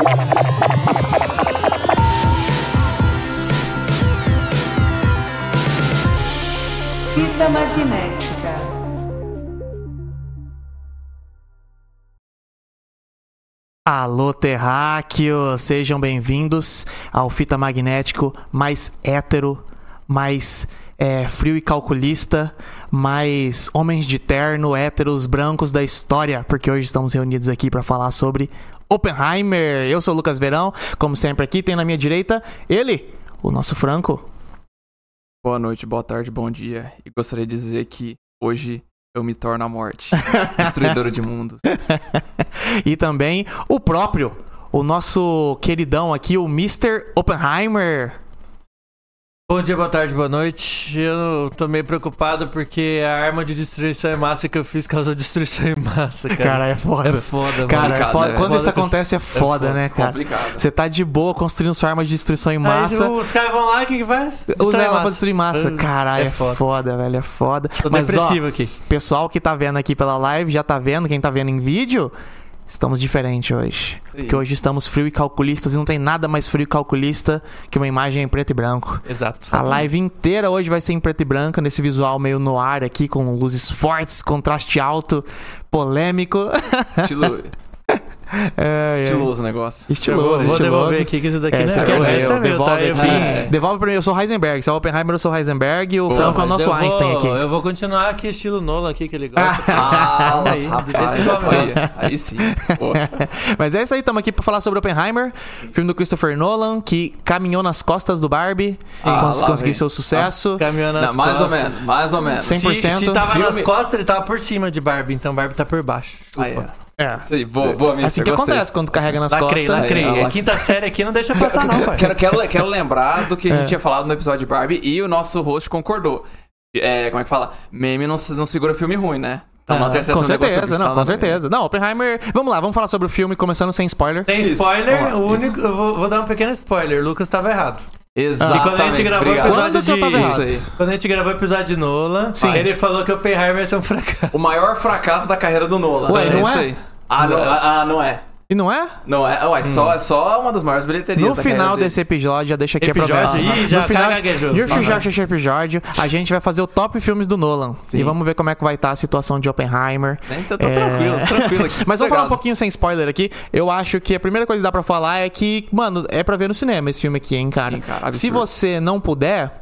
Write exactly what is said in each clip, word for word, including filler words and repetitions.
Fita magnética. Alô, terráqueos! Sejam bem-vindos ao Fita Magnético mais hétero, mais é, frio e calculista, mais homens de terno, héteros, brancos da história, porque hoje estamos reunidos aqui para falar sobre Oppenheimer. Eu sou o Lucas Verão, como sempre aqui, tem na minha direita ele, o nosso Franco. Boa noite, boa tarde, bom dia. E gostaria de dizer que hoje eu me torno a morte, destruidora de mundos. E também o próprio, o nosso queridão aqui, o mister Oppenheimer. Bom dia, boa tarde, boa noite. Eu tô meio preocupado porque a arma de destruição em massa que eu fiz causou destruição em massa, cara. Cara, é foda. É foda, cara, mano. é foda. Né? Quando É isso foda. acontece é foda, É foda. né, cara? Complicado. Você tá de boa construindo sua arma de destruição em massa. Aí, os caras vão lá, o que que faz? Usa Destrói ela massa. pra destruir massa. É Caralho, é, foda. foda, velho, é foda. Tô Mas, depressivo ó, aqui. pessoal que tá vendo aqui pela live, já tá vendo, quem tá vendo em vídeo, estamos diferentes hoje. Sim. Porque hoje estamos frio e calculistas e não tem nada mais frio e calculista que uma imagem em preto e branco. Exato. A live inteira hoje vai ser em preto e branco, nesse visual meio no ar aqui, com luzes fortes, contraste alto, polêmico. Estilo... É, é. Estiloso o negócio. Estiloso, Eu vou, vou estiloso. devolver aqui que isso daqui É, não esse é aqui é meu. meu, Esse é meu, devolve tá? Eu aqui. vim... É. Devolve pra mim, eu sou Heisenberg. Se é o Oppenheimer, eu sou Heisenberg e o Pô, Franco é o mas nosso eu Einstein vou, aqui. Eu vou continuar aqui estilo Nolan aqui que ele gosta. Ah, Aí, rapaz, aí, aí sim. Pô. Mas é isso aí, estamos aqui pra falar sobre Oppenheimer, filme do Christopher Nolan, que caminhou nas costas do Barbie, Ah, cons- lá conseguiu vem. seu sucesso. Caminhão nas Não, mais ou costas. menos, mais ou menos. cem por cento. Se, se tava filme- nas costas, ele tava por cima de Barbie, então Barbie tá por baixo. Aí, Desculpa. é. É. Isso aí, boa, boa, mister, Assim que gostei. acontece quando carrega nas Lacrei, costas. lacrei. É, A quinta série aqui não deixa passar não, pai. Quero, quero, quero lembrar do que a gente tinha falado no episódio de Barbie e o nosso host concordou. É, como é que fala? Meme não, não segura filme ruim, né? Então, na terceira Com negócio certeza, não, com certeza. Não, Oppenheimer... Vamos lá, vamos falar sobre o filme, começando sem spoiler. Tem Isso, spoiler, vamos lá, o isso. único, eu vou, vou dar um pequeno spoiler. Lucas tava errado. Exatamente. E quando a gente gravou o obrigado. episódio Quando que eu de... tava errado? Isso aí. Quando a gente gravou o episódio de Nolan, Sim. ele falou que o Oppenheimer ia ser um fracasso. O maior fracasso da carreira do Nolan. Ué, não isso é? aí. Ah, não, ah, não é. E não é? Não é? Ué, só, só uma das maiores bilheterias No da final carreira dele. desse episódio, já deixa aqui Episódio? a promessa. Ih, já no final caguejou. de Aham. episódio, esse episódio, a gente vai fazer o top filmes do Nolan. Sim. E vamos ver como é que vai estar a situação de Oppenheimer. Então tá É. tranquilo, tranquilo aqui. Mas vamos falar um sossegado. pouquinho sem spoiler aqui. Eu acho que a primeira coisa que dá pra falar é que, mano, é pra ver no cinema esse filme aqui, hein, cara. Sim, cara, Se absurdo. você não puder,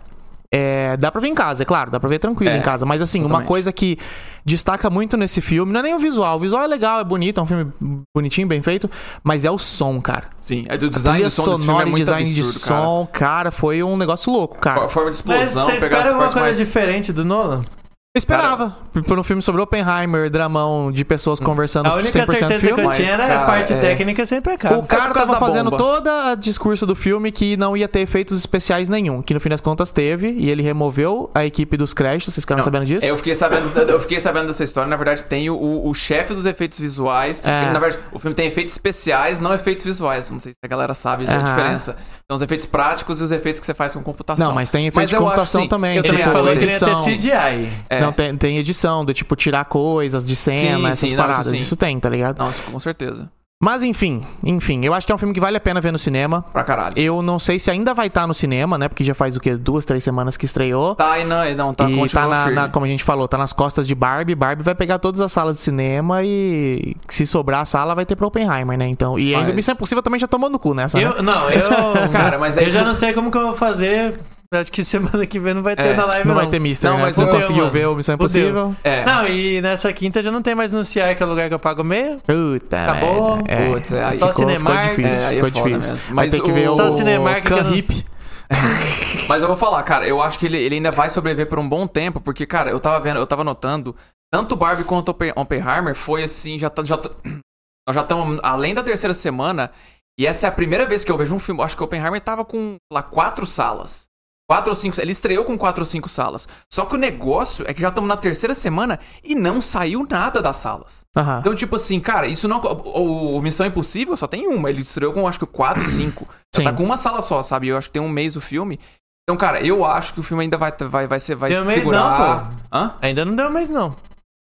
é, dá pra ver em casa, é claro, dá pra ver tranquilo É, em casa. Mas assim, uma totalmente. coisa que destaca muito nesse filme, não é nem o visual. O visual é legal, é bonito, é um filme bonitinho, bem feito, mas é o som, cara. Sim, é do A design trilha do som desse filme sonora é e muito design absurdo, de cara. som, cara, foi um negócio louco, cara. A forma de Mas explosão, você pegar espera essa alguma parte coisa mais... diferente do Nolan? Eu esperava, por um filme sobre Oppenheimer, dramão de pessoas conversando A única cem por cento certeza filme. que eu mas, tinha era cara, a parte é- técnica sempre acaba. O cara por causa tava da fazendo bomba. todo o discurso do filme que não ia ter efeitos especiais nenhum, que no fim das contas teve, e ele removeu a equipe dos créditos, vocês ficaram Não, sabendo disso? Eu fiquei sabendo, eu fiquei sabendo dessa história. Na verdade, tem o, o, o chefe dos efeitos visuais. É. Ele, na verdade, o filme tem efeitos especiais, não efeitos visuais. Não sei se a galera sabe essa Aham. diferença. Então, os efeitos práticos e os efeitos que você faz com computação. Não, mas tem efeito de eu acho, computação sim, também, Eu tipo, também Ele acho falou que que ele ia ter edição. C G I. É. Não, tem, tem edição, do tipo tirar coisas de cena, Sim, essas sim, não, paradas. isso sim. Isso tem, tá ligado? Não, isso com certeza. Mas enfim, enfim, eu acho que é um filme que vale a pena ver no cinema. Pra caralho. Eu não sei se ainda vai estar no cinema, né? Porque já faz o quê? Duas, três semanas que estreou. Tá, e não, e não tá, e continua tá na, firme. na- como a gente falou, tá nas costas de Barbie. Barbie vai pegar todas as salas de cinema e se sobrar a sala vai ter pra Oppenheimer, né? Então, e ainda Mas- Missão Impossível também já tomou no cu nessa, né? Eu, não, eu, Cara, mas é eu isso- já não sei como que eu vou fazer. Acho que semana que vem não vai ter É, na live, Não não. vai ter Mister, Não, né? mas Você não eu- conseguiu mano. ver o Missão Fudeu. Impossível? É. Não, e nessa quinta já não tem mais no C I, que é o lugar que eu pago meia. Puta, Acabou. merda. É. Putz, é, aí Só ficou, ficou Cinemark. difícil, É, aí é ficou foda difícil. mesmo. Vai Mas ter que o- ver o Só Cinemark que eu Can não- Hip. Mas eu vou falar, cara, eu acho que ele, ele ainda vai sobreviver por um bom tempo, porque, cara, eu tava vendo, eu tava notando, tanto Barbie quanto Oppen- Oppenheimer foi assim, já tá, já tá, nós já estamos além da terceira semana, e essa é a primeira vez que eu vejo um filme, acho que o Oppenheimer tava com, lá, quatro salas. Quatro ou cinco, ele estreou com quatro ou cinco salas. Só que o negócio é que já estamos na terceira semana e não saiu nada das salas. Aham. Então, tipo assim, cara, isso não. O, o Missão Impossível só tem uma. Ele estreou com, acho que, quatro, cinco. Sim. Já tá com uma sala só, sabe? Eu acho que tem um mês o filme. Então, cara, eu acho que o filme ainda vai, vai, vai, ser, vai Tem um mês segurar. não, pô. Hã? Ainda não deu mais, não.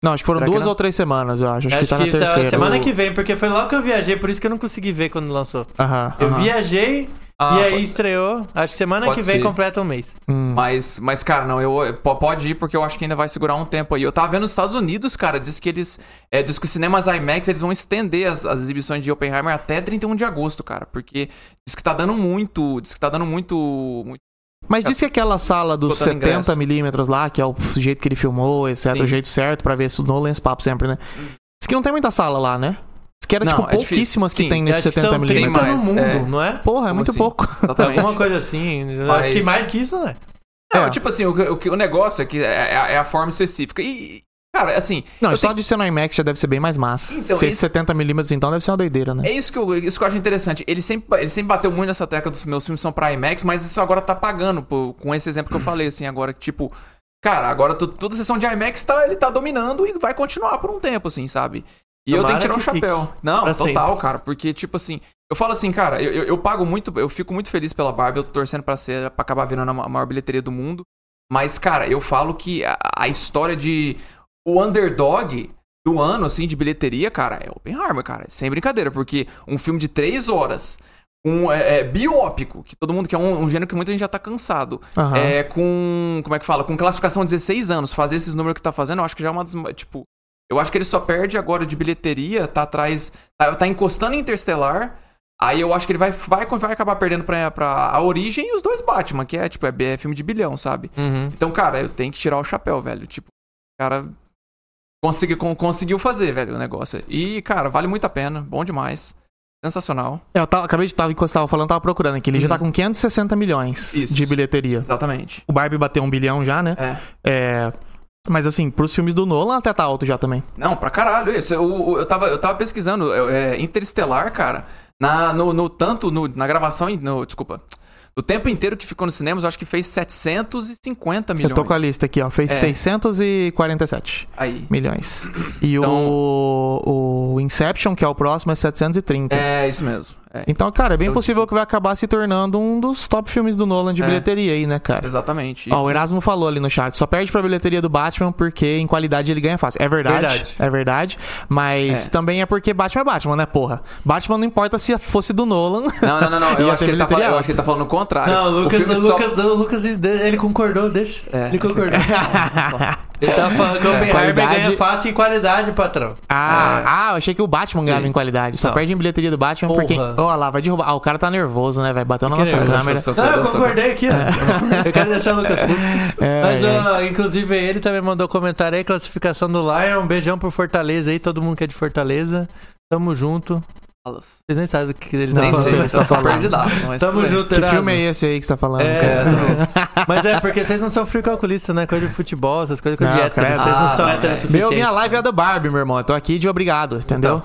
Não, acho que foram Será que duas não? ou três semanas, eu acho. Acho, Acho que tá que na tá terceira. semana O- que vem, porque foi logo que eu viajei, por isso que eu não consegui ver quando lançou. Aham. Eu Aham. viajei Ah, e aí pode- estreou. Acho que semana Pode que vem ser. completa um mês. Hum. Mas, mas, cara, não, eu po- pode ir porque eu acho que ainda vai segurar um tempo aí. Eu tava vendo nos Estados Unidos, cara, diz que eles. É, diz que os cinemas IMAX eles vão estender as, as exibições de Oppenheimer até trinta e um de agosto, cara. Porque diz que tá dando muito. Diz que tá dando muito. muito Mas disse que aquela sala dos Botando ingresso. setenta milímetros lá, que é o jeito que ele filmou, etcétera, Sim. o jeito certo pra ver se o Nolan esse papo sempre, né? Diz que não tem muita sala lá, né? Diz que era, Não, tipo, é difícil. pouquíssimas que Sim, tem Eu nesse acho que setenta são milímetros. trinta no mais, mundo, é. não é? Porra, é Como muito assim? pouco. Exatamente. Alguma coisa assim. Eu Mas- Acho que mais que isso, né? Não, É. tipo assim, o, o, que- o negócio é que é, é a forma específica. E, cara, assim. Não, eu só tenho- de ser no IMAX já deve ser bem mais massa. Então, Se isso- setenta milímetros então deve ser uma doideira, né? É isso que, eu, isso que eu acho interessante. Ele sempre, ele sempre bateu muito nessa tecla dos meus filmes são pra IMAX, mas isso agora tá pagando, pô, com esse exemplo que eu falei, assim, agora que, tipo, cara, agora tu- toda a sessão de IMAX tá, ele tá dominando e vai continuar por um tempo, assim, sabe? E eu Tomara tenho que tirar um que fique chapéu. Não, pra total, sempre. cara, porque, tipo assim, eu falo assim, cara, eu, eu, eu pago muito, eu fico muito feliz pela Barbie, eu tô torcendo pra ser, pra acabar virando a ma- a maior bilheteria do mundo, mas, cara, eu falo que a, a história de o underdog do ano, assim, de bilheteria, cara, é Oppenheimer, cara. Sem brincadeira, porque um filme de três horas, um é, é, biópico, que todo mundo que é um, um gênero que muita gente já tá cansado, Aham. é com, como é que fala? Com classificação dezesseis anos, fazer esses números que tá fazendo, eu acho que já é uma das, tipo, eu acho que ele só perde agora de bilheteria, tá atrás, tá, tá encostando em Interstellar, aí eu acho que ele vai, vai, vai acabar perdendo pra, pra A Origem e os dois Batman, que é, tipo, é, é filme de bilhão, sabe? Uhum. Então, cara, eu tenho que tirar o chapéu, velho. Tipo, o cara consegui, con- conseguiu fazer, velho, o negócio. E, cara, vale muito a pena. Bom demais. Sensacional. É, eu tava, acabei de estar, enquanto você tava falando, tava procurando aqui. Ele já Uhum. tá com quinhentos e sessenta milhões Isso. de bilheteria. Exatamente. O Barbie bateu um bilhão já, né? É. É. Mas assim, pros filmes do Nolan até tá alto já também. Não, pra caralho. Isso, eu, eu, eu, tava, eu tava pesquisando. É, Interestelar, cara, na, no, no tanto, no, na gravação, no, desculpa. O tempo inteiro que ficou nos cinemas, eu acho que fez setecentos e cinquenta milhões. Eu tô com a lista aqui, ó. Fez É. seiscentos e quarenta e sete Aí. milhões. E Então- o, o Inception, que é o próximo, é setecentos e trinta. É, isso mesmo. É, Então, cara, é bem Eu- possível que vai acabar se tornando um dos top filmes do Nolan de É. bilheteria aí, né, cara? exatamente. Ó, o Erasmo falou ali no chat, só perde pra bilheteria do Batman porque em qualidade ele ganha fácil. É verdade, Verdade. é verdade, mas É. também é porque Batman é Batman, né, porra? Batman não importa se fosse do Nolan. Não, não, não, não. Eu, Ia acho ter que ele tá bilheteria falando, eu alta. acho que ele tá falando o contrário. Não, o O Lucas, filme o só- Lucas, o Lucas, ele concordou, deixa. É, ele achei- concordou. Ele tava falando que o Oppenheimer Qualidade- ganha fácil em qualidade, patrão. Ah, É. ah, eu achei que o Batman ganhava Sim. em qualidade. Só Não. perde em bilheteria do Batman porque. Porra. Ó lá, vai derrubar. Ah, o cara tá nervoso, né, velho? Bateu na Que nossa nervoso, câmera. eu sou- Não, eu sou- concordei aqui, ó. Eu quero deixar o Lucas puto. É, Mas, é. ó, inclusive, ele também mandou comentário aí, classificação do Lion. Um beijão pro Fortaleza aí, todo mundo que é de Fortaleza. Tamo junto. Vocês nem sabem do que ele tá Nem falando. sei. Sei, Você tá tô perdidaço, mas Tamo tudo bem. junto, Que Erasmo. filme é esse aí que você tá falando? É, cara? tô- Mas é, porque vocês não são frio calculista, né? Coisa de futebol, essas coisas, coisa de Não, hétero. credo. Vocês não Ah, são não, héteros é. suficientes. Meu, minha live é do Barbie, meu irmão. Eu tô aqui de obrigado, entendeu?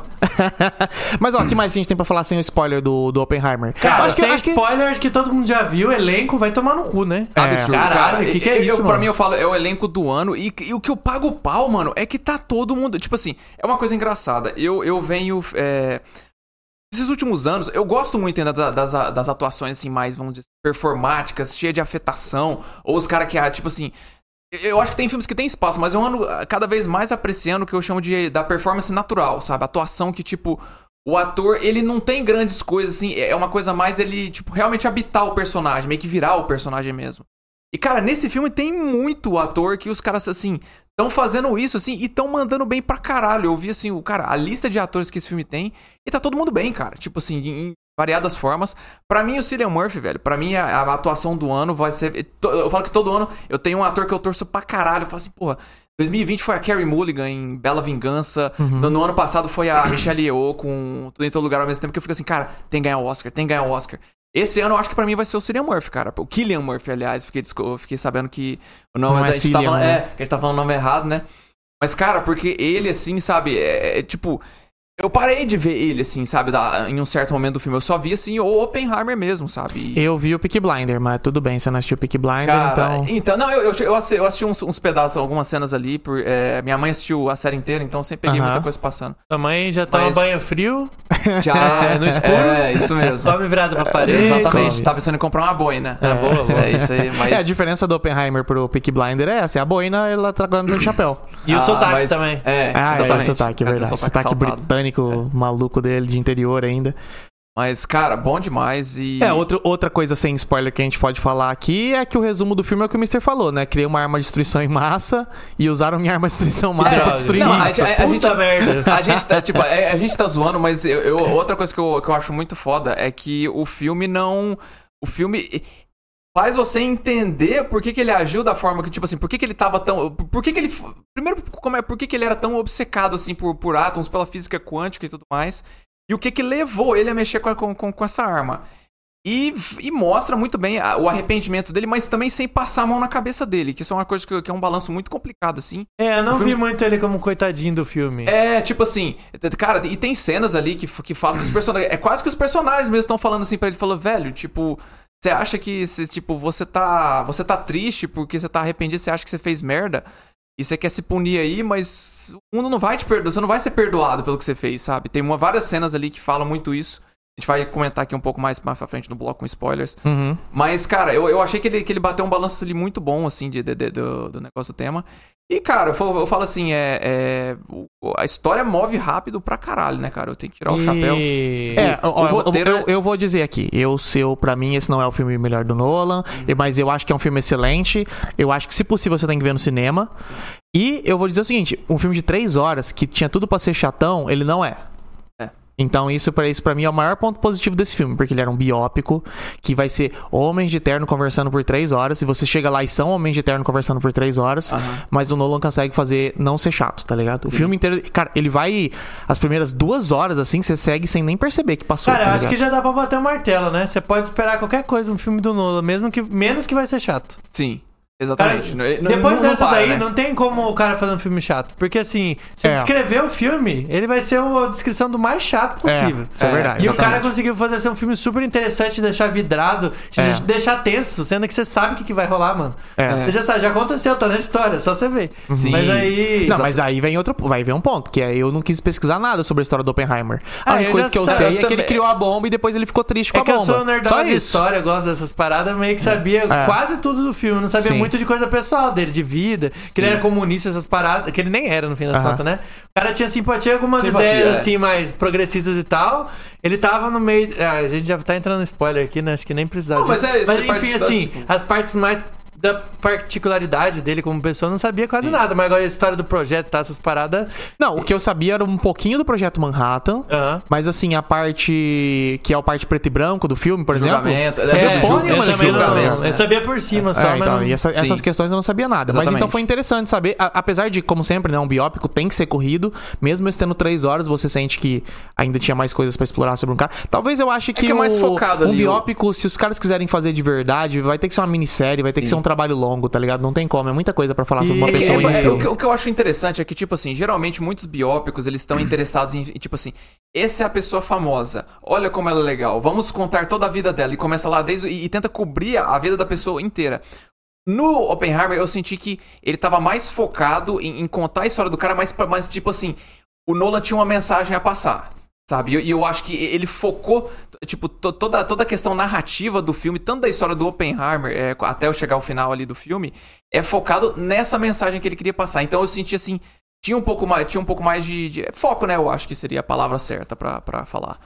Mas, ó, o que mais a gente tem pra falar sem o spoiler do, do Oppenheimer? Cara, acho que, sem acho que- spoiler, acho que todo mundo já viu, o elenco vai tomar no cu, né? É. Absurdo, Caralho, cara. o que, que é Eu- isso, eu, mano? Pra mim, eu falo, é o elenco do ano. E, e o que eu pago o pau, mano, é que tá todo mundo. Tipo assim, é uma coisa engraçada. Eu, eu venho. É, esses últimos anos, eu gosto muito ainda da- das, das atuações, assim, mais, vamos dizer, performáticas, cheias de afetação. Ou os caras que, ah, tipo assim. Eu acho que tem filmes que tem espaço, mas eu ando ah, cada vez mais apreciando o que eu chamo de da performance natural, sabe? Atuação que, tipo. O ator, ele não tem grandes coisas, assim, é uma coisa mais ele, tipo, realmente habitar o personagem, meio que virar o personagem mesmo. E, cara, nesse filme tem muito ator que os caras, assim, estão fazendo isso, assim, e estão mandando bem pra caralho. Eu vi, assim, o cara, a lista de atores que esse filme tem, e tá todo mundo bem, cara. Tipo assim, em variadas formas. Pra mim, o Cillian Murphy, velho, pra mim, a, a atuação do ano vai ser... Eu falo que todo ano eu tenho um ator que eu torço pra caralho. Eu falo assim, porra... dois mil e vinte foi a Carey Mulligan em Bela Vingança. Uhum. No, no ano passado foi a Michelle Yeoh com Tudo em Todo Lugar ao mesmo tempo. Que eu fico assim, cara, tem que ganhar o Oscar, tem que ganhar o Oscar. Esse ano eu acho que pra mim vai ser o Cillian Murphy, cara. O Cillian Murphy, aliás. Fiquei, eu fiquei sabendo que o nome Não é a gente Cillian, tá falando, né? é, que a gente tá falando o nome errado, né? Mas, cara, porque ele, assim, sabe, é, é tipo... Eu parei de ver ele, assim, sabe, da, em um certo momento do filme. Eu só vi, assim, o Oppenheimer mesmo, sabe? E- Eu vi o Peaky Blinder, mas tudo bem, você não assistiu o Peaky Blinder, Cara, então... então, não, eu, eu, eu assisti, eu assisti uns, uns pedaços, algumas cenas ali. Por, é, minha mãe assistiu a série inteira, então eu sempre peguei Aham. muita coisa passando. A mãe já toma Mas- banho frio. Já, É, no escuro. É, isso mesmo. Come virado pra parede. Exatamente, come. tava pensando em comprar uma boina. É, boa, boa. É isso aí, mas... É, a diferença do Oppenheimer pro Peaky Blinder é essa. A boina, ela tá com chapéu. E o Ah, sotaque mas- também. É, Ah, exatamente. é o sotaque, é Cara, tem verdade. um Sotaque, saltado. britânico maluco dele, de interior ainda. Mas, cara, bom demais e... É, outro, outra coisa sem spoiler que a gente pode falar aqui é que o resumo do filme é o que o mister falou, né? Criei uma arma de destruição em massa e usaram minha arma de destruição em massa É, pra destruir não, massa. a, a, a Puta gente, merda. A gente tá, tipo, a, a gente tá zoando, mas eu, eu- outra coisa que eu, que eu acho muito foda é que o filme não... O filme faz você entender por que, que ele agiu da forma que, tipo assim, por que, que ele tava tão... Por que, que ele... Primeiro, como é, por que, que ele era tão obcecado, assim, por, por átomos, pela física quântica e tudo mais. E o que que levou ele a mexer com, a- com, com, com essa arma. E, e mostra muito bem a- o arrependimento dele, mas também sem passar a mão na cabeça dele, que isso é uma coisa que, que é um balanço muito complicado, assim. É, eu não O filme- vi muito ele como coitadinho do filme. É, tipo assim, cara, e tem cenas ali que, que falam dos personagens. É quase que os personagens mesmo estão falando assim pra ele, falou, velho, tipo, você acha que se, tipo, você tá. Você tá triste porque você tá arrependido, você acha que você fez merda? E você quer se punir aí, mas o mundo não vai te perdoar, você não vai ser perdoado pelo que você fez, sabe? Tem uma, várias cenas ali que falam muito isso. A gente vai comentar aqui um pouco mais pra frente no bloco com spoilers. Uhum. Mas, cara, eu, eu achei que ele, que ele bateu um balanço ali muito bom, assim, de, de- de- do, do negócio do tema. E, cara, eu falo, eu falo assim, é, é, o- a história move rápido pra caralho, né, cara? Eu tenho que tirar o E- chapéu. É, O- ó, o eu- roteiro eu, é- eu vou dizer aqui, eu, seu, pra mim, esse não é o filme melhor do Nolan, mas eu acho que é um filme excelente. Eu acho que, se possível, você tem que ver no cinema. E eu vou dizer o seguinte: um filme de três horas que tinha tudo pra ser chatão, ele não é. É. Então, isso pra, isso pra mim é o maior ponto positivo desse filme, porque ele era um biópico que vai ser homens de terno conversando por três horas. E você chega lá e são homens de terno conversando por três horas, Aham. mas o Nolan consegue fazer não ser chato, tá ligado? O filme inteiro, cara, ele vai. As primeiras duas horas, assim, você segue sem nem perceber que passou. Cara, tá eu acho ligado? que já dá pra bater o martelo, né? Você pode esperar qualquer coisa no filme do Nolan, mesmo que menos que vai ser chato. Sim, Cara, exatamente. Não- não- depois não- não dessa para, daí, né? não tem como o cara fazer um filme chato. Porque assim, você É. descrever o filme, ele vai ser a descrição do mais chato possível. É, isso é verdade. E o cara exatamente. conseguiu fazer ser um filme super interessante, deixar vidrado, te É. deixar tenso, sendo que você sabe o que, que vai rolar, mano. É. Você já sabe, já aconteceu, tá na história, só você ver. Sim. Mas aí. Não, mas aí vem outro, vai ver um ponto, que é eu não quis pesquisar nada sobre a história do Oppenheimer. A Ah, única eu coisa já que eu sei. sei Eu é que ele também- criou a bomba e depois ele ficou triste com É a que eu bomba. sou nerdão Só de isso. história, eu gosto dessas paradas, eu meio que sabia É. quase tudo do filme. Não sabia Sim. muito de coisa pessoal dele, de vida, que ele era comunista, essas paradas, que ele nem era no fim das Aham. contas, né? O cara tinha simpatia com algumas Simpatia, ideias é. assim, mais progressistas e tal. Ele tava no meio. Ah, a gente já tá entrando no spoiler aqui, né? Acho que nem precisava Não, mas disso. é isso, Mas você parte enfim, das- assim, as partes mais da particularidade dele como pessoa, eu não sabia quase nada. Mas agora a história do projeto, tá? Essas paradas. Não, o que eu sabia era um pouquinho do Projeto Manhattan, Aham. mas assim, a parte que é o parte preto e branco do filme, por exemplo. Julgamento, Você é, viu do porra julgamento, nenhuma eu desse também não, julgamento, né? eu sabia por cima só, É, mas então, não... e essa- Sim. essas questões eu não sabia nada. Mas Exatamente. então foi interessante saber, a- apesar de, como sempre, né, um biópico tem que ser corrido, mesmo estando três horas, você sente que ainda tinha mais coisas pra explorar sobre um cara. Talvez eu ache que, que é mais o- focado um ali, biópico, se os caras quiserem fazer de verdade, vai ter que ser uma minissérie, vai ter que Sim. ser um trabalho longo, tá ligado? Não tem como, é muita coisa pra falar sobre uma E- pessoa É, em um é, filme. o, que, o que eu acho interessante é que, tipo assim, geralmente muitos biópicos, eles estão interessados em, em, tipo assim, essa é a pessoa famosa, olha como ela é legal, vamos contar toda a vida dela, e começa lá desde, e, e tenta cobrir a vida da pessoa inteira. No Oppenheimer, eu senti que ele tava mais focado em, em contar a história do cara, mas, pra- mas tipo assim, o Nolan tinha uma mensagem a passar. Sabe? E eu, e eu acho que ele focou, tipo, to- toda, toda a questão narrativa do filme, tanto da história do Oppenheimer, é, até eu chegar ao final ali do filme, é focado nessa mensagem que ele queria passar. Então eu senti assim, tinha um pouco mais, tinha um pouco mais de, de- foco, né? Eu acho que seria a palavra certa pra, pra falar.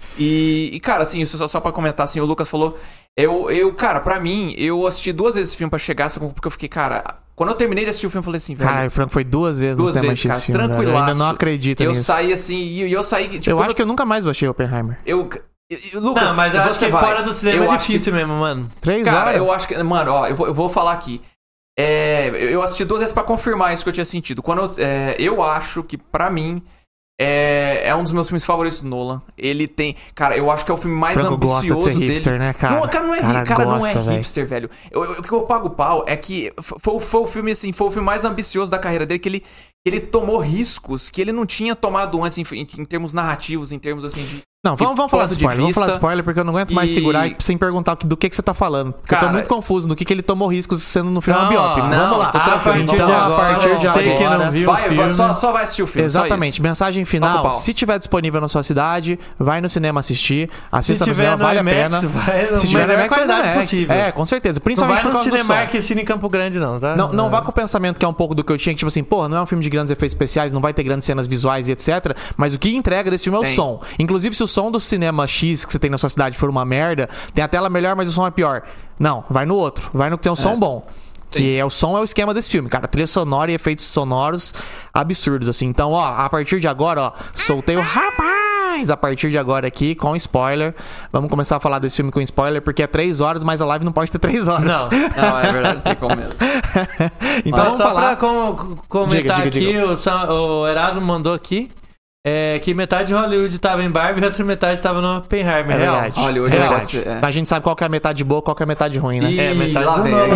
E, e, cara, assim, isso só, só pra comentar, assim, o Lucas falou, eu, eu, cara, pra mim, eu assisti duas vezes esse filme pra chegar, assim, porque eu fiquei, cara, quando eu terminei de assistir o filme, eu falei assim, velho, Caralho, o Franco foi duas vezes duas no cinema vezes, cara, assistir esse filme, velho. Eu tranquilaço. ainda não acredito eu nisso. saí assim, e e eu saí, tipo, eu quando acho que eu nunca mais vou assistir Oppenheimer. Eu, eu- eu- Lucas, Não, mas eu acho você que vai. fora do cinema Eu é acho que- difícil mesmo, mano. Três Cara, horas? eu acho que. Mano, ó, eu vou, eu vou falar aqui. É, eu assisti duas vezes pra confirmar isso que eu tinha sentido. Quando eu, é, eu acho que, pra mim, é, é um dos meus filmes favoritos do Nolan. Ele tem. Cara, eu acho que é o filme mais Franco gosta de ambicioso ser dele. hipster, né, cara? Não, cara, não é, Cara, ri- cara, não é gosta, velho. hipster, velho. Eu- eu- O que eu pago pau é que foi, foi o filme, assim, foi o filme mais ambicioso da carreira dele, que ele, ele tomou riscos que ele não tinha tomado antes em, em- em termos narrativos, em termos, assim, de. Não, vamos, vamos falar de spoiler. Vamos falar de spoiler porque eu não aguento mais e... segurar sem perguntar do que, que você tá falando. Porque cara, eu tô muito confuso no que, que ele tomou riscos sendo no final biópico. Não, vamos lá. Tô a partir então, de agora, a partir de sei agora. Que não viu vai, o filme. Só, só vai assistir o filme. Exatamente. Mensagem final. Se tiver disponível na sua cidade, vai no cinema assistir. Assista no cinema, vale a pena. Vai, se tiver na IMAX, vai na IMAX. Possível. É, com certeza. Principalmente não vai por no causa Cinemark do som. Cine Campo Grande, não, tá? Não, não vá com o pensamento que é um pouco do que eu tinha, que tipo assim, pô, não é um filme de grandes efeitos especiais, não vai ter grandes cenas visuais e etcétera. Mas o que entrega desse filme é o Tem. som. Inclusive, se o som do cinema X que você tem na sua cidade for uma merda, tem a tela melhor, mas o som é pior. Não, vai no outro. Vai no que tem um é. som bom. Que Sim. é o som é o esquema desse filme, cara. Trilha sonora e efeitos sonoros absurdos, assim. Então, ó, a partir de agora, ó, soltei o rapaz a partir de agora aqui com spoiler. Vamos começar a falar desse filme com spoiler, porque é três horas, mas a live não pode ter três horas. Não, não é verdade, não tem como mesmo. Então, ó, vamos só falar... pra com, comentar diga, diga, aqui, diga. O, Sam, o Erasmo mandou aqui. É que metade de Hollywood tava em Barbie e a outra metade tava no Oppenheimer. É verdade. Hollywood é é verdade. É. A gente sabe qual que é a metade boa, qual que é a metade ruim, né? E é, metade lá do vem. Nolan,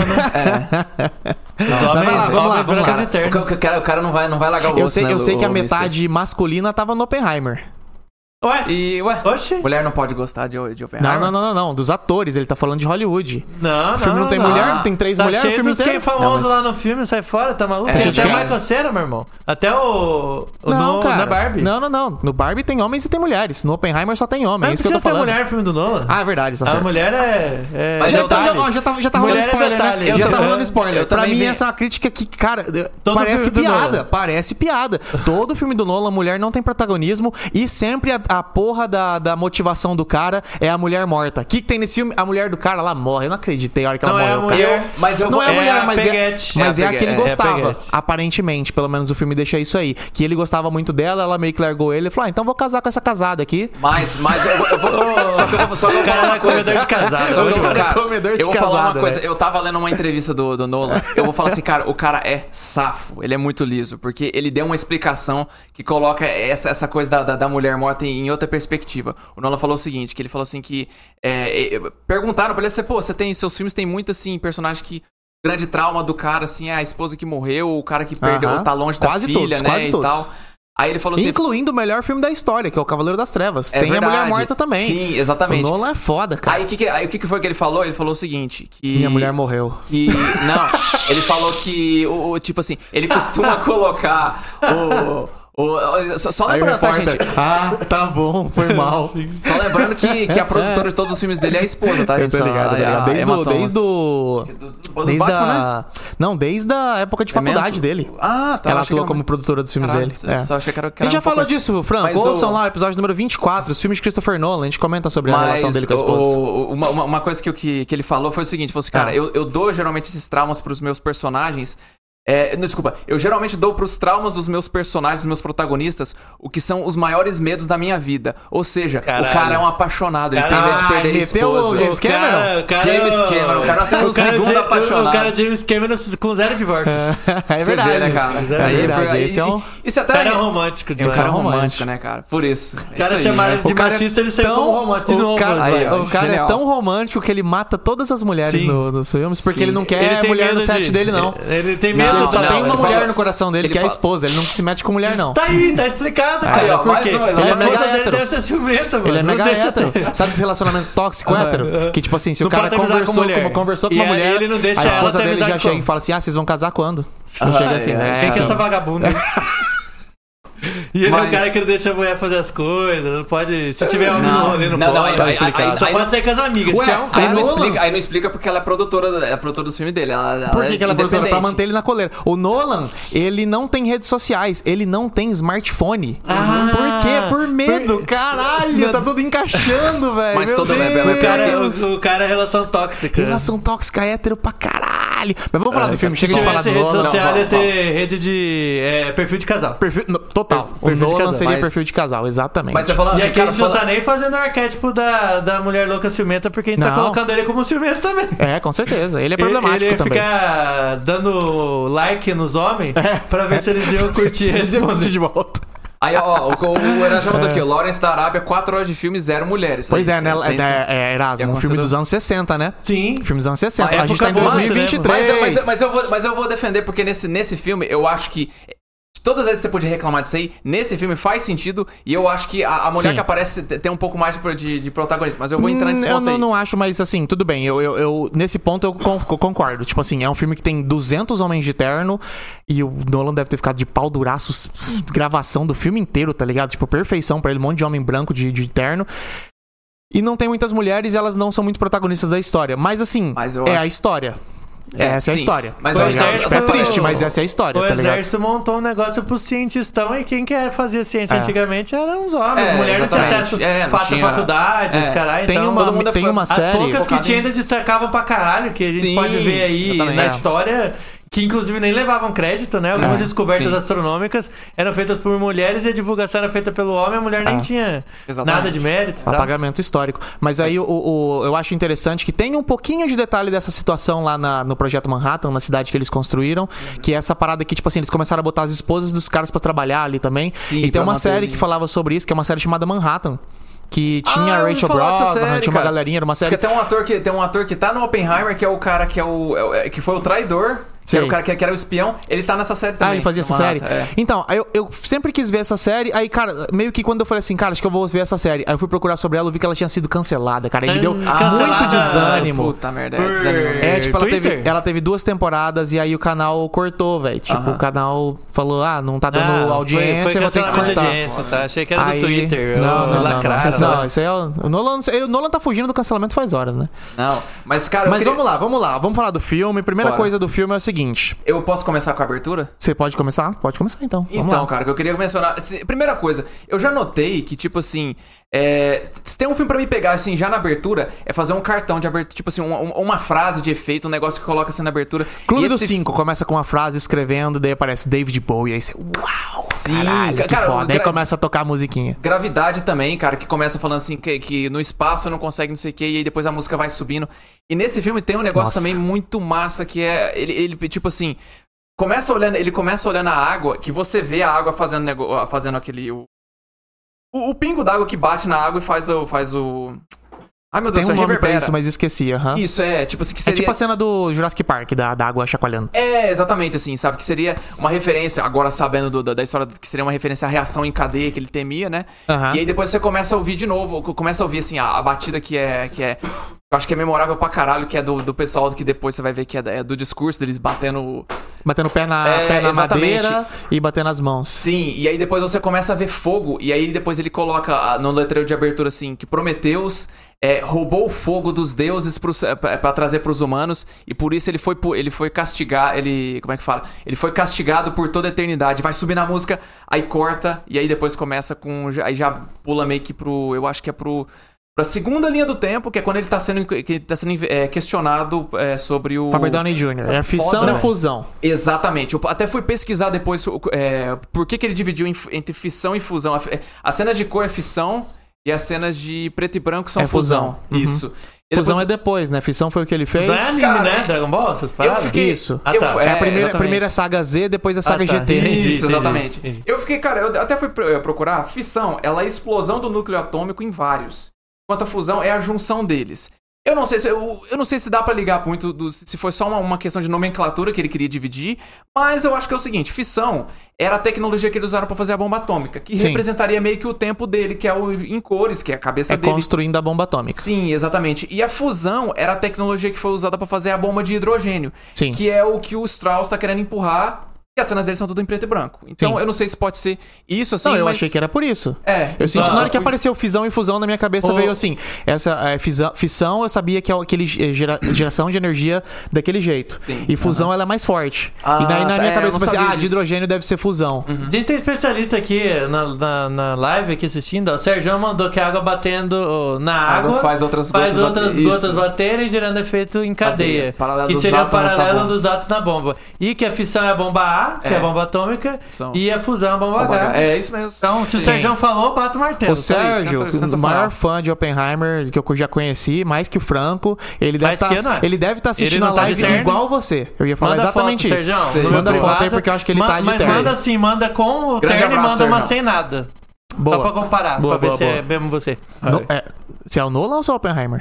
né? É. Os homens, lá, vamos lá, vamos lá. O cara, o cara não, vai, não vai largar o eu osso, sei, né, eu sei o, que a o metade masculina tava no Oppenheimer. Ué? E, ué? Oxi. Mulher não pode gostar de, de Oppenheimer? Não, não, não, não, não. Dos atores, ele tá falando de Hollywood. Não, não. O filme não tem não. mulher, tem três tá mulheres. Cheio o filme dos quem famoso não, mas... lá no filme, sai fora, tá maluco? É, tem até o quer... Michael Cera, meu irmão. Até o. o não, no, cara. Na Barbie. Não, não, não. No Barbie tem homens e tem mulheres. No Oppenheimer só tem homem. Mas é isso que eu tô falando. Tem mulher no filme do Nolan? Ah, é verdade, tá certo. A mulher é. é... Mas já, tá, já, já tá, já tá rolando spoiler, né? Eu já tô... tá rolando spoiler. Eu pra mim, vi... essa é uma crítica que, cara, Todo parece piada. Nolan. Parece piada. Todo filme do Nolan, mulher não tem protagonismo e sempre a, a porra da, da motivação do cara é a mulher morta. O que, que tem nesse filme? A mulher do cara, ela morre. Eu não acreditei a hora que ela não morreu. É a mulher, eu, mas eu não vou... é a mulher, é a mas, é, mas é, a, é a que ele gostava. É aparentemente, pelo menos o filme deixa isso aí. Que ele gostava muito dela, ela meio que largou ele e falou: ah, então vou casar com essa casada aqui. Mas, mas eu, eu vou. Só que eu vou, só que eu vou cara falar uma coisa. Comedor de casado. Só que eu, cara, cara, comedor de eu vou casada, falar uma coisa. né? Eu tava lendo uma entrevista do, do Nolan. Eu vou falar assim, cara, o cara é safo. Ele é muito liso. Porque ele deu uma explicação que coloca essa, essa coisa da, da, da mulher morta em, em outra perspectiva. O Nolan falou o seguinte: que ele falou assim que. É, é, perguntaram pra ele assim, pô, você tem. Seus filmes tem muito assim, personagem que. Grande trauma do cara, assim, é a esposa que morreu, o cara que perdeu, uh-huh. tá longe quase da filha, todos, né? Quase e todos. tal. Aí ele falou assim... Incluindo o melhor filme da história, que é o Cavaleiro das Trevas. É Tem verdade. a mulher morta também. Sim, exatamente. O Nolan é foda, cara. Aí, que que, aí o que, que foi que ele falou? Ele falou o seguinte, que... Minha mulher morreu. Que... Não, ele falou que, o, o, tipo assim, ele costuma colocar o... O, só, só lembrando, tá, gente? Ah, tá bom, foi mal. Só lembrando que, que a produtora de todos os filmes dele é a esposa, tá, gente? Eu tô ligado, tô ligado. Desde, do, desde o... Desde Batman, a... né? Não, desde a época de faculdade é dele. Ah, tá. Ela atua como produtora dos filmes Caralho, dele. É. Só achei que era, que a gente já falou um disso, Franco. Ouçam o... lá o episódio número vinte e quatro, os filmes de Christopher Nolan. A gente comenta sobre Mas a relação dele com a esposa. O, uma, uma coisa que, que, que ele falou foi o seguinte, falou assim, cara, ah. eu, eu dou geralmente esses traumas pros meus personagens... É, não, desculpa, eu geralmente dou pros traumas dos meus personagens, dos meus protagonistas, o que são os maiores medos da minha vida. Ou seja, Caralho. o cara é um apaixonado, ele tem medo de perder a esposa. O James Cameron? O cara, o cara, James Cameron, o cara é o segundo James, apaixonado. O cara James Cameron com zero divórcios. É verdade, vê, né, cara? É verdade. Esse é um... Isso até cara é romântico demais. O cara é romântico, né, cara? Por isso. O cara chamaram de machista, ele saiu como romântico de novo. O cara é tão romântico que ele mata todas as mulheres nos filmes, porque ele não quer mulher no set dele, não. Ele tem medo. Só tem uma mulher no coração dele, ele que é a esposa. Ele não se mete com mulher, não. Tá aí, tá explicado, cara. Aí, ó, por quê? Ele é mega hétero. Deve ser ciumenta, mano. Ele é mega hétero. Sabe esse relacionamento tóxico hétero? Que, tipo assim, se o cara conversou com, conversou com uma mulher, ele não deixa a esposa dele já chega como? e fala assim, ah, vocês vão casar quando? Ah, chega assim, é, Quem é, que é essa vagabunda? E ele Mas... é o cara que não deixa a mulher fazer as coisas, não pode... Se tiver alguém no rolê, não, não pode. Não, Não, aí, aí, aí, só aí, pode não... sair com as amigas. Ué, se um aí, não cara... explica, aí não explica porque ela é produtora, é produtora dos filmes dele. Ela, ela Por que, é que ela é produtora? Pra manter ele na coleira. O Nolan, ele não tem redes sociais, ele não tem smartphone. Ah, por quê? Por medo. Por... Caralho, tá tudo encaixando, velho. Mas Meu todo Deus. bebê, o, cara, o, o cara é relação tóxica. Relação tóxica, hétero pra caralho. Mas vamos falar é, do filme, se chega de falar do rede Nolan. social, não, ia ter rede de... É, perfil de casal. Perfil, no, total. Per, o Nolan seria mas... perfil de casal, exatamente. Mas você falando e que aqui a gente fala... não tá nem fazendo o arquétipo da, da mulher louca ciumenta, porque a gente não. tá colocando ele como ciumento também. É, com certeza. Ele é problemático ele, ele também. Ele fica dando like nos homens é. pra ver se eles iam curtir esse de volta. Aí, ó, o, o Erasmo mandou aqui, o Lawrence da Arábia, quatro horas de filme, zero mulheres. Pois aí, é, né? É, é, Erasmo, um filme dos anos sessenta, né? Sim. Filme dos anos sessenta. A, a gente tá em dois mil e vinte e três. Mas, mas, mas, eu vou, mas eu vou defender, porque nesse, nesse filme, eu acho que... todas as vezes você podia reclamar disso aí, nesse filme faz sentido, e eu acho que a, a mulher Sim. que aparece tem um pouco mais de, de, de protagonismo, mas eu vou entrar nesse eu ponto não, aí. não acho, mas assim, tudo bem. Eu, eu, eu- nesse ponto eu con- concordo. Tipo assim, é um filme que tem duzentos homens de terno e o Nolan deve ter ficado de pau duraço gravação do filme inteiro, tá ligado? Tipo, perfeição pra ele, um monte de homem branco de, de terno. E não tem muitas mulheres, elas não são muito protagonistas da história. Mas assim, Mas eu é acho- a história. É, essa é a sim. história. Mas tá eu ligado? acho- Tipo, é eu- triste, eu- mas essa é a história, O tá ligado? exército montou um negócio pro cientistão e quem quer fazer ciência É. antigamente eram os homens. É, Mulher não tinha exatamente. acesso É, não fácil tinha- à faculdade, é. os caralho. Tem então, uma, todo mundo é tem fã. uma As série... poucas que focado tinha em- ainda destacavam pra caralho, que a gente Sim, pode ver aí exatamente. na É. história, que inclusive nem levavam crédito, né? Algumas É, descobertas sim. astronômicas eram feitas por mulheres e a divulgação era feita pelo homem, a mulher nem É. tinha Exatamente. nada de mérito. Tá? Apagamento histórico. Mas aí o, o- eu acho interessante que tem um pouquinho de detalhe dessa situação lá na- no Projeto Manhattan, na cidade que eles construíram, que é essa parada que, tipo assim, eles começaram a botar as esposas dos caras pra trabalhar ali também. Sim, e tem pra uma manter série ali. que falava sobre isso, que é uma série chamada Manhattan. Que tinha Ah, a eu ouvi Rachel falar dessa Brosnan, série, tinha uma cara. galerinha, era uma Diz que série... tem um ator que tem um ator que tá no Oppenheimer, que é o cara que é o é o- é- que foi o traidor, que Sei. era o cara que, que era o espião, ele tá nessa série também. Ah, ele fazia essa no série? Manhattan, é. Então, aí eu, eu sempre quis ver essa série. Aí, cara, meio que quando eu falei assim, cara, acho que eu vou ver essa série. Aí eu fui procurar sobre ela, eu vi que ela tinha sido cancelada, cara. Aí me deu Ah, muito cancelada. desânimo. Puta merda, é Por- desanimou. É, tipo, ela Twitter? teve, ela teve duas temporadas e aí o canal cortou, velho. Tipo, Aham. o canal falou, ah, não tá dando Ah, audiência, foi, foi vou ter que cancelamento de cortar. audiência, tá? Achei que era Aí- do Twitter. Não, não, não, lacraram. não, não, isso aí é o, o Nolan, o Nolan tá fugindo do cancelamento faz horas, né? Não, mas cara, eu Mas queria- vamos lá, vamos lá. Vamos falar do filme. Primeira Bora. coisa do filme é o seguinte. eu posso começar com a abertura? Você pode começar? Pode começar então. Vamos Então, lá. cara, que eu queria mencionar. assim, Primeira coisa, eu já notei que, tipo assim, é, se tem um filme pra me pegar, assim, já na abertura, é fazer um cartão de abertura, tipo assim, uma, uma frase de efeito, um negócio que coloca assim na abertura. Clube E dos esse- Cinco começa com uma frase escrevendo, daí aparece David Bowie, aí você, uau, Sim, caralho, que cara, foda. o Aí gra- começa a tocar a musiquinha. Gravidade também, cara, que começa falando assim que, que no espaço não consegue não sei o que, e aí depois a música vai subindo. E nesse filme tem um negócio Nossa. também muito massa, que é, ele, ele tipo assim, começa olhando, ele começa olhando a água, que você vê a água fazendo, nego, fazendo aquele... O, o, o pingo d'água que bate na água e faz o... Faz o... Ai, meu Deus, Tem um isso nome pra reverbera. isso, mas esqueci, aham. Isso, é, tipo assim, que É seria... tipo a cena do Jurassic Park, da, da água chacoalhando. É, exatamente, assim, sabe? Que seria uma referência, agora sabendo do- da, da história, que seria uma referência à reação em cadeia que ele temia, né? Aham. E aí depois você começa a ouvir de novo, começa a ouvir, assim, a, a batida que é, que é... Eu acho que é memorável pra caralho, que é do, do pessoal que depois você vai ver que é, da- é do discurso deles batendo... Batendo pé na, É, pé na exatamente. madeira e batendo as mãos. Sim, e aí depois você começa a ver fogo, e aí depois ele coloca ah, no letreiro de abertura, assim, que Prometeus é, roubou o fogo dos deuses pros, é, pra, pra trazer pros humanos, e por isso ele foi, pu- ele foi castigar, ele... Como é que fala? Ele foi castigado por toda a eternidade. Vai subir na música, aí corta, e aí depois começa com... Aí já pula meio que pro... Eu acho que é pro... Pra segunda linha do tempo, que é quando ele tá sendo, que ele tá sendo é, questionado é, sobre o... Robert Downey júnior É fissão Foda, ou né? fusão? Exatamente. Eu até fui pesquisar depois é, por que, que ele dividiu em- entre fissão e fusão. A- é, As cenas de cor é fissão e as cenas de preto e branco são É fusão. fusão. Uhum. Isso. E Fusão depois- é depois, né? Fissão foi o que ele fez. Não é anime, Cara, né? Dragon Ball, essas eu paradas? fiquei... Isso. Ah, eu- tá. É a primeira, exatamente. primeira saga Z, depois a saga Ah, tá. G T. Entendi. Isso, exatamente. entendi. Eu fiquei, cara, eu até fui pro- procurar. Fissão, ela é a explosão do núcleo atômico em vários. Enquanto a fusão é a junção deles. Eu não sei se, eu, eu não sei se dá pra ligar muito do, se foi só uma, uma questão de nomenclatura que ele queria dividir, mas eu acho que é o seguinte, fissão era a tecnologia que eles usaram pra fazer a bomba atômica, que Sim. representaria meio que o tempo dele, que é o em cores, que é a cabeça É dele. construindo a bomba atômica. Sim, exatamente. E a fusão era a tecnologia que foi usada pra fazer a bomba de hidrogênio, Sim. que é o que o Strauss tá querendo empurrar. E as cenas dele são tudo em preto e branco. Então Sim. eu não sei se pode ser isso assim, Não, eu mas... achei que era por isso. É. Eu senti, então, na hora que eu fui- apareceu fissão e fusão na minha cabeça Ô. veio assim, essa é, fisa- fissão eu sabia que é aquele eh, gera- geração de energia daquele jeito. Sim, E fusão ela é mais forte. Ah, e daí na tá, minha é, cabeça eu eu não pensei, sabia ah, de disso. hidrogênio deve ser fusão. A gente tem especialista aqui na, na, na live aqui assistindo. Ó. O Sérgio mandou que a água batendo ó, na A água água faz outras faz gotas outras bater- gotas isso. baterem, gerando efeito em cadeia. Cadeia. Paralelo que dos seria o átomos da paralelo bomba. dos átomos na bomba. E que a fissão é a bomba A, que é, É. a bomba atômica, São. e a fusão é a bomba H. É isso mesmo. Então, se o Sim. Sérgio falou, bata o martelo. O Sérgio, sens- o sensacional. maior fã de Oppenheimer que eu já conheci, mais que o Franco, ele deve Mais que eu, estar não é? ele deve estar assistindo Ele não a tá de live terno? igual você. Eu ia falar Manda exatamente foto, isso. Sérgio, Sim. no meu Manda foto privado, aí porque eu acho que ele ma- tá de Mas terno. manda assim, manda com o Grande terno e abraço, manda uma Sérgio. sem nada. Boa. Só pra comparar, Boa, pra ver boa, se boa. é mesmo você. No- é, se é o Nolan ou se é o Oppenheimer?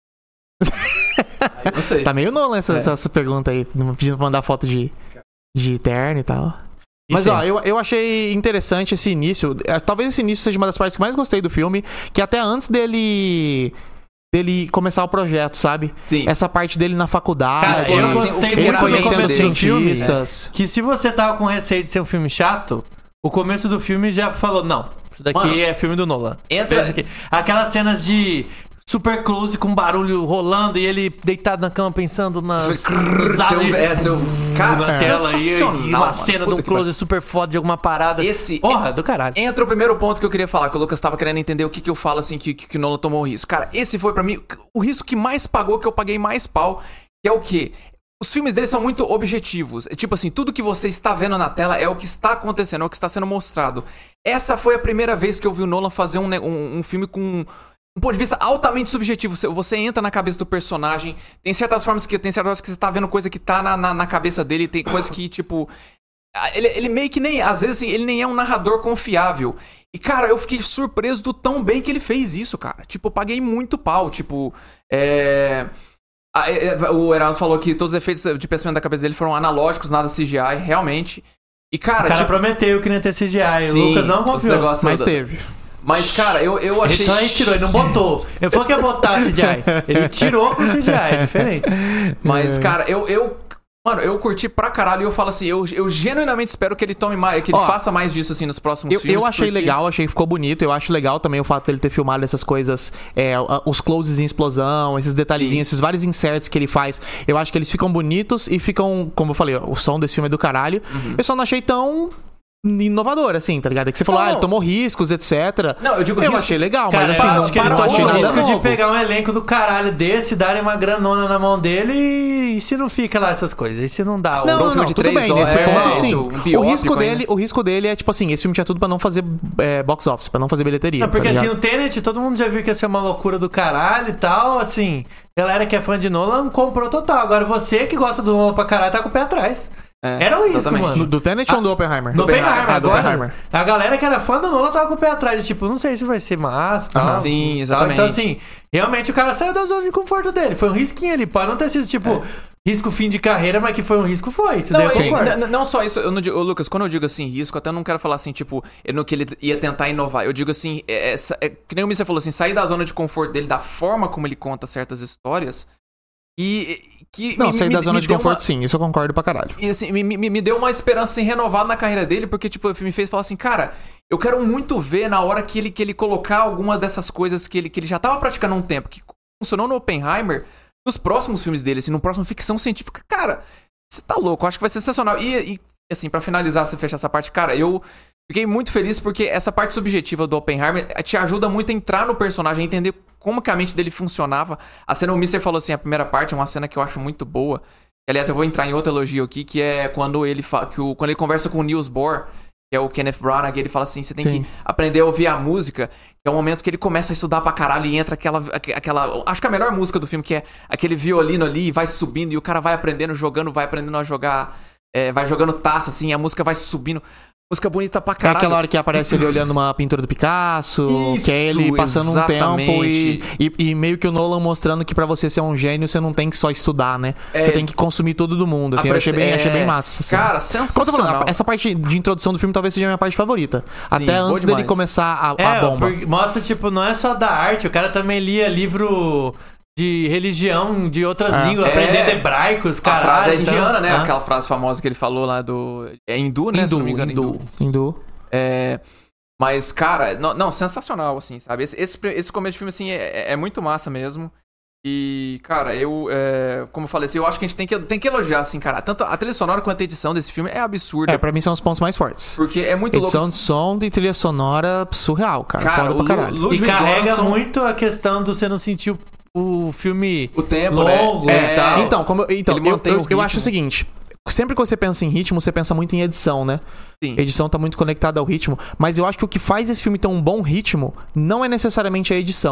Não sei. Tá meio Nolan essa, É. essa pergunta aí, pedindo pra mandar foto de, de terno e tal. Mas, Isso ó, aí. eu, eu achei interessante esse início. É, Talvez esse início seja uma das partes que mais gostei do filme. Que até antes dele. dele começar o projeto, sabe? Sim. Essa parte dele na faculdade. Cara, ele- eu assim, gostei o que ele era muito do conhecendo começo do filme. cientistas. Que se você tava com receio de ser um filme chato, o começo do filme já falou, não, isso daqui Mano, é filme do Nolan. entra- Veja aqui. Aquelas cenas de super close com barulho rolando e ele deitado na cama pensando nas... Seu, nos ali- é, seu, cara, na tela e, sensacional, e uma mano. cena de Puta um que pariu. close super foda de alguma parada. Esse- Porra, do caralho. Entra o primeiro ponto que eu queria falar, que o Lucas tava querendo entender o que, que eu falo, assim, que, que, que o Nolan tomou o risco. Cara, esse foi pra mim o risco que mais pagou, que eu paguei mais pau, que é o quê? Os filmes dele são muito objetivos. É tipo assim, tudo que você está vendo na tela é o que está acontecendo, é o que está sendo mostrado. Essa foi a primeira vez que eu vi o Nolan fazer um, ne- um, um filme com um ponto de vista altamente subjetivo. Você, você entra na cabeça do personagem, tem certas formas que tem certas horas que você tá vendo coisa que tá na, na, na cabeça dele, tem coisa que, tipo... Ele, ele meio que nem... Às vezes, assim, ele nem é um narrador confiável. E, cara, eu fiquei surpreso do tão bem que ele fez isso, cara. Tipo, eu paguei muito pau, tipo... É... Ah, é, é, o Erasmo falou que todos os efeitos de pensamento da cabeça dele foram analógicos, nada C G I, realmente. E, cara, O cara tipo, prometeu que não ia ter C G I, sim, o Lucas não os confiou. negócios Mas da- teve. Mas, cara, eu, eu Ele achei... só retirou, ele não botou. Ele falou que ia botar C G I. Ele tirou com C G I, é diferente. Mas, cara, eu, eu... Mano, eu curti pra caralho e eu falo assim, eu, eu genuinamente espero que ele tome mais, que ele Ó, faça mais disso, assim, nos próximos Eu, filmes. eu achei porque- legal, achei que ficou bonito. Eu acho legal também o fato dele ter filmado essas coisas, é, a- os closes em explosão, esses detalhezinhos, esses vários inserts que ele faz. Eu acho que eles ficam bonitos e ficam, como eu falei, o som desse filme é do caralho. Uhum. Eu só não achei tão inovador, assim, tá ligado? É que você falou, Não, ah, ele não. tomou riscos, etcétera. Não, eu digo Eu riscos- achei legal, Cara, mas assim, eu não, acho que ele não tomou achei o nada risco de novo. pegar um elenco do caralho desse, darem uma granona na mão dele e, e se não fica lá essas coisas, e se não dá. o- Não, Bom não, filme não, de tudo três bem, horas, nesse é, ponto é, sim. um O biópico risco, ainda. dele, o risco dele é, tipo assim, esse filme tinha tudo pra não fazer é, box office, pra não fazer bilheteria. Não, porque tá assim, ligado? o Tenet, todo mundo já viu que ia ser uma loucura do caralho e tal, assim, galera que é fã de Nolan comprou total. Agora você que gosta do Nolan pra caralho tá com o pé atrás. É, Era um risco, exatamente. No- mano. do Tenet ou do Oppenheimer? No Oppenheimer, Ah, do agora. Oppenheimer. A galera que era fã do Nolan tava com o pé atrás, de, tipo, não sei se vai ser massa e tal. Aham. Sim, tal. exatamente. Então, assim, realmente o cara saiu da zona de conforto dele. Foi um risquinho ali, pode não ter sido, tipo, risco fim de carreira, mas que foi um risco, foi. Isso daí Não, eu e- concordo. n- não só isso, eu não digo, ô, Lucas, quando eu digo assim, risco, até não quero falar assim, tipo, é no que ele ia tentar inovar. Eu digo assim, é, é, é, que nem o Mister falou assim, sair da zona de conforto dele, da forma como ele conta certas histórias. E que Não, me- sair me- da zona me de deu conforto, uma- sim, isso eu concordo pra caralho. E assim, me, me, me deu uma esperança assim, renovada na carreira dele, porque, tipo, me fez falar assim, cara, eu quero muito ver na hora que ele, que ele colocar alguma dessas coisas que ele, que ele já tava praticando há um tempo, que funcionou no Oppenheimer, nos próximos filmes dele, assim, no próximo ficção científica. Cara, você tá louco, eu acho que vai ser sensacional. E, e assim, pra finalizar, você fechar essa parte, cara, eu fiquei muito feliz porque essa parte subjetiva do Oppenheimer te ajuda muito a entrar no personagem, a entender como que a mente dele funcionava. A cena, o Mister falou assim, a primeira parte é uma cena que eu acho muito boa. Aliás, eu vou entrar em outro elogio aqui, que é quando ele, fa- que o, quando ele conversa com o Niels Bohr, que é o Kenneth Branagh, ele fala assim, você tem Sim. que aprender a ouvir a música, que é o momento que ele começa a estudar pra caralho e entra aquela, aque- aquela, acho que a melhor música do filme, que é aquele violino ali, e vai subindo, e o cara vai aprendendo, jogando, vai aprendendo a jogar, é, vai jogando taça, assim, e a música vai subindo. Música bonita pra É caralho. aquela hora que aparece ele olhando uma pintura do Picasso, Isso, que é ele passando um tempo e, exatamente. e, e meio que o Nolan mostrando que pra você ser um gênio, você não tem que só estudar, né? É. Você tem que consumir tudo do mundo, assim. Eu achei bem, É, achei bem massa essa cena. Cara, Como eu tô sensacional. falando, essa parte de introdução do filme talvez seja a minha parte favorita. Até boa antes dele demais. começar a, É, a bomba. porque mostra, tipo, não é só da arte, o cara também lia livro de religião de outras É. línguas, É. aprendendo hebraicos, A caralho. frase é então- indiana, né? Ah. Aquela frase famosa que ele falou lá do... É hindu, né? Se Hindu, não me engano, hindu, hindu. É, mas, cara, não, não, sensacional, assim, sabe? Esse, esse, esse começo de filme, assim, é, é muito massa mesmo. E, cara, eu, é, como eu falei assim, eu acho que a gente tem que, tem que elogiar, assim, cara. Tanto a trilha sonora quanto a edição desse filme é absurda. É, pra mim são os pontos mais fortes. Porque é muito Edição louco. de som e trilha sonora surreal, cara. Cara, Foda o pra Lu- caralho. E Ludwig carrega Göransson- muito a questão do você não sentir o, o filme O tempo, longo né? e tal. Então, como eu, então Ele eu, mantém eu, o eu ritmo. acho o seguinte. Sempre que você pensa em ritmo, você pensa muito em edição, né? Sim. Edição tá muito conectada ao ritmo. Mas eu acho que o que faz esse filme ter um bom ritmo não é necessariamente a edição.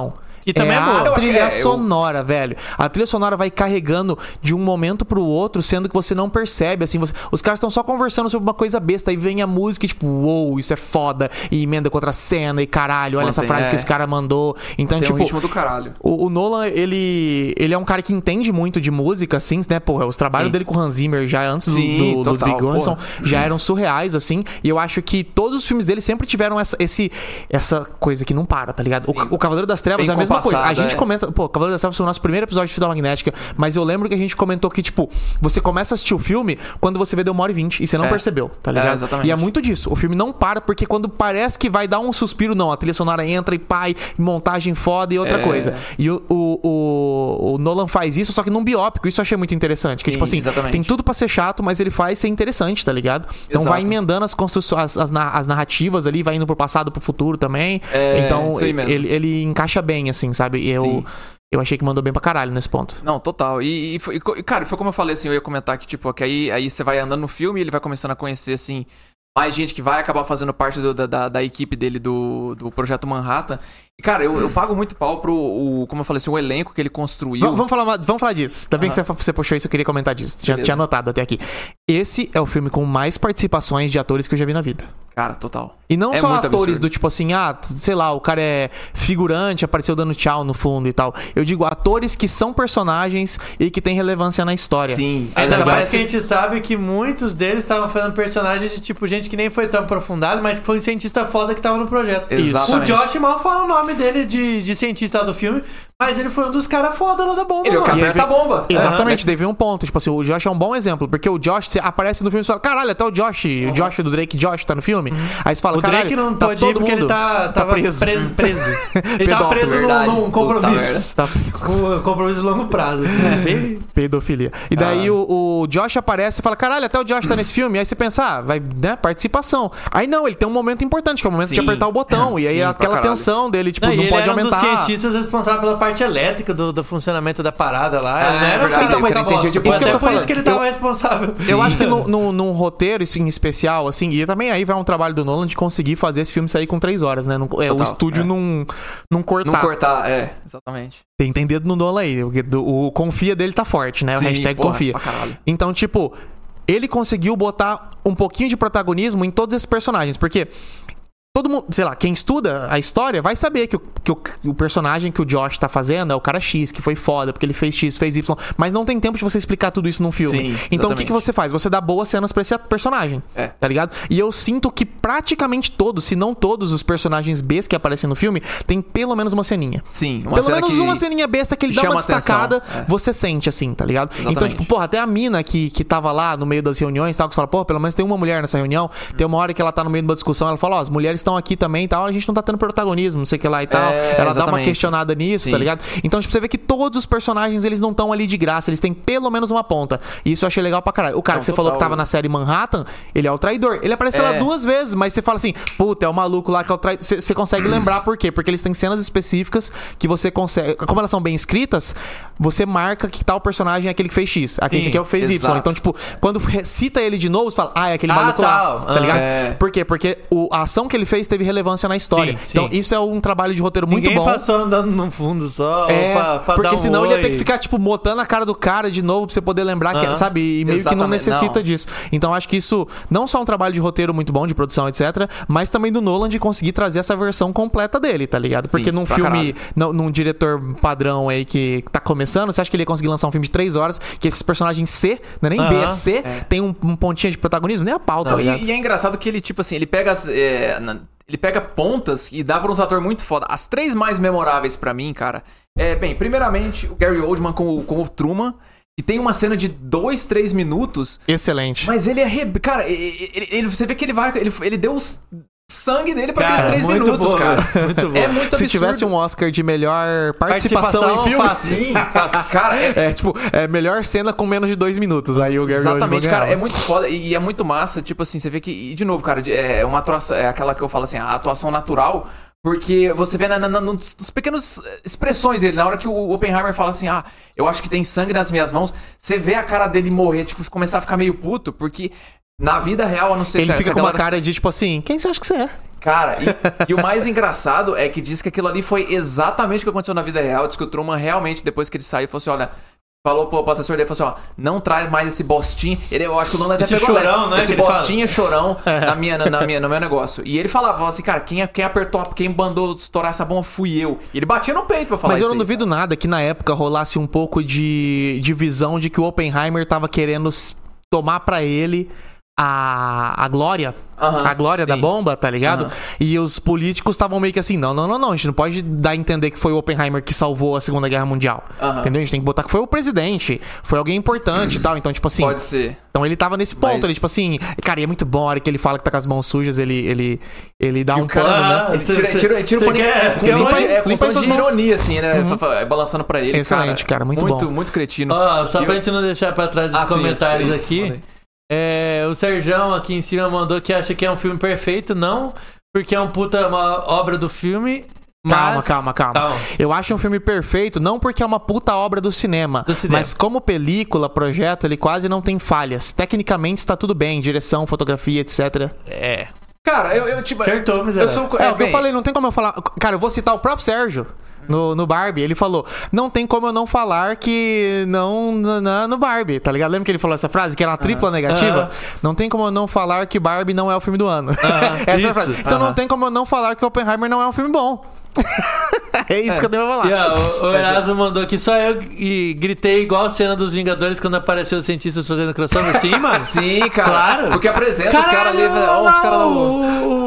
E também é é boa. a trilha é, eu- sonora, velho. A trilha sonora vai carregando de um momento pro outro, sendo que você não percebe, assim, você- os caras estão só conversando sobre uma coisa besta, aí vem a música e tipo, uou, isso é foda, e emenda com outra cena, e caralho, olha essa Mantém, frase é. que esse cara mandou. Então, Tem tipo, um ritmo do caralho. o, o Nolan, ele, ele é um cara que entende muito de música, assim, né? Porra, os trabalhos Sim. dele com o Hans Zimmer já antes do- Sim, do, do total, Ludwig Göransson porra. já eram surreais, assim. E eu acho que todos os filmes dele sempre tiveram essa, esse, essa coisa que não para, tá ligado? Sim. O, o Cavaleiro das Trevas Bem é a mesma coisa. A compassada, gente é. comenta... Pô, Cavaleiro das Trevas foi o nosso primeiro episódio de Fita Magnética, mas eu lembro que a gente comentou que, tipo, você começa a assistir o filme quando você vê deu uma hora e vinte e você não É. percebeu, tá É, ligado? exatamente. E é muito disso. O filme não para porque quando parece que vai dar um suspiro, não. A trilha sonora entra e pai, montagem foda e outra É. coisa. E o, o, o, o Nolan faz isso, só que num biópico. Isso eu achei muito interessante. Que, Sim, tipo assim, exatamente. tem tudo pra ser chato, mas ele faz ser interessante, tá ligado? Então Exato. vai emendando as construções, as, as, na- as narrativas ali, vai indo pro passado, pro futuro também. É, então isso aí mesmo. ele, ele encaixa bem, assim, sabe? E eu, Sim. eu achei que mandou bem pra caralho nesse ponto. Não, total. E, e, foi- e co- e, cara, foi como eu falei, assim, eu ia comentar que, tipo, que aí, aí você vai andando no filme e ele vai começando a conhecer, assim, mais gente que vai acabar fazendo parte do- da, da, da equipe dele do, do Projeto Manhattan. E, cara, eu, eu pago muito pau pro, o, como eu falei, assim, o elenco que ele construiu. Vamos, vamos falar, vamos falar disso. Tá bem que Aham. você, você puxou isso, eu queria comentar disso. Já Beleza. tinha anotado até aqui. Esse é o filme com mais participações de atores que eu já vi na vida. Cara, total. E não É só muito atores absurdo. do tipo assim, ah, sei lá, o cara é figurante, apareceu dando tchau no fundo e tal. Eu digo atores que são personagens e que têm relevância na história. Sim. Ainda Essa mais parece- que a gente sabe que muitos deles estavam fazendo personagens de tipo gente que nem foi tão aprofundado, mas que foi um cientista foda que tava no projeto. Exatamente. O Josh mal fala o nome dele de, de cientista lá do filme, mas ele foi um dos caras foda lá da bomba. Ele é o mano. que aperta a bomba. Exatamente, teve um ponto. Tipo assim, o Josh é um bom exemplo, porque o Josh você aparece no filme e fala, caralho, até o Josh, o Josh do Drake Josh tá no filme. Aí você fala, O caralho, Drake não tá pode ir todo porque ele mundo tá, tá tava preso. preso. preso. Ele tava Pedófilo, preso num, verdade. num Puta merda. compromisso. Tá... Um compromisso de longo prazo. Bem- Pedofilia. E daí Ah. o, o Josh aparece e fala, caralho, até o Josh tá nesse filme. Aí você pensa, ah, vai, né, participação. Aí não, ele tem um momento importante, que é o momento de Sim. apertar o botão. E aí Sim, pra aquela caralho. tensão dele, tipo, Não, não, e ele pode era um aumentar. dos cientistas responsável pela parte elétrica do, do funcionamento da parada lá. É, Ele não era verdade, o cara então, mas que entendi, bosta. tipo, isso que eu Até tô por falando. isso que ele tava Eu- responsável. Eu acho que num, num, num roteiro isso em especial, assim, e também aí vai um trabalho do Nolan de conseguir fazer esse filme sair com três horas, né? Não- é, o Total, estúdio é. não, não cortar. Não cortar, é, exatamente. Tem, tem dedo no Nolan aí. O, do- o confia dele tá forte, né? O Sim, hashtag porra, confia. pra caralho. Então, tipo, ele conseguiu botar um pouquinho de protagonismo em todos esses personagens, porque todo mundo, sei lá, quem estuda a história vai saber que o, que o, que o personagem que o Josh tá fazendo é o cara X, que foi foda, porque ele fez X, fez Y, mas não tem tempo de você explicar tudo isso num filme. Sim, então o que, exatamente. que você faz? Você dá boas cenas pra esse personagem, É. tá ligado? E eu sinto que praticamente todos, se não todos os personagens Bs que aparecem no filme, tem pelo menos uma ceninha. Sim, uma Pelo cena menos que uma ceninha besta que ele dá chama uma destacada, atenção, é. você sente assim, tá ligado? Então, Exatamente. tipo, porra, até a mina que, que tava lá no meio das reuniões, tal, que você fala, pô, pelo menos tem uma mulher nessa reunião. Tem uma hora que ela tá no meio de uma discussão, ela fala, ó, as mulheres estão aqui também e tal, a gente não tá tendo protagonismo, não sei o que lá e tal. É, ela dá uma exatamente. questionada nisso, Sim. tá ligado? Então, tipo, você vê que todos os personagens, eles não estão ali de graça, eles têm pelo menos uma ponta. E isso eu achei legal pra caralho. O cara Não, que você total. falou que tava na série Manhattan, ele é o traidor. Ele aparece lá É. duas vezes, mas você fala assim, puta, é o maluco lá que é o traidor. Você você consegue lembrar por quê? Porque eles têm cenas específicas que você consegue. Como elas são bem escritas, você marca que tal personagem é aquele que fez X. Aquele Sim, que é o fez Y. exato. Então, tipo, quando cita ele de novo, você fala, ah, é aquele Ah, maluco tal. lá. Tá Ah, ligado? é. Por quê? Porque o, a ação que ele fez teve relevância na história. Sim, sim. Então, isso é um trabalho de roteiro muito Ninguém bom. passou andando no fundo só É, pra, pra porque dar um senão ele ia ter oi. que ficar, tipo, botando a cara do cara de novo pra você poder lembrar, que, Aham. sabe? E meio que não Exatamente, necessita não. disso. Então acho que isso não só é um trabalho de roteiro muito bom, de produção, etcétera, mas também do Nolan de conseguir trazer essa versão completa dele, tá ligado? Porque Sim, num pra filme, caralho. num, num diretor padrão aí que tá começando, você acha que ele ia conseguir lançar um filme de três horas, que esses personagens C, não é nem B, é Aham. C, É. tem um, um pontinho de protagonismo? Nem a pauta, Não, tá e, ligado? e é engraçado que ele, tipo assim, ele pega as. é, na- ele pega pontas e dá pra uns atores muito foda. As três mais memoráveis pra mim, cara, é, bem, primeiramente, o Gary Oldman com o, com o Truman, que tem uma cena de dois, três minutos, Excelente. mas ele é. Re... Cara, ele, ele- ele- você vê que ele vai. Ele, ele deu os sangue dele pra Cara, aqueles três muito minutos, boa, cara. muito boa. É muito Se absurdo. tivesse um Oscar de melhor participação, em filme, fácil. Sim, cara, é, é tipo, é melhor cena com menos de dois minutos. Aí o Gary exatamente, Oldman cara, é ganhava. muito foda e, e é muito massa, tipo assim, você vê que, e de novo, cara, de- é uma atuação, é aquela que eu falo assim, a atuação natural, porque você vê na, na, na, nos, nos pequenos eh, expressões dele, na hora que o Oppenheimer fala assim, ah, eu acho que tem sangue nas minhas mãos, você vê a cara dele morrer, tipo, começar a ficar meio puto, porque na vida real, eu não sei Ele se, fica se a com uma galera- cara de tipo assim, quem você acha que você é? Cara, e, e o mais engraçado é que diz que aquilo ali foi exatamente o que aconteceu na vida real. Diz que o Truman realmente, depois que ele saiu, falou assim, olha... Falou pro assessor dele, falou assim, ó, não traz mais esse bostinho. Ele, eu acho que o Nolan até Esse pegou chorão, leve, né, esse que ele bostinho chorão na minha, na, na minha, no meu negócio. E ele falava, falava assim, cara, quem, quem apertou, quem mandou estourar essa bomba fui eu. E ele batia no peito pra falar Mas isso eu não aí, duvido sabe? nada que na época rolasse um pouco de, de visão de que o Oppenheimer tava querendo s- tomar pra ele a, a glória. Aham, a glória sim. da bomba, tá ligado? Aham. E os políticos estavam meio que assim, não, não, não, não, a gente não pode dar a entender que foi o Oppenheimer que salvou a Segunda Guerra Mundial. Aham. Entendeu? A gente tem que botar que foi o presidente, foi alguém importante e tal. Então, tipo assim... Pode ser. Então ele tava nesse ponto, Mas- ele, tipo assim... Cara, e é muito bom a hora que ele fala que tá com as mãos sujas, ele, ele, ele dá um cara- pano, né? Ah, Ele cê- tira, cê- tira, tira o cê paninho quer- com quer tom uma- de, é, com limpa tom suas de mãos. ironia, assim, né? Fa- fa- Balançando pra ele. Excelente, cara, muito muito, bom. muito cretino. Ó, só E pra eu- gente não deixar pra trás os Ah, sim, comentários isso, isso, aqui. manda aí. É, o Serjão aqui em cima mandou que acha que é um filme perfeito, não porque é um puta uma obra do filme. Calma, mas... calma, calma, Calma. Eu acho um filme perfeito, não porque é uma puta obra do cinema, Do cinema. mas como película, projeto, ele quase não tem falhas. Tecnicamente está tudo bem, direção, fotografia, etcétera. É. Cara, eu, eu tipo... Acertou, eu miserável. sou... É, o que eu bem, falei, não tem como eu falar... Cara, eu vou citar o próprio Sérgio. No, no Barbie, ele falou: não tem como eu não falar que não no, no Barbie, tá ligado? Lembra que ele falou essa frase, que era uma tripla negativa? Aham. Não tem como eu não falar que Barbie não é o filme do ano. Essa é a isso. frase. Então não Aham. tem como eu não falar que Oppenheimer não é um filme bom. É isso que eu devo falar. E, ó, o, o Erasmo mandou aqui, só eu e gritei igual a cena dos Vingadores quando apareceu os cientistas fazendo crossover. Sim, mano. Sim, cara. Claro. Porque apresenta os caras ali... Ó, os caras lá... O,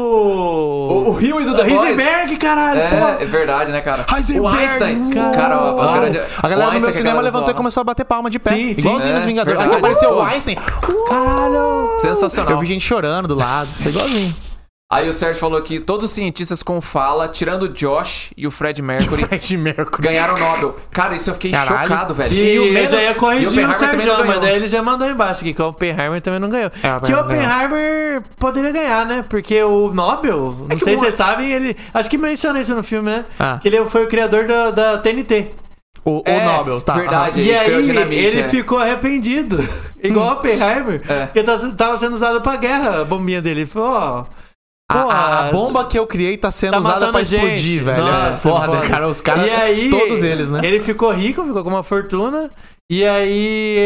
O, o Rio e do The Boys. Heisenberg, caralho. É, pô. é verdade, né, cara? Heisenberg, O Einstein. cara. Cara, ó, a, grande, A galera o do meu Einstein, cinema cara, levantou e só- começou a bater palma de pé. Sim, sim. Igualzinho É, nos Vingadores. Aí verdade. apareceu Pô. o Einstein. Caralho. Sensacional. Eu vi gente chorando do lado. Foi igualzinho. Aí o Sérgio falou que todos os cientistas com fala, tirando o Josh e o Fred Mercury, Fred Mercury. ganharam o Nobel. Cara, isso eu fiquei Caralho. chocado, velho. E, o eu menos- já ia e corrigir o Oppenheimer também Sérgio, não mas ganhou. daí ele já mandou embaixo aqui que o Oppenheimer também não ganhou. É, que o não Oppenheimer poderia ganhar, né? Porque o Nobel, não que sei o- se vocês sabem, ele... Acho que menciona isso no filme, né? Ah. Que ele foi o criador da, da T N T. O, o É, Nobel, tá. verdade. E Ele criou aí dinamite, ele é. ficou arrependido. Igual o Oppenheimer. É. Que tá- tava sendo usado pra guerra, a bombinha dele. Ele falou, ó... A, pô, a- a bomba que eu criei tá sendo tá usada matando pra gente. explodir, velho. Nossa, é foda, foda. cara. Os caras, E aí, todos eles, né? Ele ficou rico, ficou com uma fortuna. E aí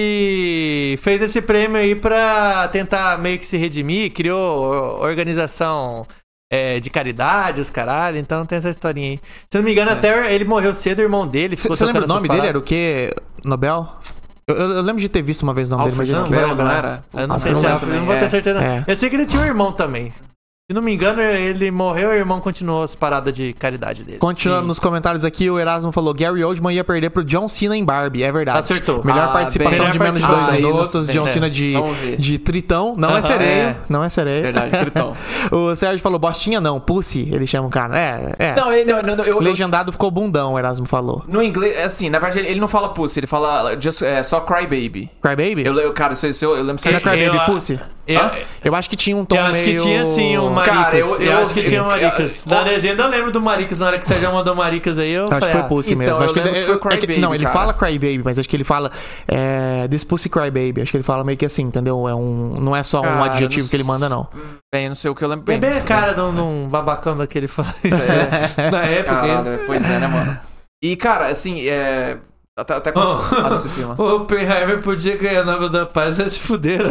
ele fez esse prêmio aí pra tentar meio que se redimir. Criou organização é, de caridade, os caralho. Então tem essa historinha aí. Se eu não me engano, É. até ele morreu cedo, o irmão dele ficou Você lembra o tocando nome essas dele? Era paradas. o quê? Nobel? Eu, eu- eu lembro de ter visto uma vez o nome dele, mas eu Alfred esqueci. Nobel, não era? Eu não Ah, sei eu se não é, lembro eu não vou também, ter é. certeza. não. É. Eu sei que ele tinha um irmão também. Se não me engano, ele morreu e o irmão continuou as paradas de caridade dele. Continuando Sim. nos comentários aqui, o Erasmo falou: Gary Oldman ia perder pro John Cena em Barbie. É verdade. Acertou. Melhor Ah, participação bem. de menos de Melhor dois participação. minutos. Ah, John isso, Cena de, Vamos ver. de Tritão. Não é Aham. sereio. É. Não é sereio. Verdade, Tritão. O Sérgio falou: Bostinha não, Pussy. Ele chama o cara. É, é. Não, ele, não, não, eu, eu, Legendado ficou bundão, o Erasmo falou. no inglês, assim, na verdade, ele, ele não fala pussy, ele fala just, é, só cry baby. Cry Baby? Eu, eu, cara, isso, isso eu, eu lembro Era certinho. Cry Baby eu- Pussy? Eu, Hã? Eu acho que tinha um tom eu acho meio... que tinha sim um Maricas. Cara, eu- eu, eu- acho que tinha um eu- Maricas. eu- Na legenda eu lembro do Maricas. Na hora que o Sérgio mandou Maricas aí, eu Acho falei, que foi ah, Pussy então, mesmo. eu Acho que lembro ele, que foi é que- Cry Não, Baby, ele cara. fala Cry Baby, mas acho que ele fala é, This Pussy Cry Baby. Acho que ele fala meio que assim, entendeu? É um, não é só um Cara, adjetivo não que ele manda, não. Bem, eu não sei o que eu lembro É bem. bem a não sei. cara de um, de um babacão daquele fala isso. né? Na época. Caralho, pois é, né, mano? E, cara, assim, é... Até, até quando... Oh. Ah, não sei se lá. O Oppenheimer podia ganhar a Nobel da Paz, vai se fuder.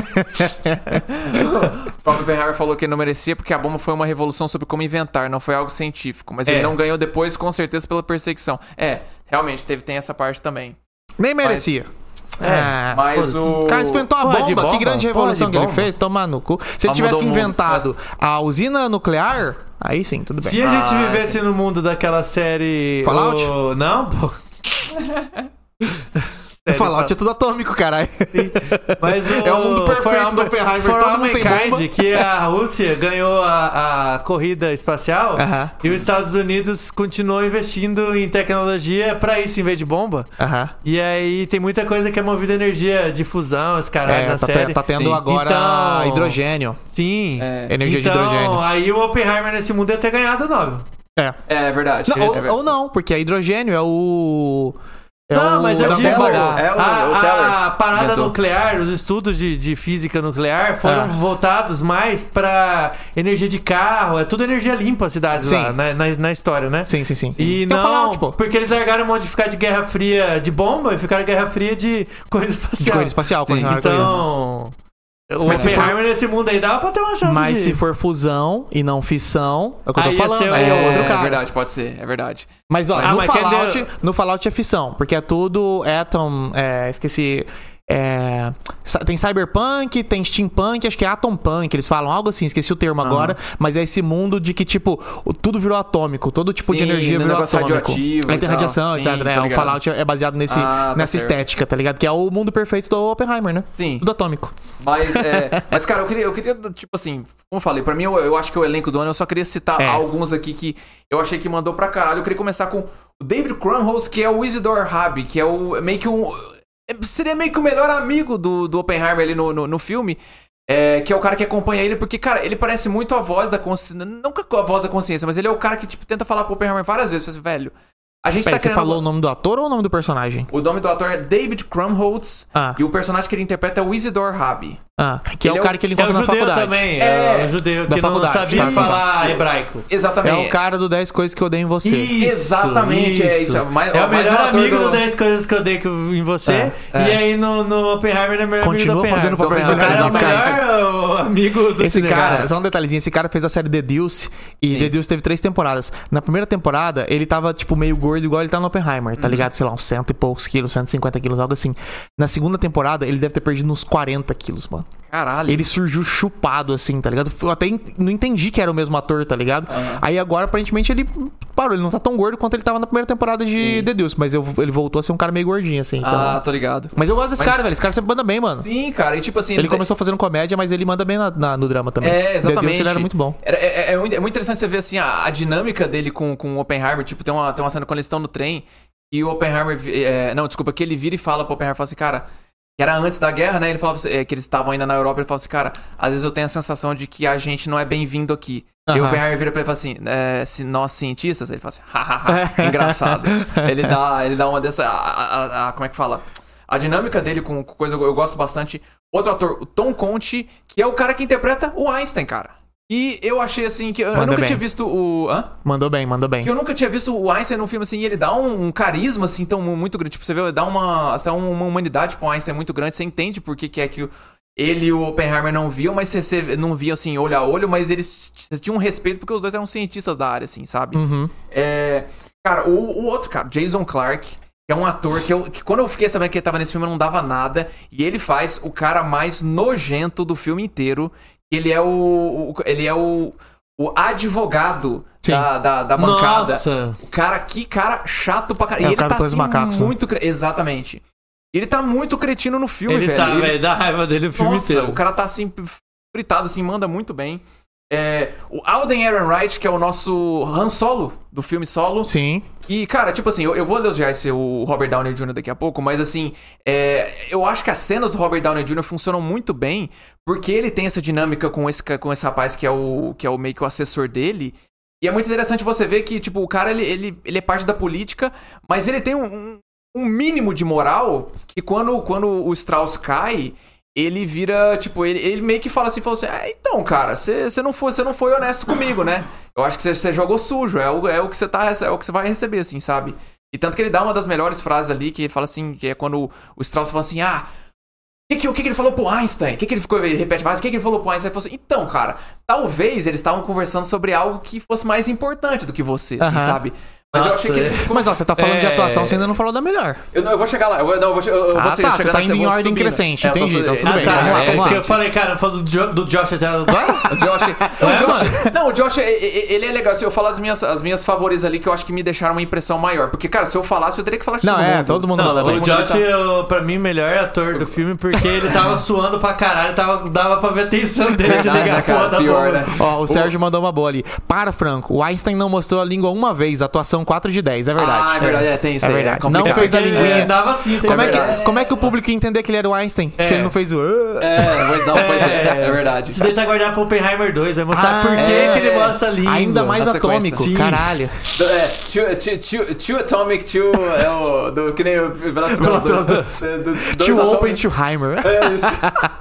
O Oppenheimer falou que ele não merecia porque a bomba foi uma revolução sobre como inventar, não foi algo científico. Mas É. ele não ganhou depois, com certeza, pela perseguição. É, realmente, teve, tem essa parte também. Nem merecia. É, Mas o... O cara inventou a Porra bomba, de bomba? que grande Porra revolução de que ele bomba. fez, tomar no cu. Se ele Ah, tivesse mudou o mundo. inventado a usina nuclear, aí sim, tudo bem. Se a gente Ah, vivesse no mundo daquela série... Fallout? o- Não, pô. Sério, Fallout é tudo atômico, caralho. Mas o... É o mundo perfeito For do All- Oppenheimer, For todo All mundo tem Mankind, bomba. que a Rússia ganhou a, a corrida espacial Aham. e os Estados Unidos continuou investindo em tecnologia pra isso em vez de bomba. Aham. E aí tem muita coisa que é movida a energia de fusão, esse caralho É, na tá, te- série. tá tendo Sim. agora Então- hidrogênio. Sim. É, Energia então, de hidrogênio. aí o Oppenheimer nesse mundo ia ter ganhado o Nobel. É. é verdade. Não, é ou, verdade. ou não, porque é hidrogênio, é o. É não, o mas eu da digo, bomba H. É o- a, o Teller. a parada Inventou. nuclear, os estudos de, de física nuclear foram Ah. voltados mais pra energia de carro, é tudo energia limpa a cidade Sim. lá, na, na, na história, né? Sim, sim, sim. E Tem o não, Fallout, pô. porque eles largaram a mão de ficar de guerra fria de bomba e ficaram guerra fria de coisa espacial. De corrida espacial. Sim. continuaram com ele. Então, o Mas se Oppenheimer nesse mundo aí dava pra ter uma chance Mas de... se for fusão e não fissão, é o que eu tô Aí ia falando. ser o- Aí é É, outro é cara. verdade, pode ser, é verdade. Mas, ó, Ah, no, mas Fallout, quer dizer- no Fallout é fissão, porque é tudo Atom, é, esqueci, é, sa- tem Cyberpunk, tem Steampunk, acho que é Atompunk, eles falam algo assim, esqueci o termo agora, mas é esse mundo de que, tipo, o- tudo virou atômico, todo tipo de Sim, energia no virou negócio atômico. radioativo Aí e tem tal. radiação, Sim, etcétera. tô É, o ligado. Fallout é baseado nesse, Ah, tá nessa certo. estética, tá ligado? Que é o mundo perfeito do Oppenheimer, né? Sim. Tudo atômico. Mas, é, mas cara, eu queria, eu queria, tipo assim, como eu falei, pra mim, eu, eu acho que o elenco do ano, eu só queria citar É. alguns aqui que eu achei que mandou pra caralho. Eu queria começar com o David Krumholtz, que é o Isidore Rabi, que é o meio que um... Seria meio que o melhor amigo do, do Oppenheimer ali no, no, no filme. É, que é o cara que acompanha ele, porque, cara, ele parece muito a voz da consciência. Não a voz da consciência, mas ele é o cara que, tipo, tenta falar pro Oppenheimer várias vezes. Assim, velho, a gente Peraí, tá você querendo... falou o nome do ator ou o nome do personagem? O nome do ator é David Krumholtz. Ah. E o personagem que ele interpreta é o Isidore Rabi. Ah, que Ele é é o o- cara que ele É o encontra na judeu faculdade. também, É, é o judeu da que não faculdade, sabia tá? falar Isso. hebraico. É Exatamente. o cara do dez coisas que eu odeio em você. Isso, Exatamente, é isso. É mais- é o mais melhor um ator amigo do- do dez coisas que eu dei em você. É, é. E aí no, no Oppenheimer ele é o melhor Continua amigo do fazendo Oppenheimer. papel O cara é o de melhor amigo do Esse cinema. cara, só um detalhezinho, esse cara fez a série The Deuce e Sim. The Deuce teve três temporadas. Na primeira temporada, ele tava, tipo, meio gordo, igual ele tá no Oppenheimer, tá ligado? Sei lá, uns cento e poucos quilos, cento e cinquenta quilos, algo assim. Na segunda temporada, ele deve ter perdido uns quarenta quilos, mano. Caralho. Ele surgiu chupado, assim, tá ligado? Eu até en- não entendi que era o mesmo ator, tá ligado? Aí agora, aparentemente, ele parou. Ele não tá tão gordo quanto ele tava na primeira temporada de Sim. The Deuce, mas eu- ele voltou a ser um cara meio gordinho, assim. Então... Ah, tô ligado. Mas eu gosto desse Mas- cara, velho. Esse cara sempre manda bem, mano. Sim, cara, e tipo assim... Ele começou fazendo comédia, mas ele manda bem na- na- no drama também. É, The exatamente. Deuce, ele era muito bom. Era- É, é muito, é muito interessante você ver, assim, a, a dinâmica dele com, com o Oppenheimer. Tipo, tem uma, tem uma cena quando eles estão no trem e o Oppenheimer... vi- é, não, desculpa, que ele vira e fala pro Oppenheimer, fala assim, cara... Que era antes da guerra, né? Ele falava assim, é, que eles estavam ainda na Europa. Ele falava assim, cara, às vezes eu tenho a sensação de que a gente não é bem-vindo aqui. E o Aham. Oppenheimer vira pra ele e fala assim, é, se nós cientistas... Ele fala assim, hahaha, engraçado. ele, dá, ele dá uma dessa... A, a- a- como é que fala? A dinâmica dele com com coisa eu, eu gosto bastante. Outro ator, o Tom Conte, que é o cara que interpreta o Einstein, cara. E eu achei assim que eu, eu Manda nunca bem. tinha visto o. Hã? Mandou bem, mandou bem. Que eu nunca tinha visto o Einstein num filme assim, e ele dá um, um carisma assim tão muito grande. Tipo, você vê, ele dá uma, até uma humanidade pro Einstein muito grande. Você entende por que, que é que o- ele e o Oppenheimer não viam, mas você, você não via assim, olho a olho, mas eles tinham um respeito porque os dois eram cientistas da área, assim, sabe? Uhum. É, cara, o, o outro, cara, Jason Clarke, que é um ator que, eu, que quando eu fiquei sabendo que ele tava nesse filme, eu não dava nada. E ele faz o cara mais nojento do filme inteiro. Ele é o. o- ele é o. O advogado Sim. da, da, da bancada. Nossa. O cara, que cara chato pra caralho. É, e o ele cara tá com os assim, macacos, né? muito. cre- Exatamente. Ele tá muito cretino no filme, Ele velho. tá, Ele- velho, dá raiva dele o filme Nossa, inteiro. o cara tá assim, fritado, assim, manda muito bem. É, o Alden Ehrenreich, que é o nosso Han Solo, do filme Solo. Sim. Que, cara, tipo assim, eu, eu vou elogiar esse, o Robert Downey Júnior daqui a pouco, mas assim, é, eu acho que as cenas do Robert Downey Júnior funcionam muito bem, porque ele tem essa dinâmica com esse, com esse rapaz que é, o, que é o meio que o assessor dele. E é muito interessante você ver que, tipo, o cara, ele, ele, ele é parte da política, mas ele tem um, um, um mínimo de moral que quando, quando o Strauss cai, ele vira, tipo, ele, ele meio que fala assim, falou assim, ah, então, cara, você não foi, você não foi honesto comigo, né? Eu acho que você jogou sujo, é o, é o que você tá, é o que você vai receber, assim, sabe? E tanto que ele dá uma das melhores frases ali, que fala assim, que é quando o, o Strauss fala assim, ah, o que, que, o que que ele falou pro Einstein? O que, que ele ficou, ele repete várias, o que, que ele falou pro Einstein? Ele falou assim, então, cara, talvez eles estavam conversando sobre algo que fosse mais importante do que você, assim, Aham. sabe? Mas eu Nossa, achei que ele é. ficou... Mas ó, você tá falando de É. atuação, você ainda não falou da melhor. Eu, não, eu vou chegar lá, eu vou, não, eu vou, che- eu, eu Ah, vou tá, chegar você tá nessa- indo em eu vou ordem subindo. crescente, É, eu tô entendi, su- então tudo Ah, bem, tá. vamos lá, é vamos isso lá. que eu falei, cara, falando do, Jo- do Josh até agora. O Josh, não, o Josh, não, o Josh, e- e- ele é legal. Se eu falar as minhas, as minhas favoritas ali, que eu acho que me deixaram uma impressão maior. Porque, cara, se eu falasse, eu teria que falar de Não, todo é, mundo. todo mundo Não, fala o bem. mundo Josh, tá- eu, pra mim, melhor ator do filme, porque ele tava suando pra caralho, tava, dava pra ver a tensão dele de Verdade, ligar né, a porra cara? da Pior, bomba. né? Ó, o Sérgio mandou uma boa ali. Para, Franco. O Einstein não mostrou a língua uma vez. A atuação pontuação quatro de dez, é verdade. Ah, é verdade, é, tem isso É aí. verdade. É complicado. Não fez a Porque linguinha. ele dava assim, Como é, é que, verdade. como é que o público ia entender que ele era o Einstein? Se ele não fez o... É, pois não, pois é, é verdade. Isso daí tá guardado pro Oppenheimer dois, vai mostrar Ah, por que é, que ele é. mostra a língua. Ainda mais na sequência. atômico, Sim. caralho. Do- É, Tio, tio, tio, tio Atomic, Tio é o. Do, que nem o Velozes e Furiosos dois. É, do- dois Tio Atomic- Open, Tio Heimer. É isso.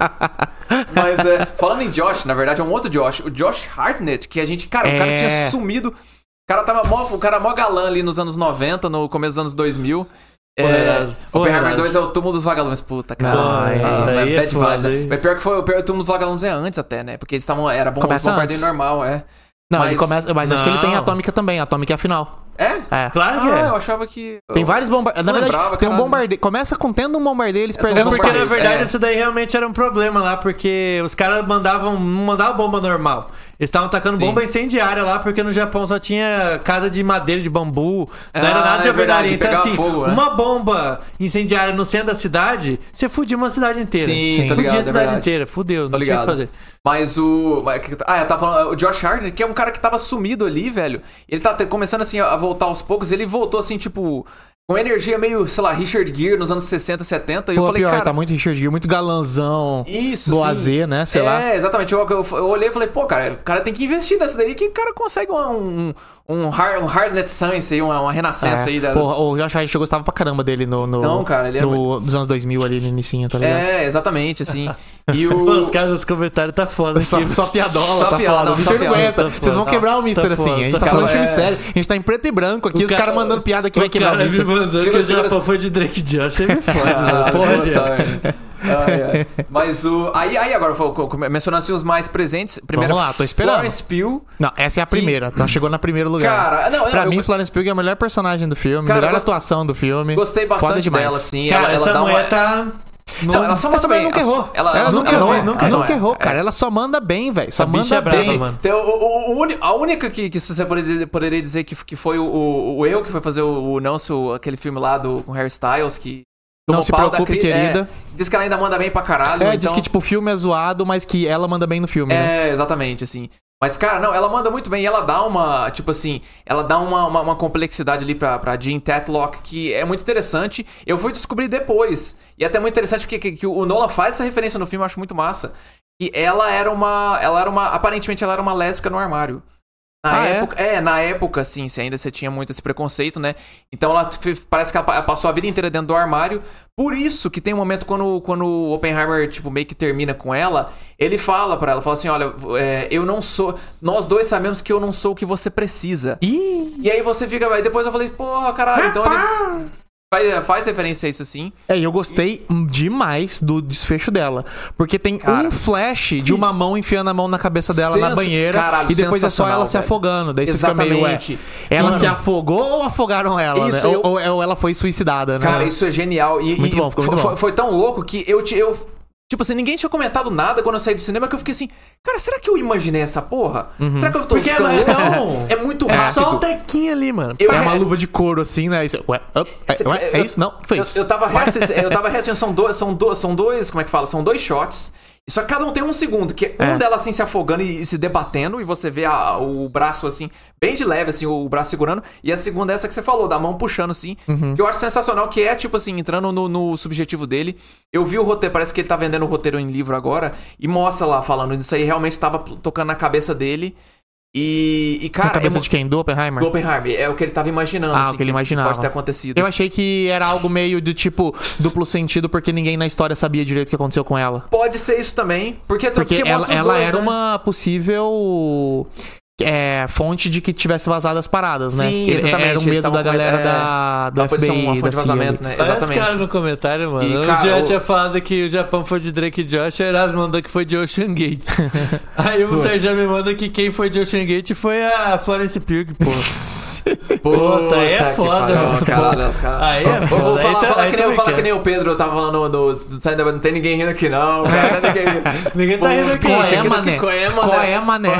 Mas é, falando em Josh, na verdade é um outro Josh, o Josh Hartnett, que a gente, cara, o cara É. tinha sumido. O cara tava mó, o cara mó galã ali nos anos noventa, no começo dos anos dois mil. É, Renato. Pô, Oppenheimer Renato. dois é o Túmulo dos Vagalumes, puta, cara. Não, Ah, é, é, aí é bad foda, vibes, né? aí. Mas pior que foi, o pior- o Túmulo dos Vagalumes é antes até, né? Porque eles estavam, era bom, Começa bombardeio antes. normal, é. Não, Mas- ele começa... Mas acho que ele tem Não. atômica também. Atômica é a final. É? É. Claro que Ah, é. eu achava que... Tem vários bombardeios. Na Não verdade, lembrava, tem um caralho. bombardeio. Começa com tendo um bombardeio, eles É, são É perdendo os porque, na bombardeio, verdade, é. isso daí realmente era um problema lá, porque os caras mandavam, não mandavam bomba normal. Eles estavam tacando Sim. bomba incendiária lá, porque no Japão só tinha casa de madeira, de bambu, não era Ah, nada de é verdade, alvenaria. Então, pegava assim, fogo, né? uma bomba incendiária no centro da cidade, você fudia uma cidade inteira. Sim, Sim. tô ligado, Fudia a é cidade verdade. inteira, fudeu, Tô não tinha o que ligado. fazer. Mas o. Ah, eu tava falando. O Josh Hartnett, que é um cara que tava sumido ali, velho. Ele tá te- começando assim a voltar aos poucos. Ele voltou assim, tipo. Com energia meio, sei lá, Richard Gere nos anos sessenta, setenta. E eu Pô, falei, pior, cara. tá muito Richard Gere, muito galanzão. Isso, do sim. A Z, né? Sei é, lá. exatamente. Eu, eu, eu olhei e falei, pô, cara, o cara tem que investir nessa daí que o cara consegue um, um, um, hard, um Hardnet Science aí, uma, uma renascença É. aí da. Porra, o Josh Hartnett eu gostava pra caramba dele no, no, Não, cara, ele era no, dos anos dois mil ali no inicinho, tá ligado? É, exatamente, assim. E Os o. caras dos comentários tá foda Só, aqui. só piadola, Só tá piada, foda. não, O só Mister não piada, aguenta. tá Vocês vão foda. quebrar o Tá Mister assim. foda, A gente tá tá falando de foda. filme É. sério. A gente tá em preto e branco aqui. O Os cara- caras mandando piada que vai O quebrar o cara me Mister. mandou Segura, que o segura. Japão foi de Drake Josh, ele me fode, mano. Ah, Porra, puta, gente. velho. Ai, ai. Mas o. Aí, aí agora, vou- vou- mencionando assim, os mais presentes. Primeiro, Vamos lá, tô esperando. Florence Pugh. Não, essa é a primeira. Tá? Chegou no primeiro lugar. Cara, não, pra não, mim, eu- Florence Pugh é a melhor personagem do filme. Cara, melhor eu gost- atuação do filme. Gostei Foda bastante demais. dela, assim. Cara, ela, ela essa dá mulher uma. tá... Não, ela só manda Essa mulher bem. nunca Ela- errou. Ela, Ela, ela nunca só errou. manda bem. Nunca, Ah, não, nunca é. errou, cara. Ela só manda bem, velho. Só A bicha manda é brava, bem. mano. Então, o, o- o uni- a única que, que você poderia dizer, poderia dizer que, que foi o, o, o eu que foi fazer o, o não seu aquele filme lá do com Harry Styles que Não tomou se pau da preocupe, cri- querida. É, diz que ela ainda manda bem pra caralho. É, então, diz que, tipo, o filme é zoado, mas que ela manda bem no filme, né? É, exatamente, assim. Mas, cara, não, ela manda muito bem. E ela dá uma, tipo assim, ela dá uma, uma, uma complexidade ali pra, pra Jean Tatlock que é muito interessante. Eu fui descobrir depois. E é até muito interessante porque que, que o Nolan faz essa referência no filme, eu acho muito massa. E ela era uma. Ela era uma. Aparentemente ela era uma lésbica no armário. Na Ah, é? época, é? na época, assim, se ainda você tinha muito esse preconceito, né? Então ela f- parece que ela pa- passou a vida inteira dentro do armário. Por isso que tem um momento quando, quando o Oppenheimer, tipo, meio que termina com ela, ele fala pra ela, fala assim, olha, é, eu não sou... Nós dois sabemos que eu não sou o que você precisa. Ih, E aí você fica... Aí depois eu falei, porra, caralho, então ele... Faz, faz referência a isso, assim. É, e eu gostei demais do desfecho dela. Porque tem Cara. um flash de uma mão enfiando a mão na cabeça dela na Sens- banheira. Caralho, e depois é só ela sensacional, se velho. afogando. Daí você fica meio, ué, Exatamente. ela Mano. se afogou ou afogaram ela, Isso, né? eu- Ou, ou- ou ela foi suicidada, né? Cara, isso é genial. E, Muito e bom, ficou foi, muito bom. foi- foi tão louco que eu, te- eu. Tipo assim, ninguém tinha comentado nada quando eu saí do cinema que eu fiquei assim, cara, será que eu imaginei essa porra? Será que eu tô Porque ficando ela é louco? tão- É muito é rápido. só o tequinho ali, mano. Eu- É uma luva de couro assim, né? Isso, ué, up, é, ué, é isso? Não? O que foi Eu, isso? eu tava reassistindo, eu tava reassistindo, são dois, são dois, são dois, como é que fala? São dois shots. E só que cada um tem um segundo, que é um É. dela assim se afogando e, e se debatendo, e você vê a- o braço assim, bem de leve, assim, o braço segurando, e a segunda é essa que você falou, da mão puxando assim, Uhum. que eu acho sensacional, que é tipo assim, entrando no, no subjetivo dele. Eu vi o roteiro, parece que ele tá vendendo o roteiro em livro agora, e mostra lá falando, isso aí realmente tava tocando na cabeça dele. E, e cara, Na cabeça é mo- de quem? Do Oppenheimer? do Oppenheimer, é o que ele tava imaginando. Ah, assim, o que ele imaginava. Pode ter acontecido. Eu achei que era algo meio do tipo duplo sentido, porque ninguém na história sabia direito o que aconteceu com ela. Pode ser isso também, porque, Porque, porque ela, mostra os ela dois, era né? uma possível é, fonte de que tivesse vazado as paradas, né? Sim, Que exatamente, Era o eles medo estavam da com- galera é, da, do ela pode F ser B I, uma fonte da de C I A. vazamento, né? Olha esse Exatamente. cara no comentário, mano. E, o cara, Jean o- tinha falado que o Japão foi de Drake Josh, o Erasmo mandou que foi de Ocean Gate. Aí o Sérgio me manda que quem foi de Ocean Gate foi a Florence Pugh, pô. Puta, aí é Puta que foda, pariu, mano. Caralho, os caras. Aí é Vou, vou foda, aí falar, tá- falar aí que nem, tá falar que brincando. nem o Pedro tava falando no, do, não tem ninguém rindo aqui não, cara, não tem ninguém rindo. Ninguém tá rindo aqui. Qual Poxa, é, aqui- mané? qual é, mané? Qual é, mané?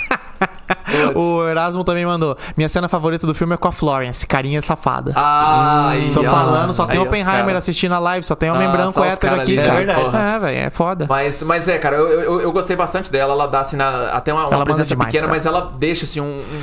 Putz. O Erasmo também mandou. Minha cena favorita do filme é com a Florence, carinha safada. Ah, aí, Só ó. falando, só tem Aí, os Oppenheimer cara. assistindo a live, só tem homem Ah, branco só os hétero cara aqui, ali, cara. é verdade. É, velho, é foda. Mas, mas é, cara, eu, eu, eu gostei bastante dela. Ela dá assim, na- até uma, uma Ela manda presença demais, pequena, cara. mas ela deixa assim um, um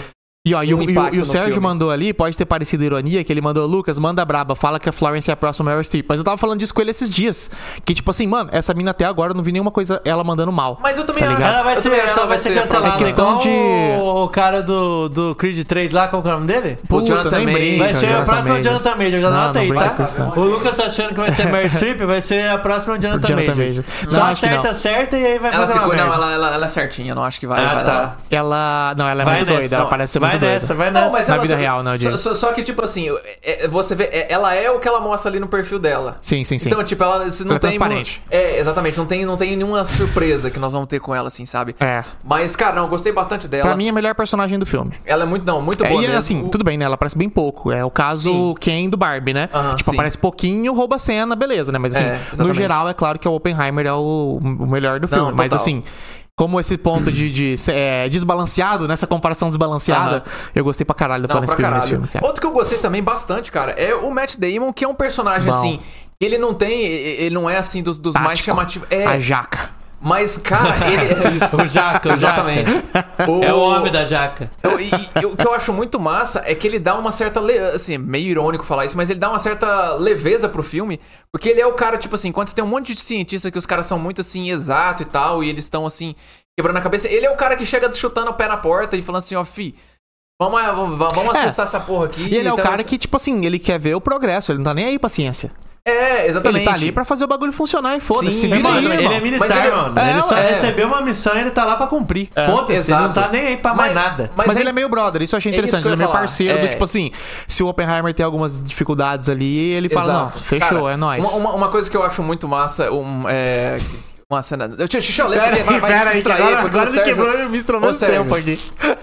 E, ó, e, um o, e, o, impacto e o no Sérgio filme. mandou ali, pode ter parecido ironia, que ele mandou, Lucas, manda braba, fala que a Florence é a próxima Meryl Streep. Mas eu tava falando disso com ele esses dias. Que tipo assim, mano, essa mina até agora eu não vi nenhuma coisa ela mandando mal. Mas eu também Tá acho. ligado? Ela vai eu ser, também acho que ela vai ser cancelada. É questão igual de- o, o cara do, do Creed três lá, qual que é o nome dele? O Jonathan nem Major. brinca, Vai ser a Jonathan próxima Major. Jonathan Major, já Não, anota não aí, brinca tá? com isso, não. O Lucas tá achando que vai ser Meryl Streep, vai ser a próxima Jonathan, Jonathan Major. Major. Só Não, acho que acerta não. certa e aí vai Ela fazer se uma cu- não, merda. ela, ela, ela é certinha, não acho que vai. Ah, vai tá. dar. Ela. Não, ela é Vai muito nessa, doida. Ela não, parece ser vai muito nessa, doida. vai Não, nessa. mas Na ela vida só- real, não, só, Diego. só, só que, tipo assim, é- é- você vê, é- ela é o que ela mostra ali no perfil dela. Sim, sim, sim. Então, tipo, ela se não Ela é tem. transparente. É, exatamente, não tem, não tem nenhuma surpresa que nós vamos ter com ela, assim, sabe? É. Mas, cara, não, eu gostei bastante dela. Pra mim, é a melhor personagem do filme. Ela é muito, não, muito É, boa e mesmo. assim, O- tudo bem, né? Ela aparece bem pouco. É o caso Sim. Ken do Barbie, né? Aham, tipo, sim. aparece pouquinho, rouba a cena, beleza, né? Mas assim, É, no exatamente. geral, é claro que o Oppenheimer é o, o melhor do filme. Não, Mas total. assim, como esse ponto de, de ser, é, desbalanceado, nessa comparação desbalanceada, Aham. eu gostei pra caralho da Não, Florence pra Pugh nesse caralho. filme, cara. Outro que eu gostei também bastante, cara, é o Matt Damon, que é um personagem, Bom. assim, ele não tem, ele não é, assim, dos, dos mais Tático. chamativos. É, A jaca. mas, cara, ele é isso. O Jaca, o Exatamente. É o homem da jaca. Eu- e, e o que eu acho muito massa é que ele dá uma certa. le- Assim, é meio irônico falar isso, mas ele dá uma certa leveza pro filme. Porque ele é o cara, tipo assim, quando você tem um monte de cientista que os caras são muito assim, exato e tal, e eles estão assim, quebrando a cabeça. Ele é o cara que chega chutando o pé na porta e falando assim, ó, fi. Vamos, vamos, vamos É. assustar essa porra aqui. E ele é o Então, cara que, tipo assim, ele quer ver o progresso, ele não tá nem aí pra ciência. É, exatamente. Ele tá ali pra fazer o bagulho funcionar e foda-se. Sim, vira mano, aí, ele irmão. Ele é militar, Mas ele- mano. é, ele só é. recebeu uma missão e ele tá lá pra cumprir. Foda-se, ele exato. não tá nem aí pra mais Mas- nada. Mas, Mas ele é- é meio brother, isso eu achei é isso interessante. que eu Ele é ia meio falar. parceiro do É. tipo assim, se o Oppenheimer tem algumas dificuldades ali, ele fala, Exato. não, fechou, Cara, é nóis. Uma, uma- uma coisa que eu acho muito massa, um, é. Uma cena. Deixa, deixa eu ler, Pera porque vai, aí, vai pera se aí, que distrair. agora, porque agora o ele Sérgio- quebrou e misturou ao Ô, mesmo Sérgio. tempo aqui.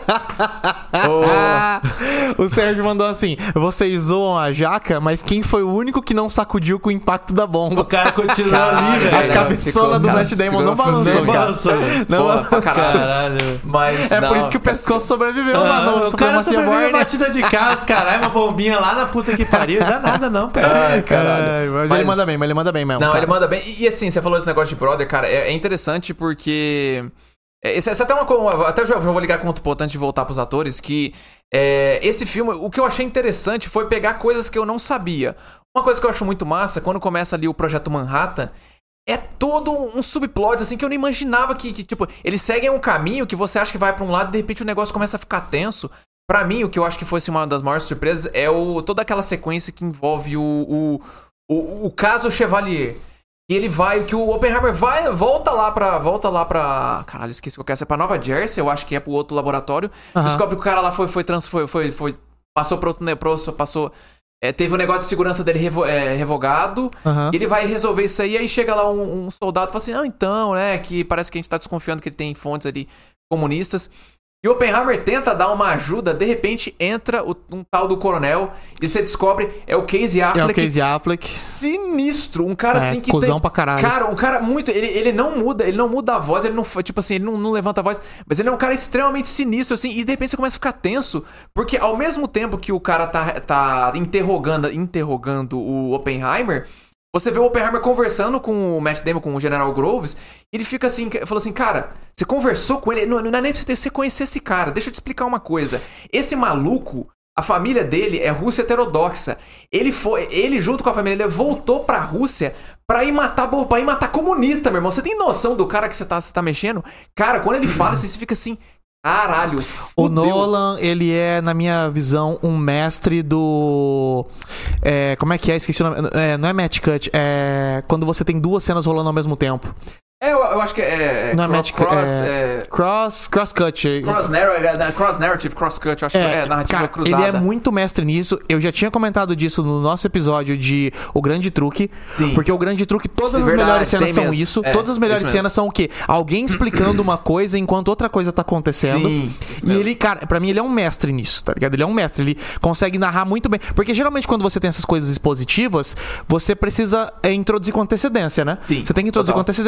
Ô, O Sérgio mandou assim, vocês zoam a jaca, mas quem foi o único que não sacudiu com o impacto da bomba? O cara continua ali, Caralho, velho. A velho. cabeçona ficou- do cara, Matt Damon segurou não balançou, fundo, Nem cara. balançou. Não Porra, balançou. pra caralho. Caralho. Mas. É não, por isso que o pescoço sobreviveu lá Ah, no o cara Supremacia sobreviveu a Borne. batida de carro, caralho, uma bombinha lá na puta que pariu. Não dá nada não, cara. Ai, caralho. Ai, mas, ele manda bem, mas ele manda bem mesmo. Não, cara. ele manda bem. E, e assim, você falou esse negócio de brother, cara, é, é interessante porque. é, Esse, essa até uma coisa. Até eu já, já vou ligar com outro ponto antes de voltar pros atores. Que é, esse filme, o que eu achei interessante foi pegar coisas que eu não sabia. Uma coisa que eu acho muito massa, quando começa ali o Projeto Manhattan, é todo um subplot, assim, que eu não imaginava que, que, tipo, eles seguem um caminho que você acha que vai pra um lado e de repente o negócio começa a ficar tenso. Pra mim, o que eu acho que fosse uma das maiores surpresas é o, toda aquela sequência que envolve o, o, o, o caso Chevalier. E ele vai, que o Oppenheimer vai, volta lá pra, volta lá pra, caralho, esqueci qual que é, essa é pra Nova Jersey, eu acho que é pro outro laboratório. Aham. Descobre que o cara lá foi, foi, trans, foi, foi, foi passou pra outro, né, pro- passou, é, teve um negócio de segurança dele revo, é, revogado. Aham. E ele vai resolver isso aí, aí chega lá um, um soldado e fala assim, ah, então, né, que parece que a gente tá desconfiando que ele tem fontes ali comunistas. E o Oppenheimer tenta dar uma ajuda, de repente entra o- um tal do coronel e você descobre, é o Casey É Affleck. o Casey Affleck. Sinistro, um cara É, assim que cuzão tem... pra caralho. Cara, um cara muito, ele, ele não muda, ele não muda a voz, ele não, tipo assim, ele não, não levanta a voz, mas ele é um cara extremamente sinistro assim, e de repente você começa a ficar tenso, porque ao mesmo tempo que o cara tá, tá interrogando, interrogando o Oppenheimer, você vê o Oppenheimer conversando com o Matt Damon, com o General Groves, e ele fica assim, falou assim, cara, você conversou com ele, não, não é nem pra você, ter, você conhecer esse cara, deixa eu te explicar uma coisa, esse maluco, a família dele é Rússia heterodoxa, ele foi, ele junto com a família, ele voltou pra Rússia pra ir matar, pra ir matar comunista, meu irmão, você tem noção do cara que você tá, você tá mexendo? Cara, quando ele fala, você fica assim... Caralho, O fudeu. Nolan, ele é, na minha visão, um mestre do... é, como é que é? Esqueci o nome. É, não é match cut, é quando você tem duas cenas rolando ao mesmo tempo. É, eu, eu acho que é... é Não é cross, match cut, cross, é- é, Cross, cross cut. cross, narrative, é, cross narrative, cross cut, eu acho que é narrativa cara, cruzada. ele é muito mestre nisso. Eu já tinha comentado disso no nosso episódio de O Grande Truque. Sim. Porque o Grande Truque, todas Sim, as verdade, melhores cenas tem são mesmo. isso. É, Todas as melhores isso mesmo. cenas são o quê? Alguém explicando uma coisa enquanto outra coisa tá acontecendo. Sim, isso E mesmo. ele, cara, pra mim ele é um mestre nisso, tá ligado? Ele é um mestre. Ele consegue narrar muito bem. Porque geralmente quando você tem essas coisas expositivas, você precisa é, introduzir com antecedência, né? Sim, Você tem que introduzir total. com antecedência, porque senão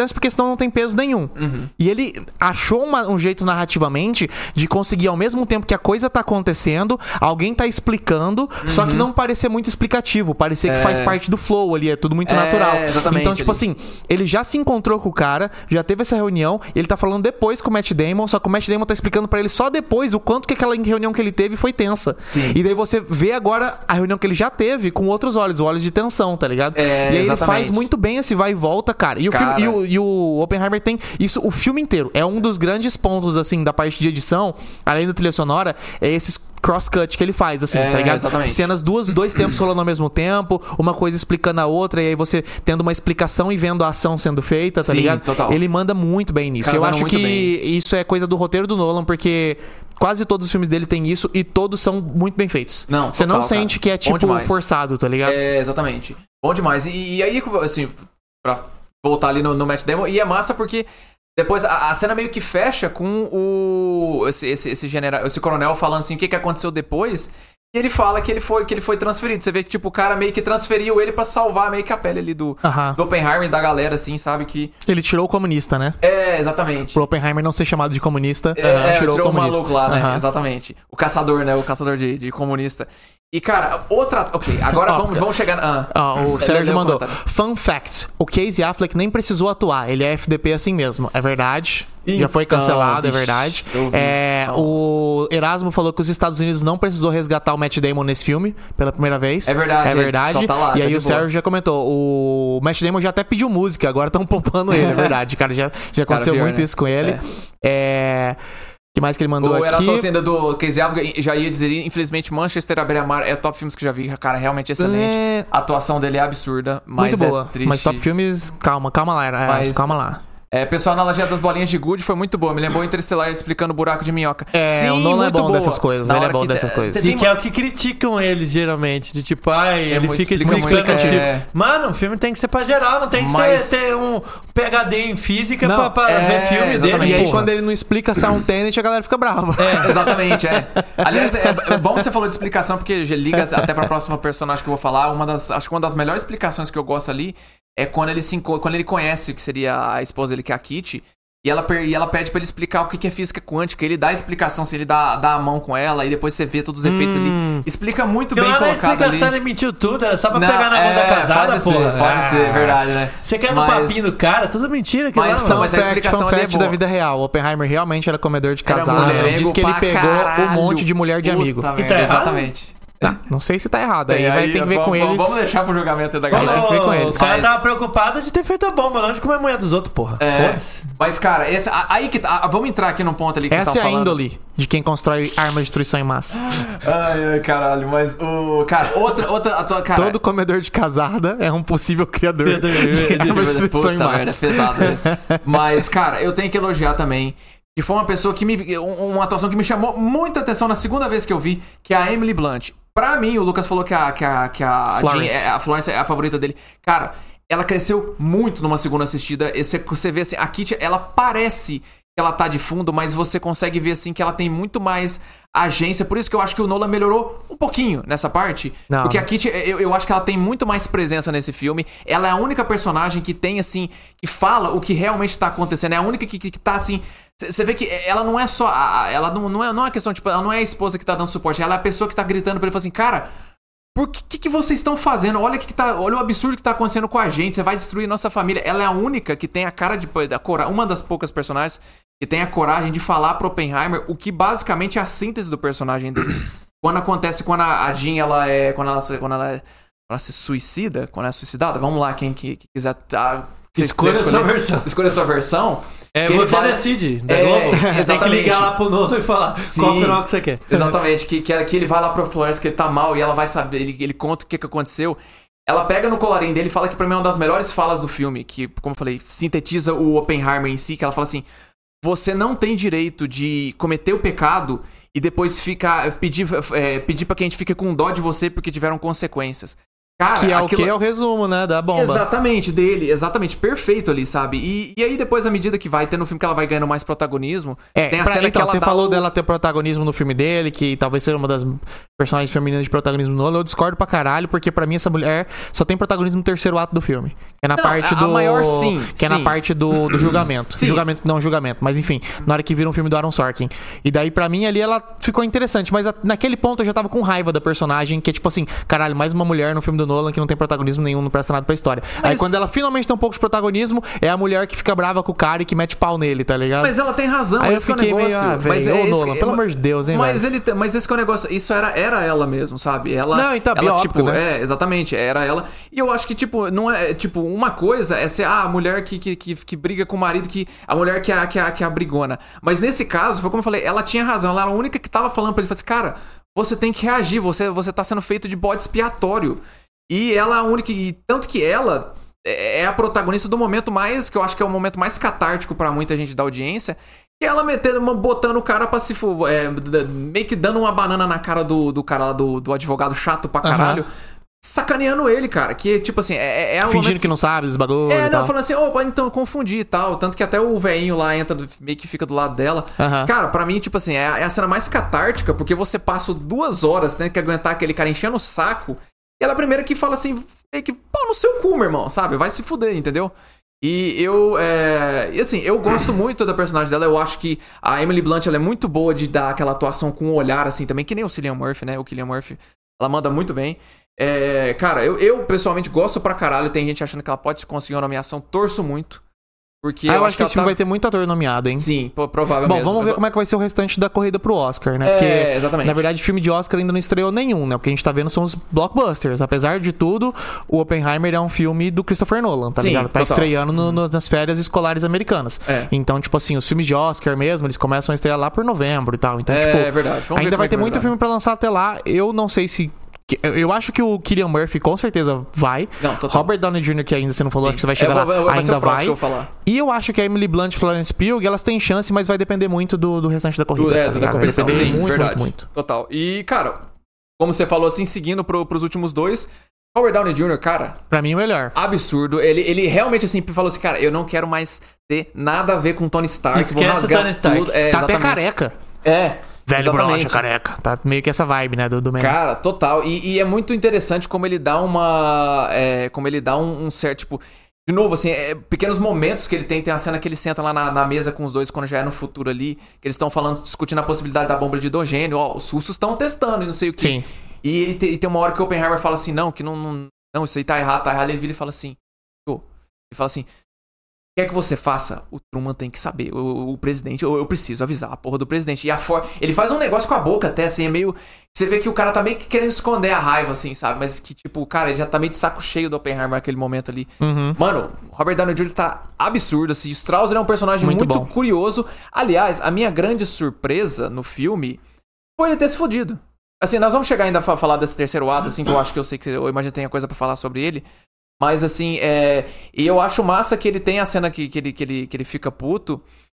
intuição não tem peso nenhum. Uhum. E ele achou uma, um jeito narrativamente de conseguir, ao mesmo tempo que a coisa tá acontecendo, alguém tá explicando, uhum. só que não parecer muito explicativo, parecer É. que faz parte do flow ali, é tudo muito É, natural. exatamente, Então, tipo ele- assim, ele já se encontrou com o cara, já teve essa reunião, ele tá falando depois com o Matt Damon, só que o Matt Damon tá explicando pra ele só depois o quanto que aquela reunião que ele teve foi tensa. Sim. E daí você vê agora a reunião que ele já teve com outros olhos, olhos de tensão, tá ligado? É, e aí ele exatamente. faz muito bem esse vai e volta, cara. E o, Cara. filme, e, o, e o Oppenheimer tem isso o filme inteiro. É um dos grandes pontos, assim, da parte de edição, além da trilha sonora, é esses cross-cut que ele faz, assim, É, tá ligado? exatamente. Cenas duas, dois tempos rolando ao mesmo tempo, uma coisa explicando a outra, e aí você tendo uma explicação e vendo a ação sendo feita, tá Sim, ligado? total. Ele manda muito bem nisso. Casaram Eu acho muito que bem. isso é coisa do roteiro do Nolan, porque quase todos os filmes dele tem isso e todos são muito bem feitos. Não, Você não total, sente cara. que é, Bom tipo, demais. forçado, tá ligado? É, exatamente. Bom demais. E, e aí, assim, pra voltar ali no, no Matt Damon, e é massa porque depois a, a cena meio que fecha com o esse, esse, esse general, esse coronel falando assim o que, que aconteceu depois. E ele fala que ele foi que ele foi transferido. Você vê que tipo o cara meio que transferiu ele pra salvar meio que a pele ali do, Aham. do Oppenheimer e da galera assim, sabe que Ele tirou o comunista, né? é exatamente. Pro Oppenheimer não ser chamado de comunista, É, aham, é, tirou, tirou o o comunista. maluco lá, né? Aham. Exatamente. O caçador, né? O caçador de, de comunista. E, cara, outra... Ok, agora Ó, vamos, vamos chegar... Ah, Ó, o Lê- Sérgio lê o mandou. comentário. Fun fact: o Casey Affleck nem precisou atuar. Ele é F D P assim mesmo. É verdade. Já foi Então, cancelado, é vixe, verdade. eu vi. É, Não. o Erasmo falou que os Estados Unidos não precisou resgatar o Matt Damon nesse filme pela primeira vez. É verdade, É ele verdade. só tá lá, e tá aí de o boa. Sérgio já comentou. O Matt Damon já até pediu música, agora estão poupando ele. É verdade, cara. Já, já aconteceu pior, muito né? isso com ele. É. O que mais que ele mandou O aqui? Erasmo ainda do Casey Affleck já ia dizer, infelizmente, Manchester à beira-mar é top filmes que já vi, cara, realmente excelente. É. A atuação dele é absurda, mas Muito boa. é triste. Mas top filmes, calma, calma lá, Erasmo, Mas- calma lá. É, pessoal, a analogia das bolinhas de gude foi muito boa. Me lembrou Interestelar explicando o buraco de minhoca. É, Sim, o Nolan é muito bom boa. dessas coisas, Na ele é hora bom que dessas te- coisas. tem E que é o que criticam eles, geralmente. De tipo, ai, ele muito- fica explica explicando muito, o filme. é. Mano, o filme tem que ser pra geral, não tem que Mas- ser, ter um P H D em física Não, pra, pra é, ver filme exatamente. dele. E aí, porra. quando ele não explica Sound Tenet, a galera fica brava. É, exatamente, é. Aliás, é, é bom que você falou de explicação, porque já liga até pra próxima personagem que eu vou falar. Uma das, acho que uma das melhores explicações que eu gosto ali é quando ele, se, enco- quando ele conhece o que seria a esposa dele, que é a Kitty. E ela, per- e ela pede pra ele explicar o que que é física quântica. Ele dá a explicação, se ele dá, dá a mão com ela, e depois você vê todos os efeitos ali. Explica muito Porque bem lá na colocado ali. explicação ele mentiu tudo, era só pra Não, pegar na mão é, da casada, pode porra. ser, pode Ah. ser, verdade, né? Você quer no Mas- papinho do cara, tudo mentira. Que Mas lá, não, mano. mas a Fun fact, explicação fun ali é fact da boa. vida real. O Oppenheimer realmente era comedor de Era casada. mulherengo Diz que ele pra pegou caralho. um monte de mulher de Puta amigo. merda, E tá errado? exatamente. Tá, não sei se tá errado. Aí É, vai ter que ver vamos, com eles. Vamos deixar pro julgamento aí da Aí galera. tem que ver com Ô, eles. O cara Mas- tava preocupado de ter feito a bomba, não de comer a mulher dos outros, porra. É, Foda-se. mas, cara, esse, a- aí que tá. a- Vamos entrar aqui num ponto ali que Essa você é tá a falando. índole de quem constrói armas de destruição em massa. Ai, ai, caralho, mas o. Cara, outra. outra a tua, cara, Todo comedor de casada é um possível criador Criador de de- armas de destruição em Puta merda, é massa. pesado, né? Mas, cara, eu tenho que elogiar também. Que foi uma pessoa que me. um- Uma atuação que me chamou muita atenção na segunda vez que eu vi, que é a Emily Blunt. Pra mim, o Lucas falou que a, que a, que a, Florence. Jean é, a Florence é a favorita dele. Cara, ela cresceu muito numa segunda assistida. Esse, você vê assim, a Kitty, ela parece que ela tá de fundo, mas você consegue ver assim que ela tem muito mais agência. Por isso que eu acho que o Nolan melhorou um pouquinho nessa parte. Não. Porque a Kitty, eu, eu acho que ela tem muito mais presença nesse filme. Ela é a única personagem que tem, assim, que fala o que realmente tá acontecendo. É a única que, que, que tá, assim... Você vê que ela não é só... a- a- Ela não, não, é, não é uma questão, tipo... Ela não é a esposa que tá dando suporte. Ela é a pessoa que tá gritando pra ele, fala assim... Cara, por que, que, que vocês estão fazendo? Olha, que que tá, olha o absurdo que tá acontecendo com a gente. Você vai destruir nossa família. Ela é a única que tem a cara de... Da cora, uma das poucas personagens que tem a coragem de falar pro Oppenheimer o que basicamente é a síntese do personagem dele. Quando acontece... Quando a, a Jean, ela é... Quando ela, quando ela, é, ela se suicida... Quando ela é suicidada... Vamos lá, quem que, que quiser... Ah, se vocês Escolha a quiserem sua escolher- versão. Escolha a sua versão. É, que ele você fala- decide. Da É, Globo. Tem que exatamente. ligar lá pro Nolan e falar Sim. qual final que você quer. Exatamente, que, que, que ele vai lá pro Florence, que ele tá mal e ela vai saber, ele, ele conta o que, que aconteceu. Ela pega no colarinho dele e fala que pra mim é uma das melhores falas do filme, que, como eu falei, sintetiza o Oppenheimer em si, que ela fala assim: você não tem direito de cometer o pecado e depois ficar, pedir, é, pedir pra que a gente fique com dó de você porque tiveram consequências. Cara, Que é o aquilo- que é o resumo, né, da bomba. Exatamente, dele, exatamente, perfeito ali, sabe? E, e aí depois, à medida que vai tendo no filme que ela vai ganhando mais protagonismo, É, tem a pra- cena então, que ela você dá falou o- dela ter protagonismo no filme dele, que talvez seja uma das personagens femininas de protagonismo no Nolan, eu discordo pra caralho, porque pra mim essa mulher só tem protagonismo no terceiro ato do filme. Que é na Não, parte a- do... a maior, sim, Que é sim. na parte do, do julgamento. Sim. Julgamento, não, julgamento. Mas enfim, na hora que vira um filme do Aaron Sorkin. E daí, pra mim, ali ela ficou interessante. Mas a- naquele ponto eu já tava com raiva da personagem, que é tipo assim, caralho, mais uma mulher no filme do Nolan que não tem protagonismo nenhum, não presta nada pra história. Mas- Aí quando ela finalmente tem um pouco de protagonismo, é a mulher que fica brava com o cara e que mete pau nele, tá ligado? Mas ela tem razão, Aí eu esse que é o fiquei negócio. meio, ah, velho, mas ô, é esse Nolan, que- pelo amor de Deus, hein, mas velho. ele, mas esse que é o negócio, isso era, era ela mesmo, sabe? Ela, Não, então, ela biópico, tipo, né? é, exatamente, era ela. E eu acho que, tipo, não é, tipo, uma coisa é ser ah, a mulher que, que, que, que briga com o marido, que a mulher que é, a- que, é, a- que é a brigona. Mas nesse caso, foi como eu falei, ela tinha razão, ela era a única que tava falando pra ele, falou assim, cara, você tem que reagir, você, você tá sendo feito de bode expiatório. E ela é a única, e tanto que ela é a protagonista do momento mais, que eu acho que é o momento mais catártico pra muita gente da audiência, que ela metendo, uma- botando o cara pra se... fu- É, d- meio que dando uma banana na cara do, do cara lá, do, do advogado chato pra caralho, Aham. sacaneando ele, cara, que tipo assim, é, é o Fingindo momento que não sabe dos bagulhos é, e não, tal. falando assim, opa, então eu confundi e tal. Tanto que até o velhinho lá entra, do- meio que fica do lado dela. Aham. Cara, pra mim, tipo assim, é a, é a cena mais catártica, porque você passa duas horas, né, que aguentar aquele cara enchendo o saco. E ela é a primeira que fala assim, meio que, pau no seu cu, meu irmão, sabe? Vai se fuder, entendeu? E eu, é... E assim, eu gosto muito da personagem dela. Eu acho que a Emily Blunt, ela é muito boa de dar aquela atuação com o olhar, assim, também. Que nem o Cillian Murphy, né? O Cillian Murphy, ela manda muito bem. É... Cara, eu, eu pessoalmente gosto pra caralho. Tem gente achando que ela pode conseguir uma nomeação. Torço muito. Porque Ah, eu, acho que ela esse filme tá- vai ter muito ator nomeado, hein? Sim, po- provável Bom, mesmo. vamos ver como é que vai ser o restante da corrida pro Oscar, né? É, Porque, exatamente. na verdade, filme de Oscar ainda não estreou nenhum, né? O que a gente tá vendo são os blockbusters. Apesar de tudo, o Oppenheimer é um filme do Christopher Nolan, tá Sim, ligado? Tá total. estreando no- no- nas férias escolares americanas. É. Então, tipo assim, os filmes de Oscar mesmo, eles começam a estrear lá por novembro e tal. Então, É, tipo, é verdade. Vamos ver ainda como vai é que ter vai muito dar. filme pra lançar até lá. Eu não sei se... que- Eu acho que o Cillian Murphy com certeza vai. Não, total. Robert Downey júnior, que ainda você não falou, Sim. acho que você vai É, chegar vai- lá, vai- vai ser ainda o próximo vai. que eu vou falar. E eu acho que a Emily Blunt e Florence Pugh, elas têm chance, mas vai depender muito do, do restante da corrida. Do- é, tá da ligado? Vai competição. depender Sim, muito, verdade. muito, muito. Total. E, cara, como você falou assim, seguindo pro, pros últimos dois, Robert Downey júnior, cara, Pra mim, o melhor. absurdo. Ele, ele realmente, assim, falou assim, cara, eu não quero mais ter nada a ver com Tony Stark. Esquece vou rasgar o Tony Stark. tudo. É, Tá até exatamente. careca. É. Velho exatamente. brocha, careca. Tá meio que essa vibe, né, do, do meme. Cara, total. E, e é muito interessante como ele dá uma... é, como ele dá um, um certo, tipo... De novo, assim, é, pequenos momentos que ele tem. Tem a cena que ele senta lá na, na mesa com os dois, quando já é no futuro ali, que eles estão falando, discutindo a possibilidade da bomba de hidrogênio. Ó, os russos estão testando e não sei o que. Sim. E, ele te- e tem uma hora que o Oppenheimer fala assim, não, que não, não, não, isso aí tá errado, tá errado. Ele vira e fala assim, ô, ele fala assim, quer que você faça, o Truman tem que saber, o, o presidente, eu, eu preciso avisar a porra do presidente. E a for... ele faz um negócio com a boca até, assim, é meio... Você vê que o cara tá meio que querendo esconder a raiva, assim, sabe? Mas que, tipo, o cara, ele já tá meio de saco cheio do Oppenheimer naquele momento ali. Uhum. Mano, Robert Downey júnior tá absurdo, assim. O Strauss ele é um personagem Muito muito, bom. curioso. Aliás, a minha grande surpresa no filme foi ele ter se fudido. Assim, nós vamos chegar ainda a fa- falar desse terceiro ato, assim, que eu acho que eu sei que eu imagino que tenha coisa pra falar sobre ele. Mas, assim, é... E eu acho massa que ele tem a cena que, que, ele, que, ele, que ele fica puto.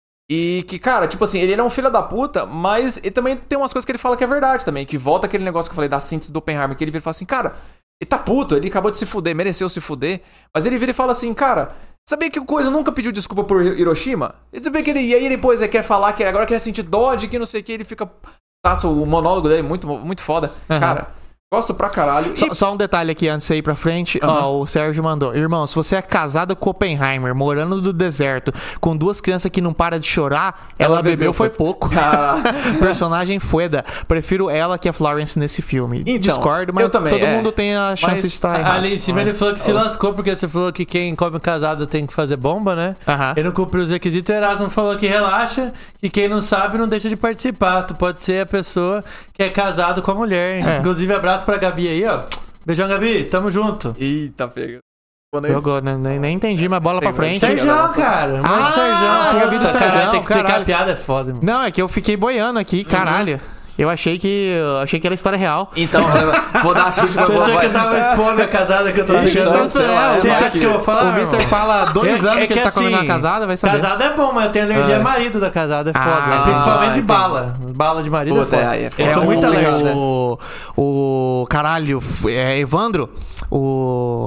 E que, cara, tipo assim, ele é um filho da puta, mas ele também tem umas coisas que ele fala que é verdade também. Que volta aquele negócio que eu falei da síntese do Oppenheimer, que ele vira e fala assim, cara, ele tá puto, ele acabou de se fuder, mereceu se fuder. Mas ele vira e fala assim, cara, sabia que o Coisa nunca pediu desculpa por Hiroshima? Ele sabia que ele... E aí depois ele quer falar que agora quer sentir dó de que não sei o que, ele fica... Taça, o monólogo dele é muito, muito foda. Uhum. Cara, gosto pra caralho. E- Só, só um detalhe aqui antes de você ir pra frente. Aham. Ó, o Sérgio mandou. Irmão, se você é casada com Oppenheimer, morando no deserto, com duas crianças que não param de chorar, ela, Ela bebeu, bebeu, foi foi- pouco. Ah. Personagem foda. Prefiro ela que a Florence nesse filme. Então, Discordo, mas eu também, todo é. mundo tem a chance Mas, de estar errado. Ali em cima ele falou que se lascou porque você falou que quem come casado tem que fazer bomba, né? Aham. Ele não cumpriu os requisitos. O Erasmo falou que relaxa, que quem não sabe não deixa de participar. Tu pode ser a pessoa que é casado com a mulher. É. Inclusive, abraço pra Gabi aí, ó. Beijão, Gabi. Tamo junto. Eita, pega. Quando eu... Jogou, né? nem, nem entendi, mas bola pra Tem, mas frente. chega. Serjão, nossa. cara. Mano, Ah, Serjão. Gabi do Puta, Serjão, caralho, tem que explicar caralho. a piada, é foda, mano. Não, é que eu fiquei boiando aqui, caralho. Eu achei que. Eu achei que era história real. Então, eu vou dar chute pra Você achou que eu tava expondo a casada que eu tô Achei que deixando? você tava- sei lá, Você eu acha acho que eu vou falar? O mister irmão? fala há dois É- anos é que ele tá comendo assim, uma casada, vai saber. Casado é bom, mas eu tenho alergia Ah. a marido da casada, é foda. Ah, Principalmente de entendi. bala. Bala de marido Puta, é foda. aí é Eu foda. sou É, muito o, alérgico. o, o caralho, é Evandro, o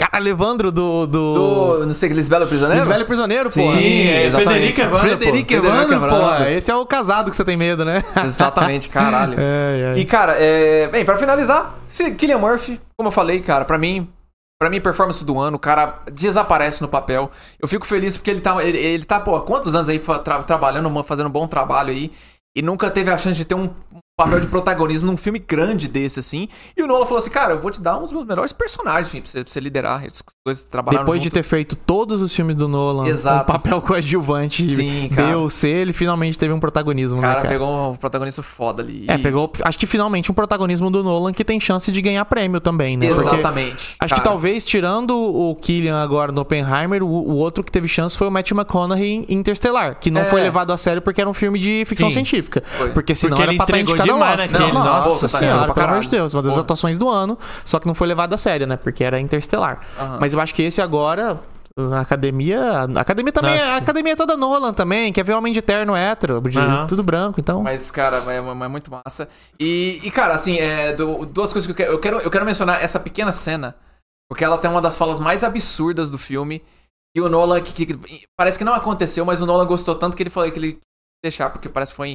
Cara, Evandro do... do... Do, não sei, aqueles Belo Prisioneiro? Lisbelo Prisioneiro, pô. Sim, é exatamente. Frederico Evandro, Frederico pô. Evandro, Frederico pô. Evandro. Esse é o casado que você tem medo, né? Exatamente, caralho. É, é. E, cara, é... bem, pra finalizar, Cillian Murphy, como eu falei, cara, pra mim... Pra mim, performance do ano, o cara desaparece no papel. Eu fico feliz porque ele tá, ele, ele tá pô, há quantos anos aí tra- trabalhando, fazendo um bom trabalho aí. E nunca teve a chance de ter um papel de protagonismo num filme grande desse, assim. E o Nolan falou assim, cara, eu vou te dar um dos meus melhores personagens, enfim, pra você, pra você liderar. Os dois trabalharam Depois de junto. ter feito todos os filmes do Nolan, Exato. um papel coadjuvante, Sim, B cara. ou C, ele finalmente teve um protagonismo, O né, cara cara? pegou um protagonista foda ali. É, E- pegou, acho que finalmente um protagonismo do Nolan que tem chance de ganhar prêmio também, né? Porque Exatamente. acho que cara. talvez, tirando o Cillian agora no Oppenheimer, o, o outro que teve chance foi o Matthew McConaughey em Interstellar, que não É. foi levado a sério porque era um filme de ficção Sim. científica. Foi. Porque senão Porque era ele pra estar entregou indicado ao demais Oscar. naquele, Não, nossa nossa senhora, senhora, pra pelo amor de caralho. Deus, uma das Porra. atuações do ano, só que não foi levado a sério, né? Porque era Interstellar. Aham. Mas eu acho que esse agora... A academia. A academia também. Nossa. A academia é toda Nolan também. Quer ver Homem de Eterno hétero. De, Aham. Tudo branco, então. Mas, cara, é, é muito massa. E, e cara, assim, é, do- duas coisas que eu quero, eu quero. Eu quero mencionar essa pequena cena, porque ela tem uma das falas mais absurdas do filme. E o Nolan, que, que- que- parece que não aconteceu, mas o Nolan gostou tanto que ele falou que ele quis deixar, porque parece que foi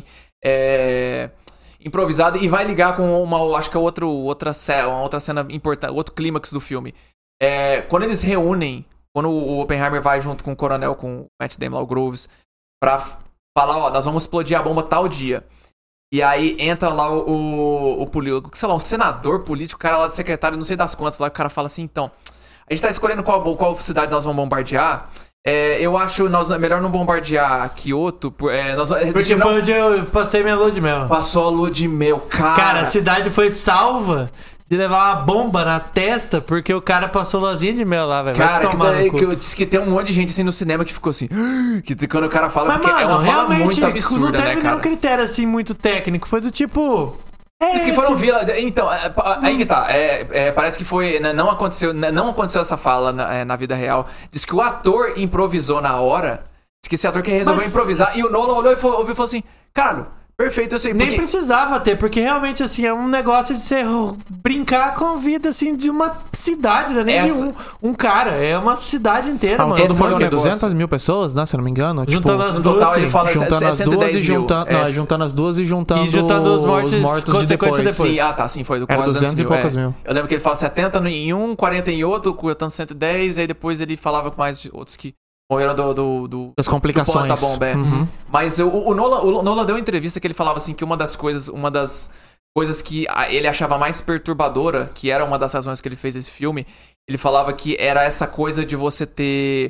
é, improvisado e vai ligar com uma, acho que é outro, outra, ce- uma outra cena importante, outro clímax do filme. É, quando eles reúnem, quando o Oppenheimer vai junto com o coronel, com o Matt Damon, lá, o Groves, pra falar, ó, nós vamos explodir a bomba tal dia. E aí entra lá o, o, o político, sei lá, um senador político, o cara lá do secretário, não sei das quantas, lá o cara fala assim, então, a gente tá escolhendo qual, qual cidade nós vamos bombardear. É, eu acho nós, melhor não bombardear Kyoto. por- É, nós, Porque não, foi onde eu passei minha lua de mel. passou a lua de mel, cara. Cara, a cidade foi salva de levar uma bomba na testa porque o cara passou luzinha de mel lá, velho. Vai Cara, que, tomar no daí, cu. que eu disse que tem um monte de gente assim no cinema que ficou assim. Que quando o cara fala, Mas, porque mano, é uma fala realmente muito não absurda, teve né, nenhum cara? critério assim muito técnico. Foi do tipo. É Diz que esse. foram vila. Então, é, pa- aí que tá. É, é, parece que foi. né, Não aconteceu, né, não aconteceu essa fala na, é, na vida real. Diz que o ator improvisou na hora. Diz que esse ator que resolveu Mas- improvisar. E o Nolan olhou e falou, ouviu e falou assim: cara, perfeito, eu sei. Nem Porque... precisava ter, porque realmente, assim, é um negócio de você brincar com a vida, assim, de uma cidade, né? Nem Essa- de um, um cara. É uma cidade inteira, Ao mano. todo esse foi é o o quê? negócio. duzentas mil pessoas, né? Se eu não me engano. Juntando tipo, as No duas, total, sim. ele fala juntando é as cento e duas dez e mil. juntando, É, não, juntando as duas e juntando, E juntando os mortos os mortos de consequência depois. depois. Sim, ah, tá, sim, foi do Era quase duzentos e poucos é. mil. Eu lembro que ele fala setenta no- em um, quarenta em outro, contando cento e dez, aí depois ele falava com mais de outros que morreram do, do, do, Das complicações. do pós da bomba, é. Uhum. Mas o, o, Nolan, o Nolan deu uma entrevista que ele falava assim que uma das coisas, uma das coisas que a- ele achava mais perturbadora, que era uma das razões que ele fez esse filme, ele falava que era essa coisa de você ter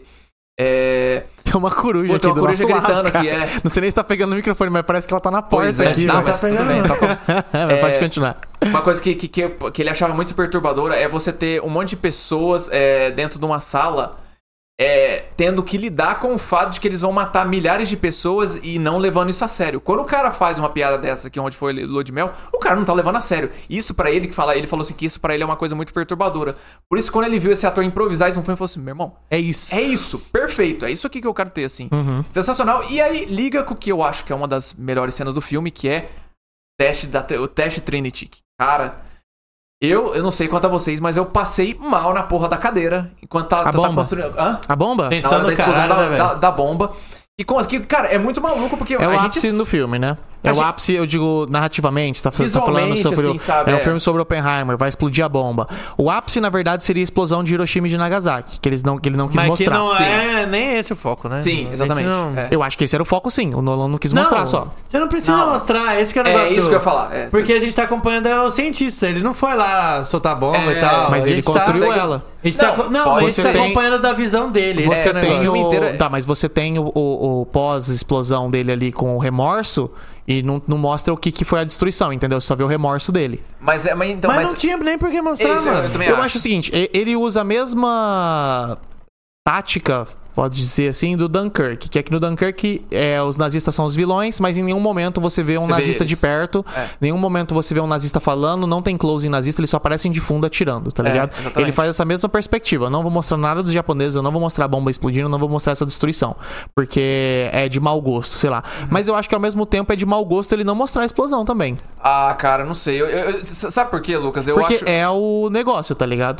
é, Tem uma coruja Pô, aqui tem uma do coruja nosso lado, gritando cara. que é- Não sei nem se tá pegando o microfone, mas parece que ela tá na porta Pois é, aqui. não, né? mas tudo bem, tá bom. Mas É, pode continuar. Uma coisa que, que, que, que ele achava muito perturbadora é você ter um monte de pessoas é, dentro de uma sala é, tendo que lidar com o fato de que eles vão matar milhares de pessoas e não levando isso a sério. Quando o cara faz uma piada dessa aqui, onde foi Lua de Mel, o cara não tá levando a sério. Isso pra ele, que fala, ele falou assim que isso pra ele é uma coisa muito perturbadora. Por isso, quando ele viu esse ator improvisar isso no filme, ele falou assim, meu irmão, É isso. é isso, perfeito, é isso aqui que eu quero ter, assim. Uhum. Sensacional. E aí, liga com o que eu acho que é uma das melhores cenas do filme, que é o teste, da, o teste Trinity. Cara, eu, eu não sei quanto a vocês, mas eu passei mal na porra da cadeira enquanto tá, A tá, tá bomba. construindo. Hã? A bomba? Tem- Na hora da Pensando no explosão caralho, da, né, da, velho? da bomba. E com que, cara, é muito maluco porque É a o gente. ápice no filme, né? É a o gente- ápice, eu digo, narrativamente. Tá, tá falando Visualmente, sobre. assim, o, sabe, é um é. filme sobre Oppenheimer, vai explodir a bomba. O ápice, na verdade, seria a explosão de Hiroshima e de Nagasaki, que, eles não, que ele não quis Mas mostrar. que não Sim. é nem esse o foco, né? Sim, A gente exatamente. não- É. Eu acho que esse era o foco, sim. O Nolan não quis Não, mostrar só. Você não precisa Não. mostrar, esse que é o É negócio. isso que eu ia falar. É, Porque a gente tá acompanhando é o cientista, ele não foi lá soltar bomba É, e tal. Mas a ele gente construiu tá... ela. A gente tá... Não, Não, pode mas a gente ser. tá Tem- acompanhando da visão dele. esse Você é o tem negócio. filme o... inteiro é- Tá, mas você tem o, o- o pós-explosão dele ali com o remorso e não, não mostra o que, que foi a destruição, entendeu? Você só vê o remorso dele. Mas, é, mas então. Mas, Mas, não tinha nem por que mostrar, Isso, eu- mano. eu também Eu acho. acho o seguinte, e- ele usa a mesma tática, pode dizer assim, do Dunkirk, que é que no Dunkirk é, os nazistas são os vilões, mas em nenhum momento você vê um Você vê nazista de eles. perto, É. em nenhum momento você vê um nazista falando, não tem close em nazista, eles só aparecem de fundo atirando, tá É, ligado? exatamente. Ele faz essa mesma perspectiva, eu não vou mostrar nada dos japoneses, eu não vou mostrar a bomba explodindo, eu não vou mostrar essa destruição, porque é de mau gosto, sei lá. Uhum. Mas eu acho que ao mesmo tempo é de mau gosto ele não mostrar a explosão também, Ah, cara, não sei. Eu, eu- eu- sabe por quê, Lucas? Eu porque acho. é o negócio, tá ligado?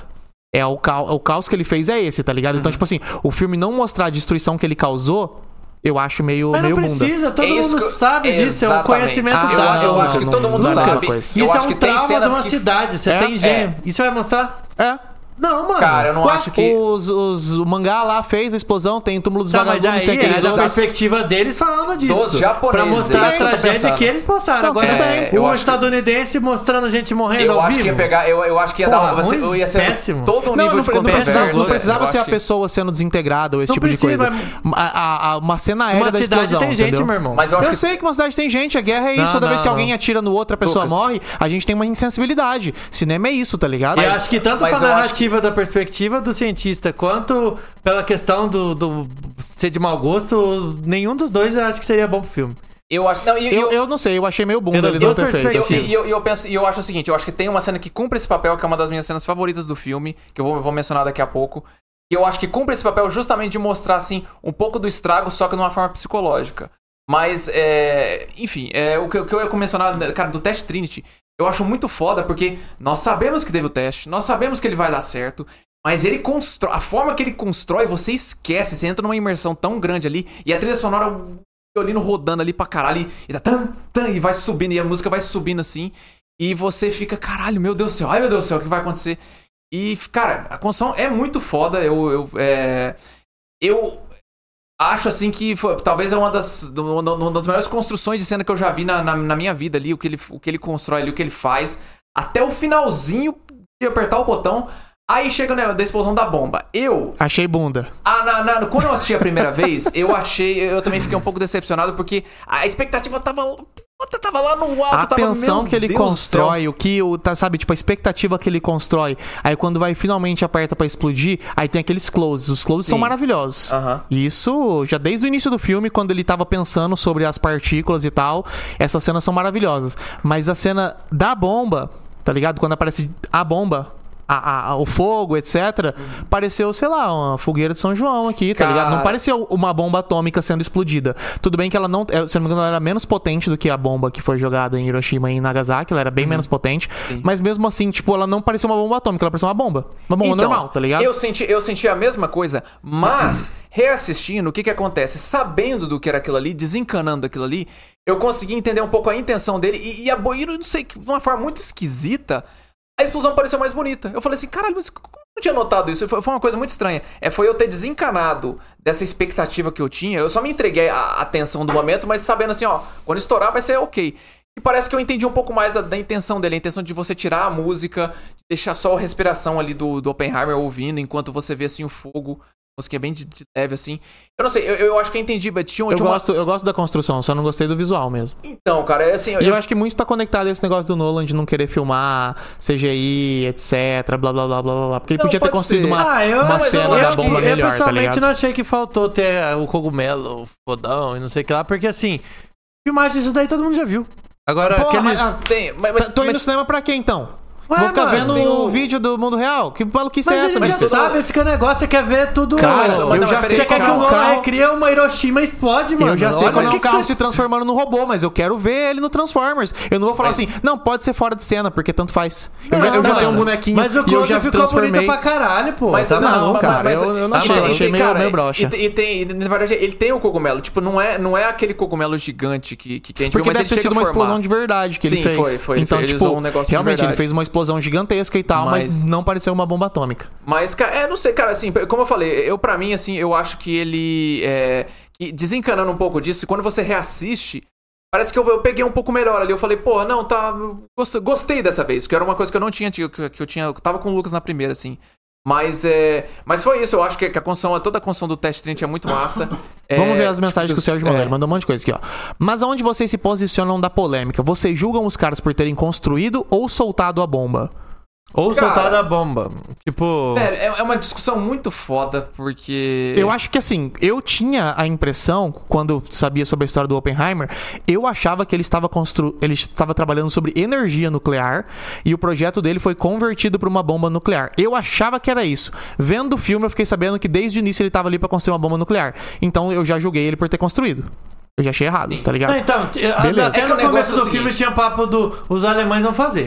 É o, ca... o caos que ele fez é esse, tá ligado? Uhum. Então, tipo assim, o filme não mostrar a destruição que ele causou, eu acho meio, Mas meio não bunda. precisa, todo É isso mundo que eu- sabe disso, é um Exatamente. conhecimento Ah, eu, dado. eu não, acho que não, todo não, mundo não, sabe. não, não. Isso Eu é acho um que tem trauma de cenas uma que... cidade, você É, tem gênio. Isso vai mostrar? É. Não, mano. Cara, eu não Ué, acho que... Os, os, o mangá lá fez a explosão, tem o túmulo dos Tá, mas vagalumes, aí tem aqueles é da outros- perspectiva deles falando disso. Dos japoneses, pra mostrar é a isso que eu tô tragédia pensando. que eles passaram. Não, Agora, tudo bem. eu o acho que- estadunidense mostrando gente morrendo Eu ao acho vivo. que ia pegar... Eu, eu acho que ia Porra, dar... Você, ruim, eu ia ser péssimo. todo um Não, nível não, de não precisava, controvérsia. não precisava Eu ser acho a que- pessoa sendo desintegrada ou esse Não tipo precisa, de coisa. A, a- a- uma cena aérea Uma da cidade explosão, tem gente, entendeu? meu irmão. Mas eu acho Eu que... sei que uma cidade tem gente, a guerra é isso. Não, Toda não, vez que não. alguém atira no outro, a pessoa Lucas. morre, a gente tem uma insensibilidade. Cinema é isso, tá ligado? Eu Mas- acho que tanto mas pra eu acho narrativa da perspectiva do cientista quanto pela questão do, do ser de mau gosto, nenhum dos dois eu acho que seria bom pro filme. Eu acho... Não, e- e eu, eu não sei, eu achei meio bunda Pelas ele não duas ter feito. E eu, assim. e eu, e eu penso, e eu acho o seguinte, eu acho que tem uma cena que cumpre esse papel, que é uma das minhas cenas favoritas do filme, que eu vou, vou mencionar daqui a pouco. E eu acho que cumpre esse papel justamente de mostrar, assim, um pouco do estrago, só que de uma forma psicológica. Mas, é... enfim, é, o, que, o que eu ia mencionar, cara, do teste Trinity, eu acho muito foda, porque nós sabemos que teve o teste, nós sabemos que ele vai dar certo, mas ele constrói, a forma que ele constrói, você esquece, você entra numa imersão tão grande ali, e a trilha sonora, o violino rodando ali pra caralho, e, e, tá, tan, tan, e vai subindo, e a música vai subindo assim, e você fica, caralho, meu Deus do céu, ai meu Deus do céu, o que vai acontecer? E, cara, a construção é muito foda, eu... eu é, eu acho, assim, que foi, talvez é uma das, uma, uma das melhores construções de cena que eu já vi na, na, na minha vida ali, o que, ele, o que ele constrói ali, o que ele faz, até o finalzinho de apertar o botão. Aí chega né, da explosão da bomba. Eu... Achei bunda. Ah, na, na, quando eu assisti a primeira vez, eu achei... Eu também fiquei um pouco decepcionado, porque a expectativa tava... Puta, tava lá no alto. A tava, tensão meu que ele Deus do constrói, céu. o que, o, tá, sabe, tipo, a expectativa que ele constrói. Aí quando vai finalmente aperta pra explodir, aí tem aqueles closes. Os closes são Sim. maravilhosos. Aham. E isso, já desde o início do filme, quando ele tava pensando sobre as partículas e tal, essas cenas são maravilhosas. Mas a cena da bomba, tá ligado? Quando aparece a bomba... A, a, o fogo, etcétera, pareceu, sei lá, uma fogueira de São João aqui, tá Cara. ligado? Não pareceu uma bomba atômica sendo explodida. Tudo bem que ela não, se não me engano, ela era menos potente do que a bomba que foi jogada em Hiroshima e Nagasaki, ela era bem menos potente, Sim. mas mesmo assim, tipo, ela não parecia uma bomba atômica, ela parecia uma bomba. Uma bomba Então, normal, tá ligado? Eu senti, eu senti a mesma coisa, mas reassistindo, o que que acontece? Sabendo do que era aquilo ali, desencanando aquilo ali, eu consegui entender um pouco a intenção dele e, e a Boiro, não sei, de uma forma muito esquisita, a explosão pareceu mais bonita. Eu falei assim, caralho, mas como eu não tinha notado isso? Foi, foi uma coisa muito estranha. É, foi eu ter desencanado dessa expectativa que eu tinha. Eu só me entreguei à atenção do momento, mas sabendo assim, ó, quando estourar vai ser ok. E parece que eu entendi um pouco mais da, da intenção dele. A intenção de você tirar a música, deixar só a respiração ali do, do Oppenheimer ouvindo, enquanto você vê assim o fogo. A música é bem de, de leve, assim. Eu não sei, eu, eu acho que eu entendi. Tinha, Eu, tinha uma... gosto, eu gosto da construção, só não gostei do visual mesmo. Então, cara, é assim... E eu acho que muito tá conectado a esse negócio do Nolan de não querer filmar C G I, etc, blá blá blá blá blá. Porque ele Não, podia ter pode construído ser. uma, Ah, eu, uma mas eu cena da acho que- bomba eu melhor, tá pessoalmente ligado? não achei que faltou ter o cogumelo fodão e não sei o que lá, porque assim, filmagem disso daí todo mundo já viu. Agora, Porra, aqueles... mas, ah, Tem, mas, mas, tô indo no mas- cinema pra quê, então? Ué, Vou ficar mano, vendo tem o o- vídeo do mundo real? Que maluquice Mas é a essa? gente mas já tudo- sabe, esse que é o negócio, você quer ver tudo... Cara, Mas- eu mas não, já mas sei Você peraí, quer que o como calma. Nolan carro... recria uma Hiroshima e explode, mano. Eu já sei Olha quando é o um que carro que se transformando no robô, mas eu quero ver ele no Transformers. Eu não vou falar Mas- assim, não, pode ser fora de cena, porque tanto faz. Eu Não, já, eu já mas- tenho um bonequinho Mas o e eu close já ficou transformei. bonito pra caralho, pô. Mas Tá não, não, maluco? cara, mas- eu- eu não e achei, tem- eu achei e tem, meio- cara, meio broxa. E, tem- e tem, e, na verdade, ele tem o cogumelo. Tipo, não é, não é aquele cogumelo gigante que, que, que a gente Porque viu, mas deve ele ter chega sido a uma formar. explosão de verdade que ele Sim, fez. foi, foi. Então, Ele tipo, usou um negócio de realmente, ele verdade. fez uma explosão gigantesca e tal, mas, Mas- não pareceu uma bomba atômica. Mas, cara, é, não sei, cara, assim, como eu falei, eu pra mim, assim, eu acho que ele, é, que desencanando um pouco disso, quando você reassiste, parece que eu, eu peguei um pouco melhor ali, eu falei, pô, não, tá, gostei, gostei dessa vez, que era uma coisa que eu não tinha, que, que eu tinha, eu tava com o Lucas na primeira, assim, mas, é, mas foi isso, eu acho que, que a construção, toda a construção do Teste Trinity é muito massa. É, Vamos ver as mensagens que o tipo, Sérgio é, mandou. Ele mandou um monte de coisa aqui, ó. Mas aonde vocês se posicionam da polêmica? Vocês julgam os caras por terem construído ou soltado a bomba? Ou Cara, soltar a bomba. Tipo... Velho, é, é uma discussão muito foda, porque... Eu acho que assim, eu tinha a impressão, quando eu sabia sobre a história do Oppenheimer, eu achava que ele estava constru... ele estava trabalhando sobre energia nuclear e o projeto dele foi convertido para uma bomba nuclear. Eu achava que era isso. Vendo o filme, eu fiquei sabendo que desde o início ele estava ali para construir uma bomba nuclear. Então eu já julguei ele por ter construído. Eu já achei errado, tá ligado? Não, então, a- Beleza. até É que no o negócio começo é o do seguinte. filme tinha papo do os alemães vão fazer.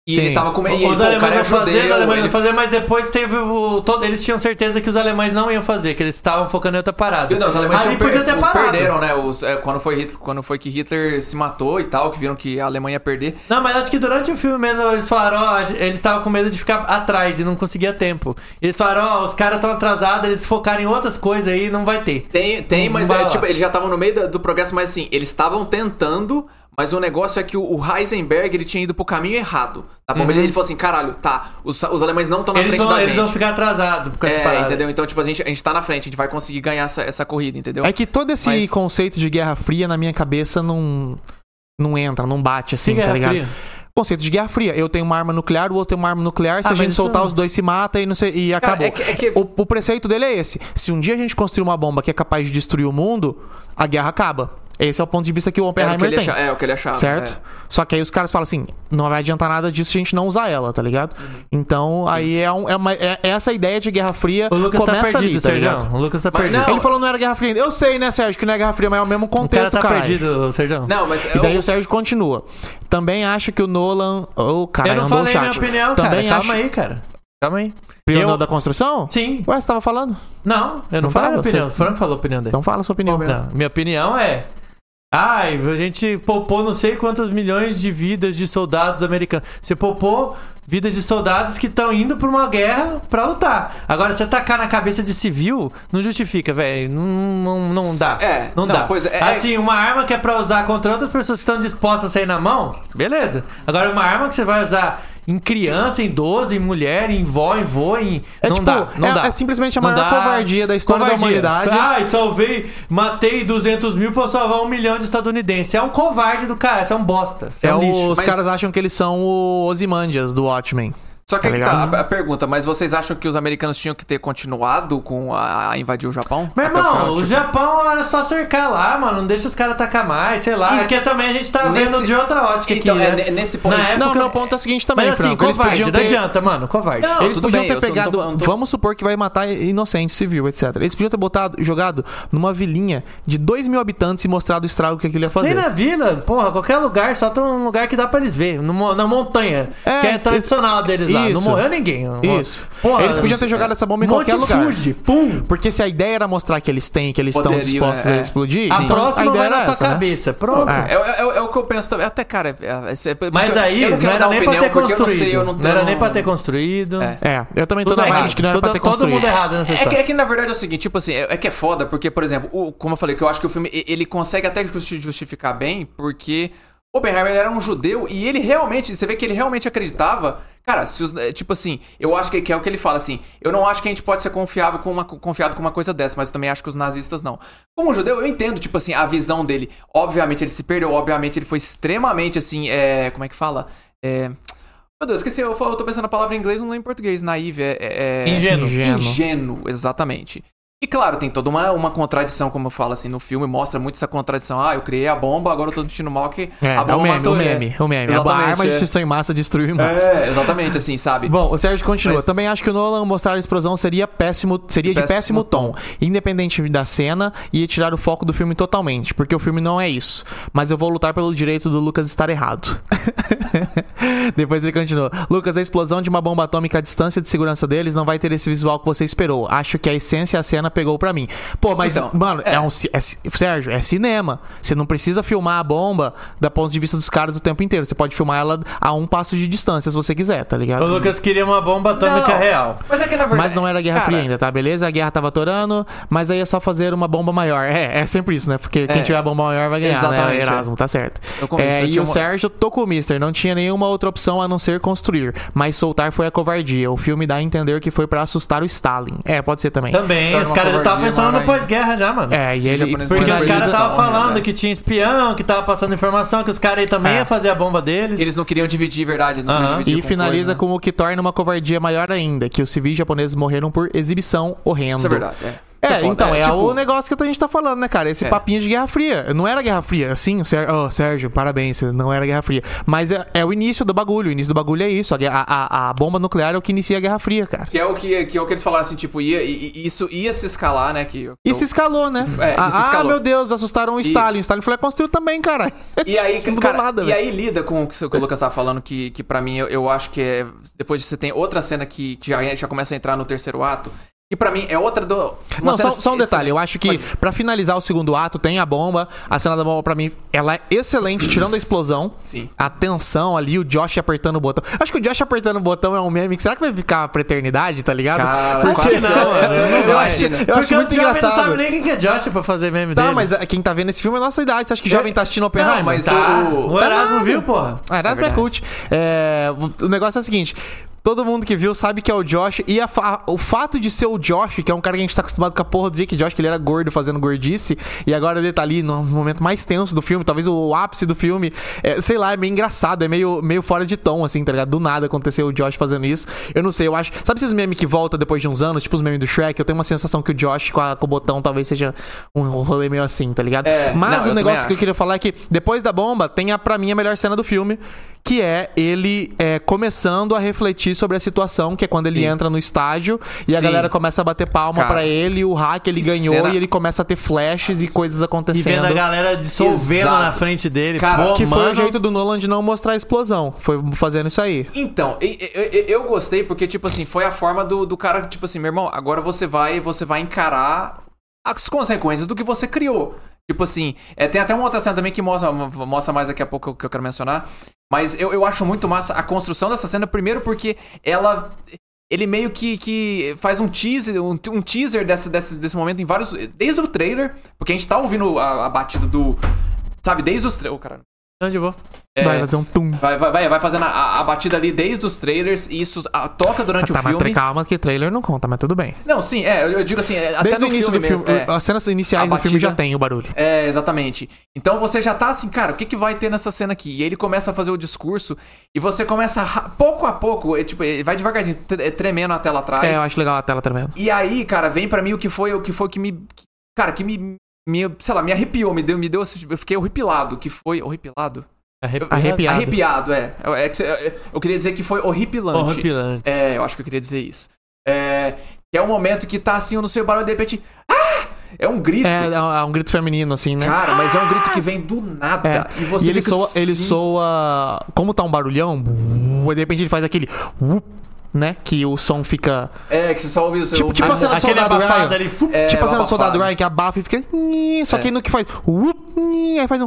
E Sim. ele tava com... E, Os pô, o alemães cara é não faziam, os judeu, alemães ele... não faziam, mas depois teve o... Todo, eles tinham certeza que os alemães não iam fazer, que eles estavam focando em outra parada. Não, os alemães Ali tinham podia per... ter parado. perderam, né? Os, é, quando, foi Hitler, quando foi que Hitler se matou e tal, que viram que a Alemanha ia perder. Não, mas acho que durante o filme mesmo eles falaram, ó, eles estavam com medo de ficar atrás e não conseguia tempo. Eles falaram, ó, os caras estão atrasados, eles focaram em outras coisas aí, não vai ter. Tem, tem Não mas vai é, lá. tipo, eles já estavam no meio do, do progresso, mas assim, eles estavam tentando, mas o negócio é que o, o Heisenberg, ele tinha ido pro caminho errado. Tá bom? Uhum. Ele, ele falou assim, caralho, tá, os, os alemães não estão na Eles frente vão, da eles gente. vão ficar atrasados com essa É, parada. entendeu? Então, tipo, a gente, a gente tá na frente, a gente vai conseguir ganhar essa, essa corrida, entendeu? É que todo esse Mas- conceito de Guerra Fria na minha cabeça não, não entra, não bate assim, Que tá Guerra ligado? Fria? Conceito de Guerra Fria. Eu tenho uma arma nuclear, o outro tem uma arma nuclear. Se Ah, a gente mas soltar, isso- os dois se matam e, não sei, e Cara, acabou. é que- é que- O, o preceito dele é esse. Se um dia a gente construir uma bomba que é capaz de destruir o mundo, a guerra acaba. Esse é o ponto de vista que o é, o Oppenheimer que ele tem. acha- é o que ele achava. Certo? é. Só que aí os caras falam assim, não vai adiantar nada disso se a gente não usar ela, tá ligado? Uhum. Então, aí é, um- é uma- é- essa ideia de Guerra Fria O Lucas tá começa perdido, ali, tá Sérgio. ligado? O Lucas tá Mas perdido. não, Ele falou que não era Guerra Fria ainda. Eu sei, né, Sérgio, que não é Guerra Fria, mas é o mesmo O cara contexto, tá caralho. perdido, Sérgio. Não, mas... E daí eu- o Sérgio continua. Também acho que o Nolan... Ô, cara, Eu não andou o falei minha chat. opinião, Também cara. acho... Calma aí, cara. Calma aí. Opinião Eu- da construção? Sim. Ué, você tava falando? Não, eu não, Não falei fala, minha opinião. você- O Franco falou a opinião dele. Então fala a sua opinião. Não, minha opinião é... Ai, a gente poupou não sei quantas milhões de vidas de soldados americanos. Você poupou vidas de soldados que estão indo pra uma guerra pra lutar. Agora, você tacar na cabeça de civil, não justifica, velho. Não, não, não dá. É, não, não, dá. pois é, assim, uma arma que é pra usar contra outras pessoas que estão dispostas a sair na mão, beleza. Agora, uma arma que você vai usar em criança, em idoso, em mulher, em vó, em vô, em... É não tipo, dá, não é, dá. é simplesmente a Não maior dá. covardia da história Covardia. da humanidade. Ai, salvei, matei duzentos mil pra salvar um milhão de estadunidenses. É um covarde do cara, você é um bosta. Você é, É um o- lixo. os Mas- caras acham que eles são o Ozymandias do Watchmen. Só que Tá aí que tá ligado? a, a pergunta, mas vocês acham que os americanos tinham que ter continuado com a, a invadir o Japão? Meu Até irmão, final, o tipo- Japão era só cercar lá, mano. Não deixa os caras atacar mais, sei lá. E- Aqui também a gente tá Nesse- vendo de outra ótica Então, aqui, é, né? ne- nesse ponto... Na época- Não, meu ponto é o seguinte também, Mas assim, Franco. Eles covarde, podiam não ter... adianta, mano. Covarde. Não, Eles tudo podiam bem, ter eu só não tô pegado. falando- tô- Vamos supor que vai matar inocente, civil, etcétera. Eles podiam ter botado, jogado numa vilinha de dois mil habitantes e mostrado o estrago que aquilo ia fazer. Nem na vila, porra, qualquer lugar, só tem um lugar que dá pra eles ver. No mo- na montanha, É, que é tradicional deles lá. Não isso. morreu ninguém. Isso. Porra, Eles podiam ter jogado essa bomba em Monte qualquer lugar. Fuji, pum. Porque se a ideia era mostrar que eles têm, que eles estão Poderiam, dispostos é, a é. explodir, A então próxima a ideia vai era na tua essa, né? cabeça. Pronto. É. É, é, é- é o que eu penso também. Até, cara... É, é, é, por isso Mas que eu- aí, eu não, quero era dar nem pra opinião, ter porque eu não construído. sei, eu não Não era tenho- nem pra ter construído. É. É, eu também tô Tudo na errado. vibe de que não era todo, pra ter todo construído. mundo errado nessa É que, história. é que na verdade é o seguinte, tipo assim, é, é que é foda, porque, por exemplo, o, como eu falei, que eu acho que o filme, e- ele consegue até justi- justificar bem, porque Oppenheimer era um judeu e ele realmente, você vê que ele realmente acreditava, cara, se os, é, tipo assim, eu acho que, que é o que ele fala, assim, eu não acho que a gente pode ser confiável com uma, confiado com uma coisa dessa, mas eu também acho que os nazistas não. Como judeu, eu entendo, tipo assim, a visão dele, obviamente ele se perdeu, obviamente ele foi extremamente, assim, é, como é que fala? É... Meu Deus, esqueci, eu, falo- eu tô pensando na palavra em inglês, não lembro em português, naive, é... é- é- Ingênuo. Ingênuo. Ingênuo, exatamente. E claro, tem toda uma, uma contradição, como eu falo assim, no filme, mostra muito essa contradição. Ah, eu criei a bomba, agora eu tô sentindo mal que É, a é bomba o meme, matou o ele. meme, o meme. A Exatamente, arma de é. destruição em massa destruiu em massa. É, exatamente, assim, sabe? Bom, o Sérgio continua. Mas- Também acho que o Nolan mostrar a explosão seria péssimo, seria de Péssimo péssimo tom, independente da cena, e ia tirar o foco do filme totalmente, porque o filme não é isso. Mas eu vou lutar pelo direito do Lucas estar errado. Depois ele continua. Lucas, a explosão de uma bomba atômica à distância de segurança deles não vai ter esse visual que você esperou. Acho que a essência e a cena pegou pra mim. Pô, mas, Então, mano, é. é. um ci- é ci- Sérgio, é cinema. Você não precisa filmar a bomba da ponto de vista dos caras o tempo inteiro. Você pode filmar ela a um passo de distância, se você quiser, tá ligado? O Lucas queria uma bomba atômica Não, real. Mas é que na verdade... Mas não era Guerra cara, Fria ainda, tá? Beleza? A guerra tava atorando, mas aí é só fazer uma bomba maior. É, é sempre isso, né? Porque quem É. tiver a bomba maior vai ganhar, Exatamente, né? é. Erasmo, tá certo. Eu convenci, É, eu e tinha o uma- Sérgio, tô com o Mister. Não tinha nenhuma outra opção a não ser construir. Mas soltar foi a covardia. O filme dá a entender que foi pra assustar o Stalin. É, pode ser também. Também, Era os uma caras já estavam covardia pensando no maior ainda. pós-guerra já, mano. É, e Esse ele... japonês Porque Foi os na caras realização, estavam né, falando velho? que tinha espião, que tava passando informação, que os caras aí também É. iam fazer a bomba deles. Eles não queriam dividir, verdade. Não Aham. queriam dividir E com finaliza coisa, né? com o que torna uma covardia maior ainda, que os civis japoneses morreram por exibição horrenda. Isso é verdade, é. que é, É, foda. então, é, tipo, o negócio que a gente tá falando, né, cara? Esse É. papinho de Guerra Fria. Não era Guerra Fria, assim, o Sérgio, oh, Sérgio, parabéns, não era Guerra Fria. Mas é, é o início do bagulho, o início do bagulho é isso. A, a, a bomba nuclear é o que inicia a Guerra Fria, cara. Que é o que, que, é o que eles falaram assim, tipo, ia, i- i- isso ia se escalar, né? Que, E se escalou, né? É, e ah, se escalou. ah, meu Deus, assustaram o E- Stalin. O Stalin foi lá e construiu também, cara. E aí, não mudou cara, nada, e velho. aí lida com o que o Lucas tava falando, que, que pra mim, eu, eu acho que é... Depois você tem outra cena que, que já, já começa a entrar no terceiro ato. E pra mim é outra do... uma Não, só, cena só um detalhe, eu acho que Pode- pra finalizar o segundo ato, tem a bomba. A cena da bomba, pra mim, ela é excelente, tirando a explosão. Sim. A tensão ali, o Josh apertando o botão. Acho que o Josh apertando o botão é um meme que será que vai ficar pra eternidade, tá ligado? Cara, Porque quase não, não, mano. eu não Eu vai, acho, né? eu acho Porque muito o jovem engraçado. não sabe nem quem que é Josh pra fazer meme Tá, dele. mas a- quem tá vendo esse filme é a nossa idade. Você acha que jovem tá assistindo Oppenheimer? Não, mas Tá, o... o Erasmo viu, porra? Ah, Erasmo é, É cult. É, o o negócio é o seguinte: todo mundo que viu sabe que é o Josh. E a fa- o fato de ser o Josh, que é um cara que a gente tá acostumado com a porra do Jake Josh, que ele era gordo fazendo gordice, e agora ele tá ali no momento mais tenso do filme, talvez o ápice do filme. É, sei lá, é meio engraçado, é meio, meio fora de tom, assim, tá ligado? Do nada aconteceu o Josh fazendo isso. Eu não sei, eu acho. Sabe esses memes que voltam depois de uns anos, tipo os memes do Shrek? Eu tenho uma sensação que o Josh com, a- com o botão talvez seja um rolê meio assim, tá ligado? É, Mas não, o eu negócio também que eu queria falar é que depois da bomba tem a, pra mim a melhor cena do filme, que é ele é, começando a refletir sobre a situação, que é quando ele Sim. entra no estádio e a Sim. galera começa a bater palma Cara, pra ele, o hack ele ganhou cena- e ele começa a ter flashes e coisas E acontecendo. vendo a galera dissolvendo Exato. na frente dele. Cara, Pô, Que foi mano, o jeito do Nolan de não mostrar a explosão. Foi fazendo isso aí. Então, e- e- e- eu gostei porque, tipo assim, foi a forma do, do cara, tipo assim, meu irmão, agora você vai, você vai encarar as consequências do que você criou. Tipo assim, é, tem até uma outra cena também que mostra, mostra mais daqui a pouco que eu quero mencionar. Mas eu, eu acho muito massa a construção dessa cena, primeiro porque ela... Ele meio que, que faz um teaser, um, um teaser desse, desse, desse momento em vários... Desde o trailer, porque a gente tá ouvindo a, a batida do... Sabe, desde os... Tra... Oh, caralho. onde eu vou? É, Vai fazer um tum. Vai, vai, vai, vai fazendo a, a batida ali desde os trailers e isso a, toca durante Tá, o mas filme. calma que trailer não conta, mas tudo bem. Não, sim, é, eu, eu digo assim, é, até Desde no o início filme do filme, mesmo, é. as cenas iniciais A do filme já batida- tem o barulho. É, exatamente. Então você já tá assim, cara, o que, que vai ter nessa cena aqui? E ele começa a fazer o discurso e você começa, a, pouco a pouco, é, tipo, ele vai devagarzinho, tre- tremendo a tela atrás. É, eu acho legal a tela tremendo. E aí, cara, vem pra mim o que foi o que foi que me... que- Cara, que me, me... Sei lá, me arrepiou, me deu... Me deu eu fiquei horripilado, que foi... Horripilado? Arrepiado. Arrepiado. Arrepiado, é. Eu, é que cê- eu- eu queria dizer que foi horripilante. Horripilante. É, eu acho que eu queria dizer isso. É, que é um momento que tá assim, eu não sei o barulho, de repente... Ah! É um grito. É, é um, é um grito feminino, assim, né? Cara, mas é um grito que vem do nada. É. E você ele fica soa, ele assim- soa. Como tá um barulhão, de repente ele faz aquele. Né? Que o som fica. É, que você só ouve o seu... Tipo- tipo a- a cena do Aquele Soldado abafado Ryan. ali. fu- É, tipo a cena o do Soldado abafado. Ryan que abafa e fica. Só que É. no que faz. Aí faz um.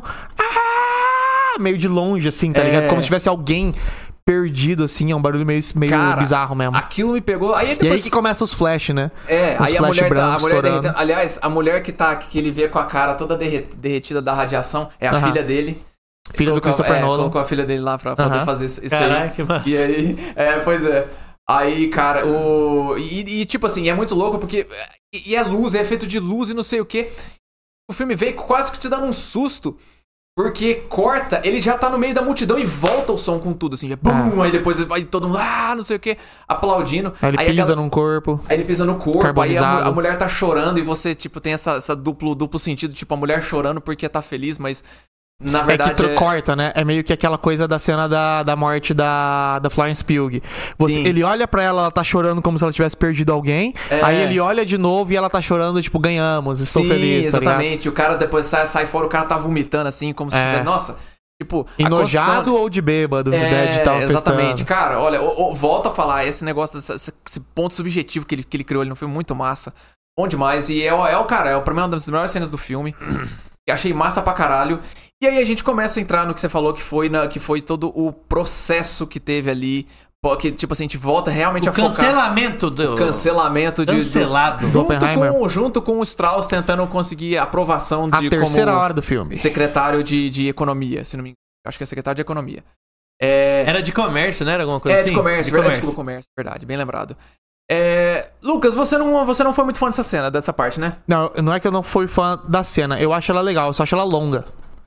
Ah! Meio de longe, assim, tá É. ligado? Como se tivesse alguém perdido, assim. É um barulho meio, meio Cara, bizarro mesmo. Aquilo me pegou... Aí E depois... aí que começa os flash, né? É, Os aí a flash mulher, tá, a brancos mulher estourando. derretendo. Aliás, a mulher que tá que ele vê com a cara toda derre- derretida da radiação é a Aham. filha dele. Filha do Colocou- Christopher é, Nolan. colocou a filha dele lá pra poder Aham. fazer isso Caraca, aí. que massa. E aí, é, pois é. Aí, cara, o. E, e, tipo assim, é muito louco porque. E, e é luz, é efeito de luz e não sei o quê. O filme veio quase que te dando um susto. Porque corta, ele já tá no meio da multidão e volta o som com tudo, assim. Bum, aí depois vai todo mundo, ah, não sei o quê, aplaudindo. Aí ele aí pisa aquela- num corpo. Aí ele pisa no corpo, aí a, Carbonizado. mu- a mulher tá chorando e você, tipo, tem essa, essa duplo, duplo sentido, tipo, a mulher chorando porque tá feliz, mas na É verdade... que tro- corta, né? É meio que aquela coisa da cena da, da morte da, da Florence Pugh. Você, Sim. ele olha pra ela, ela tá chorando como se ela tivesse perdido alguém. É. Aí ele olha de novo e ela tá chorando, tipo, ganhamos, estou Sim, feliz, tá ligado? exatamente. O cara depois sai, sai fora, o cara tá vomitando assim, como se É. tivesse. Nossa, tipo. a Enojado construção- ou de bêbado, né? É, De tal exatamente. festando. Cara, olha, o- o- volta a falar, esse negócio, dessa- esse, esse ponto subjetivo que ele, que ele criou, ele não foi muito massa. Bom demais. E é, o- é o cara, é o, pra mim, uma das melhores cenas do filme. Que achei massa pra caralho. E aí a gente começa a entrar no que você falou, que foi, na, que foi todo o processo que teve ali. pô, Que, tipo assim, a gente volta realmente O a focar. cancelamento do. Cancelamento de. Cancelado. Do Junto Oppenheimer. com, junto com o Strauss tentando conseguir a aprovação A de terceira como hora do filme. secretário de, de economia, se não me engano. Acho que é secretário de economia. É, Era de comércio, né? Era alguma coisa é assim? de comércio, verdade, desculpa, comércio, verdade, bem lembrado. É, Lucas, você não, você não foi muito fã dessa cena, dessa parte, né? Não, não é que eu não fui fã da cena. Eu acho ela legal, eu só acho ela longa.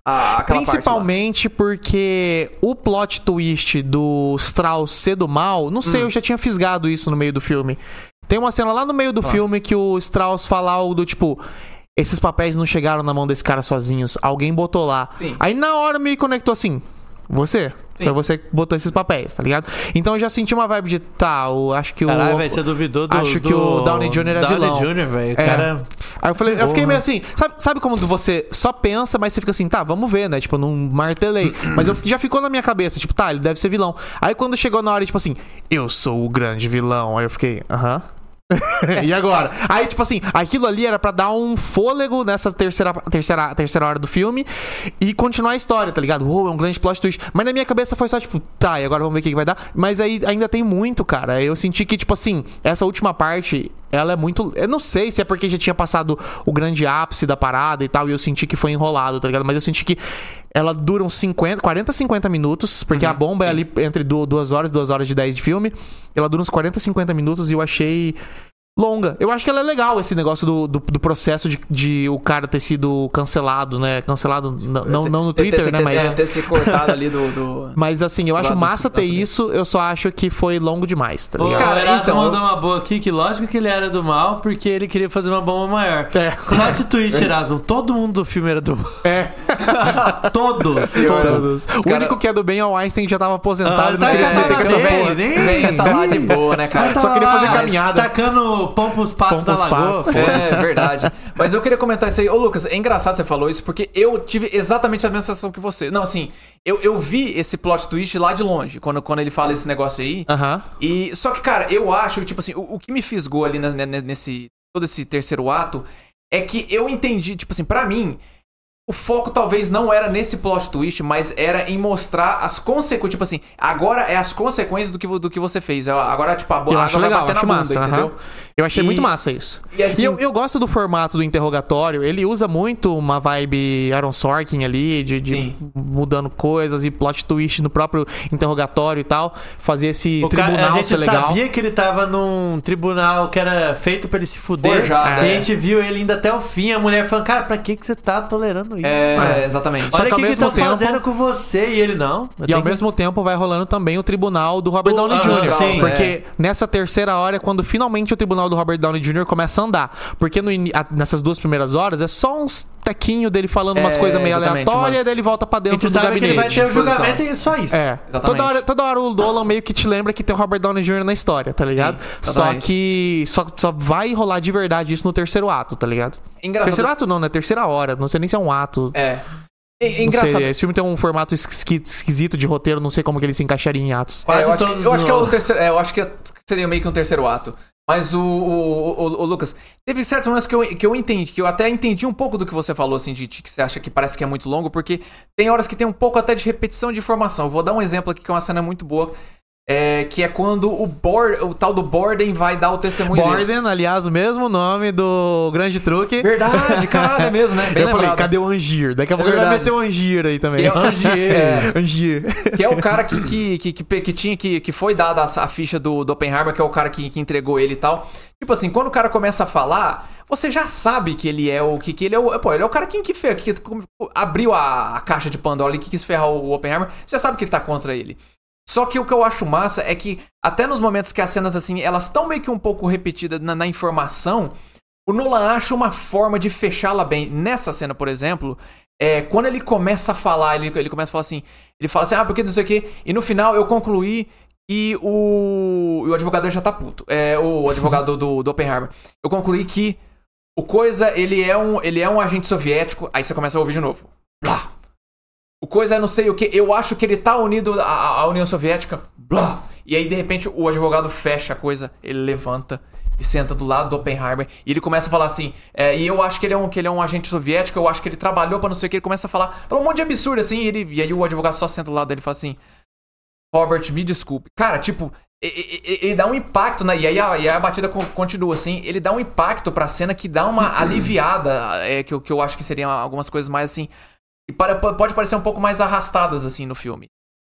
a, aquela Principalmente porque o plot twist do Strauss ser do mal, não sei, Hum. eu já tinha fisgado isso no meio do filme. Tem uma cena lá no meio do Ah. filme que o Strauss fala algo do tipo: esses papéis não chegaram na mão desse cara sozinhos, alguém botou lá. Sim. Aí na hora me conectou assim: você? Sim. Foi você que botou esses papéis, tá ligado? Então eu já senti uma vibe de tá, eu acho que o. Caralho, velho, você duvidou do... Acho que do o Downey Júnior é Downey vilão. Júnior, velho. O É. cara... Aí eu falei, eu fiquei Porra. meio assim, sabe, sabe como você só pensa, mas você fica assim, tá, vamos ver, né? Tipo, eu não martelei. Mas eu, já ficou na minha cabeça, tipo, tá, ele deve ser vilão. Aí quando chegou na hora, tipo assim, eu sou o grande vilão. Aí eu fiquei, aham. E agora? Aí, tipo assim, aquilo ali era pra dar um fôlego nessa terceira, terceira, terceira hora do filme e continuar a história, tá ligado? Uou, é um grande plot twist. Mas na minha cabeça foi só, tipo, tá, e agora vamos ver o que, que vai dar. Mas aí ainda tem muito, cara. Eu senti que, tipo assim, essa última parte, ela é muito... Eu não sei se é porque já tinha passado o grande ápice da parada e tal, e eu senti que foi enrolado, tá ligado? Mas eu senti que ela dura uns cinquenta, quarenta, cinquenta minutos, porque Uhum, a bomba é ali entre du- duas horas, duas horas e dez de filme. Ela dura uns quarenta, cinquenta minutos e eu achei longa. Eu acho que ela é legal, esse negócio do, do, do processo de, de o cara ter sido cancelado, né? Cancelado, n- não, não no Ter- ter- Twitter, ter- né? ter- Mas... Ter se cortado ali do... do... Mas assim, eu acho Lá do- massa ter nossa, isso, eu só acho que foi longo demais, tá O ligado? Cara, Erasmo então, mandou eu- uma boa aqui, que lógico que ele era do mal, porque ele queria fazer uma bomba maior. É. Plot twist, Erasmo. Todo mundo do filme era do mal. É. Todos. Todos. O cara- único que é do bem é o Einstein, que já tava aposentado, Ah, não tá queria se meter com essa cagando porra. dele, Vem, vem, tá lá de boa, né, cara? Só queria fazer lá, caminhada. Tacando pão pros patos Pão da pros lagoa. patos. É verdade. Mas eu queria comentar isso aí. Ô, Lucas, é engraçado você falou isso, porque eu tive exatamente a mesma sensação que você. Não, assim, eu, eu vi esse plot twist lá de longe, quando, quando ele fala esse negócio aí. Aham. E só que, cara, eu acho que, tipo assim, o, o que me fisgou ali na- na- nesse todo esse terceiro ato é que eu entendi, tipo assim, pra mim, o foco talvez não era nesse plot twist, mas era em mostrar as consequências, tipo assim, agora é as consequências do que, vo- do que você fez. Agora, tipo, a Eu bola acho vai legal, bater acho na bunda, massa. aham. entendeu? Eu achei E- muito massa isso. E assim- eu, eu gosto do formato do interrogatório. Ele usa muito uma vibe Aaron Sorkin ali, de, de Sim. mudando coisas e plot twist no próprio interrogatório e tal. Fazer esse O cara, tribunal a gente ser legal. sabia que ele tava num tribunal que era feito pra ele se fuder. Forjado, e é. a gente viu ele indo até o fim. A mulher falando, cara, pra que, que você tá tolerando isso? É, exatamente. Só Olha que o que, ao que mesmo estão tempo- fazendo com você. E ele, não. eu E tenho ao que- mesmo tempo vai rolando também o tribunal do Robert Do- Downey ah, Júnior sim. Porque nessa terceira hora é quando finalmente o tribunal do Robert Downey Júnior começa a andar. Porque no ini- a- nessas duas primeiras horas é só uns tequinhos dele falando umas É, coisas meio exatamente, aleatórias, umas- daí ele volta pra A dentro gente do sabe que gabinete. ele vai ter o Disposição. julgamento e só isso. É, Exatamente. toda hora, toda hora o Nolan meio que te lembra que tem o Robert Downey Júnior na história, tá ligado? Sim, só exatamente. que só, só vai rolar de verdade isso no terceiro ato, tá ligado? Engraçado. Terceiro ato não, né? Terceira hora. Não sei nem se é um ato. É. É, é Não engraçado. sei, esse filme tem um formato esqui- esquisito de roteiro, não sei como que ele se encaixaria em atos. É, Quase eu, acho, que- todos eu acho que é o no- terceiro. É, eu acho que é- seria meio que um terceiro ato. Mas o, o, o- o Lucas, teve certos momentos que eu, que eu entendi, que eu até entendi um pouco do que você falou, assim, de, de que você acha que parece que é muito longo, porque tem horas que tem um pouco até de repetição de informação. Eu vou dar um exemplo aqui que é uma cena muito boa. É, que é quando o, Bor, o tal do Borden vai dar o testemunho dele. Borden, aliás, o mesmo nome do Grande Truque. Verdade, caralho, é mesmo, né? Bem eu falei, lembrado. cadê o Angier? Daqui a pouco ele vai verdade. meter o Angier aí também. Que é o Angier. É. Angier. Que é o cara que, que, que, que, que tinha que, que foi dada a, a ficha do, do Oppenheimer, que é o cara que, que entregou ele e tal. Tipo assim, quando o cara começa a falar, você já sabe que ele é o que, que ele é o. Pô, ele é o cara que, que, fe- que abriu a, a caixa de Pandora e que quis ferrar o, o Oppenheimer. Você já sabe que ele tá contra ele. Só que o que eu acho massa é que, até nos momentos que as cenas, assim, elas estão meio que um pouco repetidas na, na informação, o Nolan acha uma forma de fechá-la bem. Nessa cena, por exemplo, é, quando ele começa a falar, ele, ele começa a falar assim, ele fala assim, ah, porque não sei o quê, e no final eu concluí que o, o advogado já tá puto, é, o advogado do, do Oppenheimer, eu concluí que o coisa, ele é um, ele é um agente soviético, aí você começa a ouvir de novo, blá. O coisa é não sei o que, eu acho que ele tá unido à, à União Soviética, blá. E aí, de repente, o advogado fecha a coisa, ele levanta e senta do lado do Oppenheimer, e ele começa a falar assim, é, e eu acho que ele, é um, que ele é um agente soviético, eu acho que ele trabalhou pra não sei o que, ele começa a falar, fala um monte de absurdo assim, e, ele, e aí o advogado só senta do lado dele e fala assim, Robert, me desculpe. Cara, tipo, ele, ele- ele dá um impacto, né? E aí a, e aí a batida co- continua assim, ele dá um impacto pra cena que dá uma aliviada, é, que, eu- que eu acho que seriam algumas coisas mais assim, e para, pode parecer um pouco mais arrastadas assim no filme.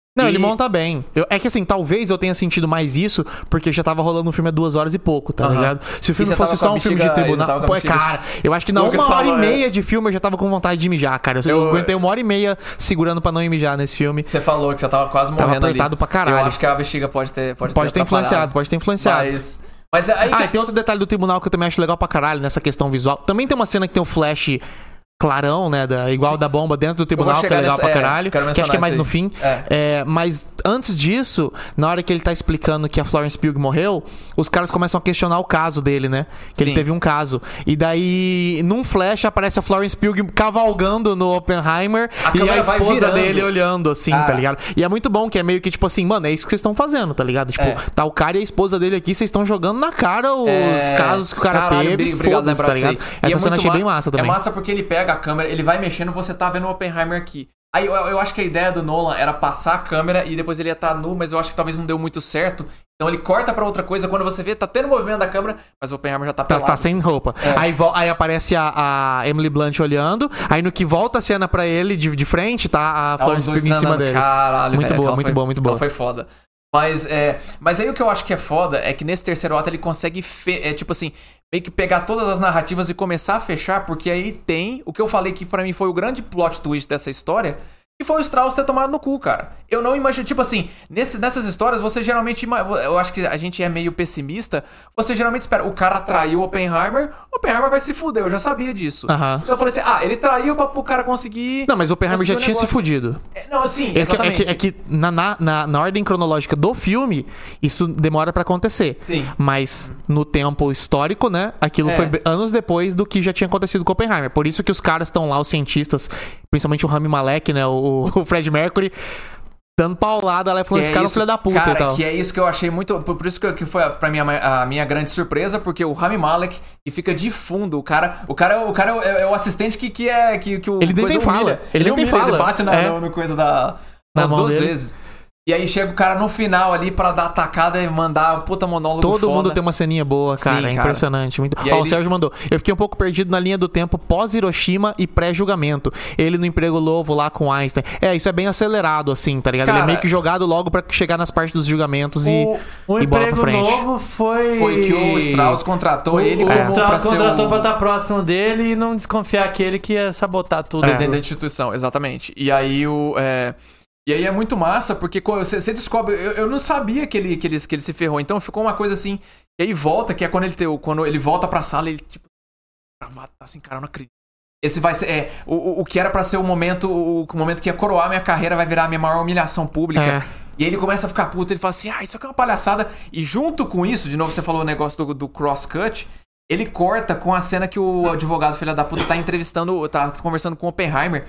Não, E- ele monta bem. Eu- é que assim, talvez eu tenha sentido mais isso porque já tava rolando um filme há duas horas e pouco, tá Aham. ligado? Se o filme E você fosse tava só com a um filme de bexiga- tribunal. você tava com a Pô, é, bexiga- cara, eu acho que na Lucas uma hora e falou, é. meia de filme eu já tava com vontade de mijar, cara. Eu, Eu- aguentei uma hora e meia segurando pra não ir mijar nesse filme. Você falou que você tava quase Tava morrendo apertado ali. pra caralho. Eu acho que a bexiga pode ter Pode, Pode ter influenciado, atrapalhado. pode ter influenciado. Mas, mas aí... Ah, e tem outro detalhe do tribunal que eu também acho legal pra caralho nessa questão visual. Também tem uma cena que tem um flash clarão, né? Da, igual da bomba dentro do tribunal, que é chegar legal nessa- pra é, caralho. quero Que acho que é mencionar mais isso no aí. fim. É. É, mas antes disso, na hora que ele tá explicando que a Florence Pugh morreu, os caras começam a questionar o caso dele, né? Que ele Sim. teve um caso. E daí, num flash, aparece a Florence Pugh cavalgando no Oppenheimer A e a câmera vai esposa virando. dele olhando, assim, Ah. tá ligado? E é muito bom que é meio que tipo assim, mano, é isso que vocês estão fazendo, tá ligado? Tipo, É. tá o cara e a esposa dele aqui, vocês estão jogando na cara os É, casos que o cara caralho, teve. bri- Obrigado por Foda-se, lembrar tá disso aí. ligado? E Essa é cena muito achei bem ma- massa também. É massa porque ele pega a câmera, ele vai mexendo, você tá vendo o Oppenheimer aqui. Aí eu, eu acho que a ideia do Nolan era passar a câmera e depois ele ia estar nu, mas eu acho que talvez não deu muito certo. Então ele corta pra outra coisa, quando você vê, tá tendo movimento da câmera, mas o Oppenheimer já tá Tá, pelado. tá sem roupa. É. Aí, vo- aí aparece a, a Emily Blunt olhando. Aí no que volta a cena pra ele de, de frente, tá a Tá Florence os dois Pugh em cima andando. dele. Caralho, Muito velho, boa, aquela muito foi- boa, muito boa. aquela foi foda. Mas, é, mas aí o que eu acho que é foda é que nesse terceiro ato ele consegue, fe- é, tipo assim, meio que pegar todas as narrativas e começar a fechar, porque aí tem o que eu falei que pra mim foi o grande plot twist dessa história, que foi o Strauss ter tomado no cu, cara. Eu não imagino, tipo assim, nesse, nessas histórias você geralmente, ima- eu acho que a gente é meio pessimista, você geralmente espera, o cara traiu o Oppenheimer, o Oppenheimer vai se fuder, eu já sabia disso. Aham. Então eu falei assim, ah, ele traiu pra o cara conseguir... Não, mas o Oppenheimer já conseguir o tinha se negócio. fudido. É, não, assim, Esse que- é exatamente. que, é que na, na, na, na ordem cronológica do filme, isso demora pra acontecer. Sim. Mas no tempo histórico, né? Aquilo É. foi be- anos depois do que já tinha acontecido com o Oppenheimer. Por isso que os caras estão lá, os cientistas, principalmente o Rami Malek, né? O, o Fred Mercury, dando paulada lá e falando: esse cara é um filho da puta cara, e tal. que é isso que eu achei muito... Por, por isso que, que foi a- pra mim a, a minha grande surpresa, porque o Rami Malek, que fica de fundo, o cara, o cara, o cara é, o- é o assistente que, que é... Que, que o Ele nem coisa tem fala. humilha. Ele nem tem humilha, fala. Ele bate na, É. no, no coisa da... Na nas mão duas dele. vezes. E aí chega o cara no final ali pra dar a atacada e mandar o puta monólogo Todo foda. mundo tem uma ceninha boa, cara. Sim, é cara. impressionante. Muito... E Ó, aí o ele- Sérgio mandou. Eu fiquei um pouco perdido na linha do tempo pós-Hiroshima e pré-julgamento. Ele no emprego novo lá com Einstein. É, isso é bem acelerado, assim, tá ligado? Ele é Cara, meio que jogado logo pra chegar nas partes dos julgamentos e, O- O e bola pra emprego frente. novo foi... Foi que o Strauss contratou O, ele o como Strauss pra ser contratou o... pra estar próximo dele e não desconfiar que ele que ia sabotar tudo. Presidente da instituição, exatamente. E aí o. É... E aí é muito massa, porque quando você, você descobre. Eu, eu não sabia que ele, que, ele, que ele se ferrou. Então ficou uma coisa assim. E aí volta, que é quando ele tem, quando ele volta pra sala, ele tipo. Travado, tá assim, cara, eu não acredito. Esse vai ser. É, o, o, o que era pra ser o momento. O, o momento que ia coroar minha carreira vai virar a minha maior humilhação pública. É. E aí ele começa a ficar puto, ele fala assim, ah, isso aqui é uma palhaçada. E junto com isso, de novo, você falou o negócio do, do cross-cut. Ele corta com a cena que o advogado filha da puta tá entrevistando, tá conversando com o Oppenheimer.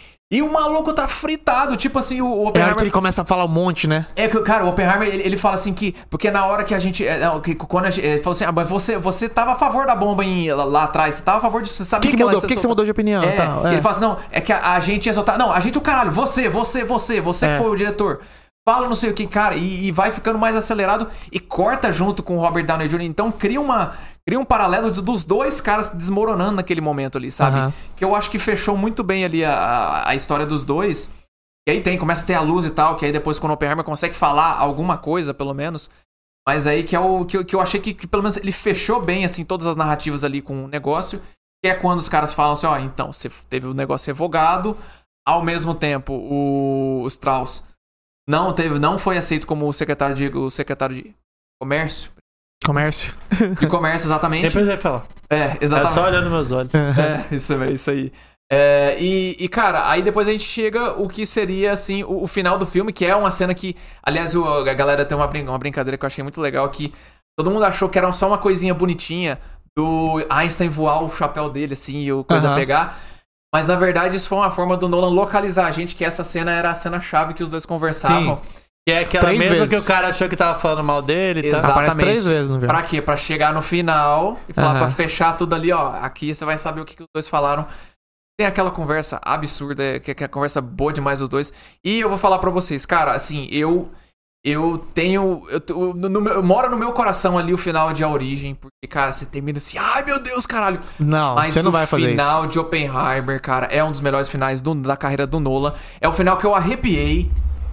E o maluco tá fritado, tipo assim, o, o É a hora Oppenheimer... que ele começa a falar um monte, né? É que, cara, o Oppenheimer, ele, ele fala assim que... Porque na hora que a gente... é, não, que, quando a gente... Ele falou assim, ah, mas você, você tava a favor da bomba em, lá, lá atrás, você tava a favor disso, você O sabia que, que ela mudou? ia Por que, que você soltar- mudou de opinião? É, e tal? É. ele fala assim, não, é que a, a gente ia soltar... Não, a gente o caralho, você, você, você, você É. que foi o diretor. Fala não sei o que, cara, e, e vai ficando mais acelerado e corta junto com o Robert Downey júnior Então cria uma... Cria um paralelo dos dois caras desmoronando naquele momento ali, sabe? Aham. Que eu acho que fechou muito bem ali a, a, a história dos dois. E aí tem, começa a ter a luz e tal, que aí depois quando o Oppenheimer consegue falar alguma coisa, pelo menos. Mas aí que é o que, eu- que eu achei que, que pelo menos ele fechou bem, assim, todas as narrativas ali com o negócio. Que é quando os caras falam assim, ó, então, você teve o negócio revogado, ao mesmo tempo o, o Strauss não, teve, não foi aceito como o secretário de, o secretário de comércio. Comércio. De comércio, exatamente. Depois ele fala. É, É exatamente. só olhando meus olhos. É, isso, é isso aí. É, e, e, cara, aí depois a gente chega o que seria, assim, o, o final do filme, que é uma cena que, aliás, o, a galera tem uma, brin uma brincadeira que eu achei muito legal, que todo mundo achou que era só uma coisinha bonitinha do Einstein voar o chapéu dele, assim, e o coisa Aham. pegar. Mas, na verdade, isso foi uma forma do Nolan localizar a gente, que essa cena era a cena-chave que os dois conversavam. Sim. Que é aquela Três mesma vezes. que o cara achou que tava falando mal dele e tal. Exato. Aparece Exatamente. três vezes no filme. Pra quê? Pra chegar no final e falar, Aham. pra fechar tudo ali, ó. Aqui você vai saber o que, que os dois falaram. Tem aquela conversa absurda, que, que é a conversa boa demais os dois. E eu vou falar pra vocês, cara, assim, eu eu tenho eu, eu, no, no, meu- mora no meu coração ali o final de A Origem, porque, cara, você termina assim, ai meu Deus, caralho. Não, Mas você não o vai fazer final isso. de Oppenheimer, cara, é um dos melhores finais do- da carreira do Nolan. É o final que eu arrepiei.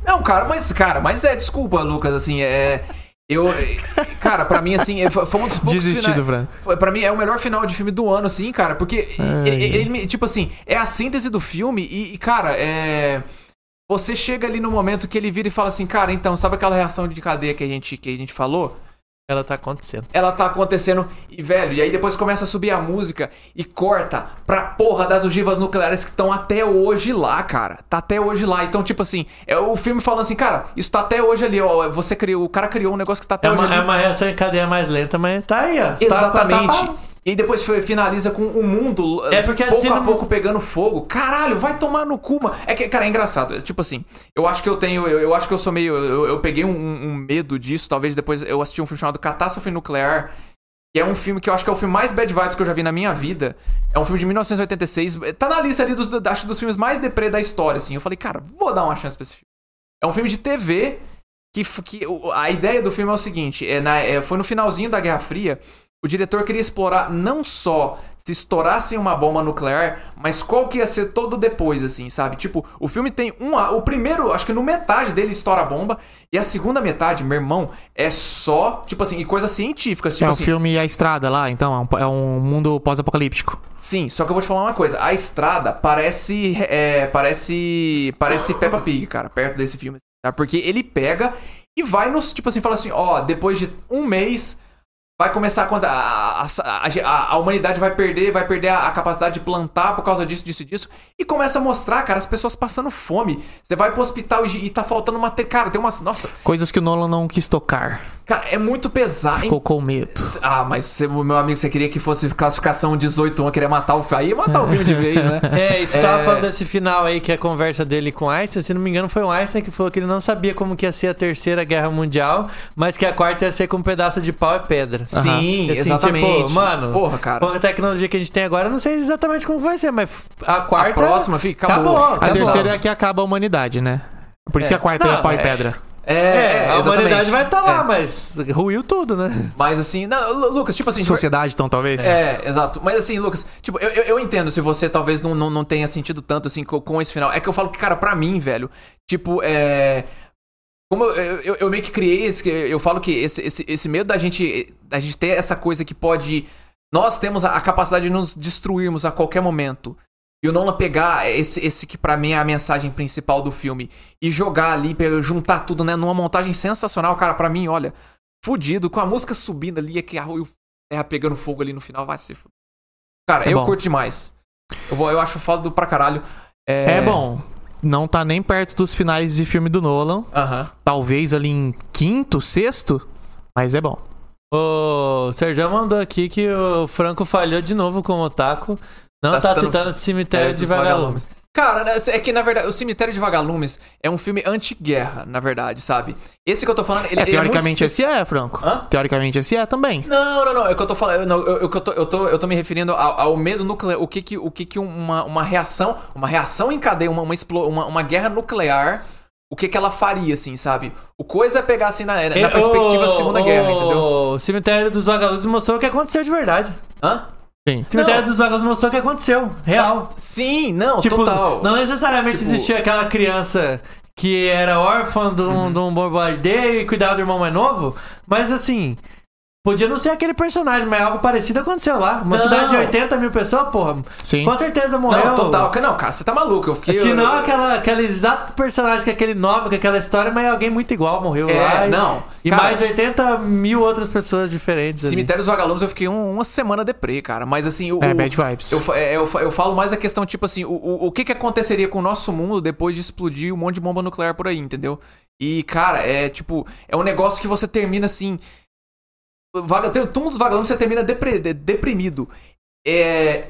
Não, cara, mas, cara, mas é, desculpa, Lucas, assim, é... Eu, cara, pra mim, assim, foi um dos poucos Desistido, finais... Franco. Pra mim, é o melhor final de filme do ano, assim, cara, porque, Ai, ele, ele, ele, tipo assim, é a síntese do filme e, e, cara, é... Você chega ali no momento que ele vira e fala assim, cara, então, sabe aquela reação de cadeia que a gente, que a gente falou? Ela tá acontecendo. Ela tá acontecendo e, velho, e aí depois começa a subir a música e corta pra porra das ogivas nucleares que estão até hoje lá, cara. Tá até hoje lá. Então, tipo assim, é o filme falando assim, cara, isso tá até hoje ali, ó. Você criou, o cara criou um negócio que tá até É hoje uma, ali. é uma reação em cadeia mais lenta, mas tá aí, ó. Exatamente. Tá, tá, tá. E aí depois finaliza com o mundo É porque pouco assim a não- pouco pegando fogo. Caralho, vai tomar no cu, mano. É que, cara, é engraçado. É, tipo assim, eu acho que eu tenho. Eu, eu acho que eu sou meio. Eu, eu peguei um, um medo disso. Talvez depois eu assisti um filme chamado Catástrofe Nuclear. Que é um filme que eu acho que é o filme mais bad vibes que eu já vi na minha vida. É um filme de mil novecentos e oitenta e seis. Tá na lista ali dos, acho, dos filmes mais deprê da história, assim. Eu falei, cara, vou dar uma chance pra esse filme. É um filme de T V. Que, que a ideia do filme é o seguinte: é na, é, foi no finalzinho da Guerra Fria. O diretor queria explorar não só se estourassem uma bomba nuclear, mas qual que ia ser todo depois, assim, sabe? Tipo, o filme tem um... O primeiro, acho que no metade dele estoura a bomba, e a segunda metade, meu irmão, é só, tipo assim, e coisas científicas, tipo É o assim... filme A Estrada lá, então, é um, é um mundo pós-apocalíptico. Sim, só que eu vou te falar uma coisa. A estrada parece... É, parece... Parece Peppa Pig, cara, perto desse filme, tá? Porque ele pega e vai nos... Tipo assim, fala assim, ó, depois de um mês... Vai começar a, contar, a, a, a, a humanidade vai perder, vai perder a, a capacidade de plantar por causa disso, disso e disso. E começa a mostrar, cara, as pessoas passando fome. Você vai pro hospital e, e tá faltando uma... Cara, tem umas... Nossa, Coisas que o Nolan não quis tocar. cara, é muito pesado. Ficou com medo. Ah, mas você, meu amigo, você queria que fosse classificação dezoito um, queria matar o filme. Aí ia matar o filme de vez, né? É, e você tava falando desse final aí, que é a conversa dele com Einstein. Se não me engano, foi o Einstein que falou que ele não sabia como que ia ser a terceira guerra mundial, mas que a quarta ia ser com um pedaço de pau e pedra. Sim, Assim, exatamente. Tipo, mano, porra, cara. com a tecnologia que a gente tem agora, eu não sei exatamente como vai ser, mas a quarta... A próxima, filho, acabou. Acabou, A acabou. terceira é a que acaba a humanidade, né? Por isso que a quarta Não, é pau e é- pedra. É, É, é, a exatamente. humanidade vai estar lá, É. mas ruiu tudo, né? Mas assim, não, Lu- Lucas, tipo assim... Sociedade, então, talvez? É, exato. Mas assim, Lucas, tipo, eu, eu, eu entendo se você talvez não, não, não tenha sentido tanto assim com, com esse final. É que eu falo que, cara, pra mim, velho, tipo, é... Como eu, eu, eu meio que criei esse... Eu falo que esse, esse, esse medo da gente, da gente ter essa coisa que pode... Nós temos a, a capacidade de nos destruirmos a qualquer momento. E o Nolan pegar esse, esse que pra mim é a mensagem principal do filme e jogar ali, pegar- juntar tudo, né, numa montagem sensacional, cara, pra mim, olha, fudido, com a música subindo ali, aqui, a terra pegando fogo ali no final, vai se fuder. Cara, É eu bom. curto demais. Eu, eu acho foda do pra caralho. É bom. Não tá nem perto dos finais de filme do Nolan. Aham. Talvez ali em quinto, sexto. Mas é bom. O Sérgio mandou aqui que o Franco falhou de novo com o Otaku. Não tá, Tá citando, citando- Cemitério É, de dos Vagalumes. Cara, né, é que na verdade, o Cemitério de Vagalumes é um filme anti-guerra, na verdade, sabe? Esse que eu tô falando, ele É, ele teoricamente muito esse é, Franco. Hã? Teoricamente esse é também. Não, não, não. É o que eu tô falando. Não, eu, eu, eu, tô, eu, tô, eu tô me referindo ao, ao medo nuclear. O que que, o que, que uma, uma reação. Uma reação em cadeia, uma, uma, explo- uma, uma guerra nuclear. O que que ela faria, assim, sabe? O coisa é pegar assim na, na perspectiva da Segunda o, Guerra, entendeu? O Cemitério dos Vagalumes mostrou o que aconteceu de verdade. Hã? Sim. O Cemitério Não. dos Vagalumes mostrou o que aconteceu. Real. Sim, não, Tipo, total. não necessariamente Tipo- existia aquela criança que era órfã de um, de um bombardeio e cuidava do irmão mais novo, mas assim, podia não ser aquele personagem, mas algo parecido aconteceu lá. Uma Não. cidade de oitenta mil pessoas, porra, Sim. com certeza morreu. Não, total. Não, cara, você tá maluco. Eu fiquei. Se não, eu- aquela, aquele exato personagem com aquele nome, com aquela história, mas alguém muito igual morreu É, lá. E, não. E Cara, mais oitenta mil outras pessoas diferentes. ali. Cemitério dos Vagalumes eu fiquei um- uma semana deprê, cara. Mas assim, o. É, o- bad vibes. Eu, fa- é, eu, fa- eu falo mais a questão, tipo assim, o, o, o que que aconteceria com o nosso mundo depois de explodir um monte de bomba nuclear por aí, entendeu? E, cara, é tipo, é um negócio que você termina assim. O vaga- tem o túmulo dos vagalumes, você termina depre- de- deprimido. É.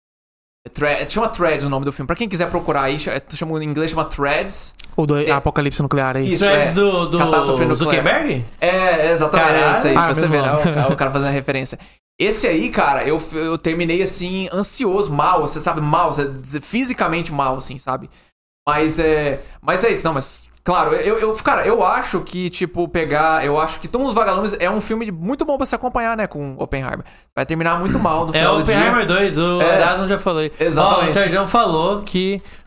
Thread, chama Threads o nome do filme. Pra quem quiser procurar aí, cha- chama, em inglês chama Threads. O do É. Apocalipse Nuclear aí. Isso. Threads é. do, do Catástrofe nuclear. Zuckerberg? É, exatamente. Caralho. É isso aí, Ah, pra você mesmo ver, né? nome. O, o cara fazendo a referência. Esse aí, cara, eu, eu terminei assim, ansioso, mal, você sabe, mal, você- fisicamente mal, assim, sabe? Mas é. Mas é isso, não, mas. Claro, eu, eu, cara, eu acho que, tipo, pegar. Eu acho que Túmulo dos Vagalumes é um filme muito bom pra se acompanhar, né, com Oppenheimer. Vai terminar muito mal no É final o do dia. Oppenheimer dois, o É. Erasmo já falou aí. Exatamente. Ó, o Sérgio falou que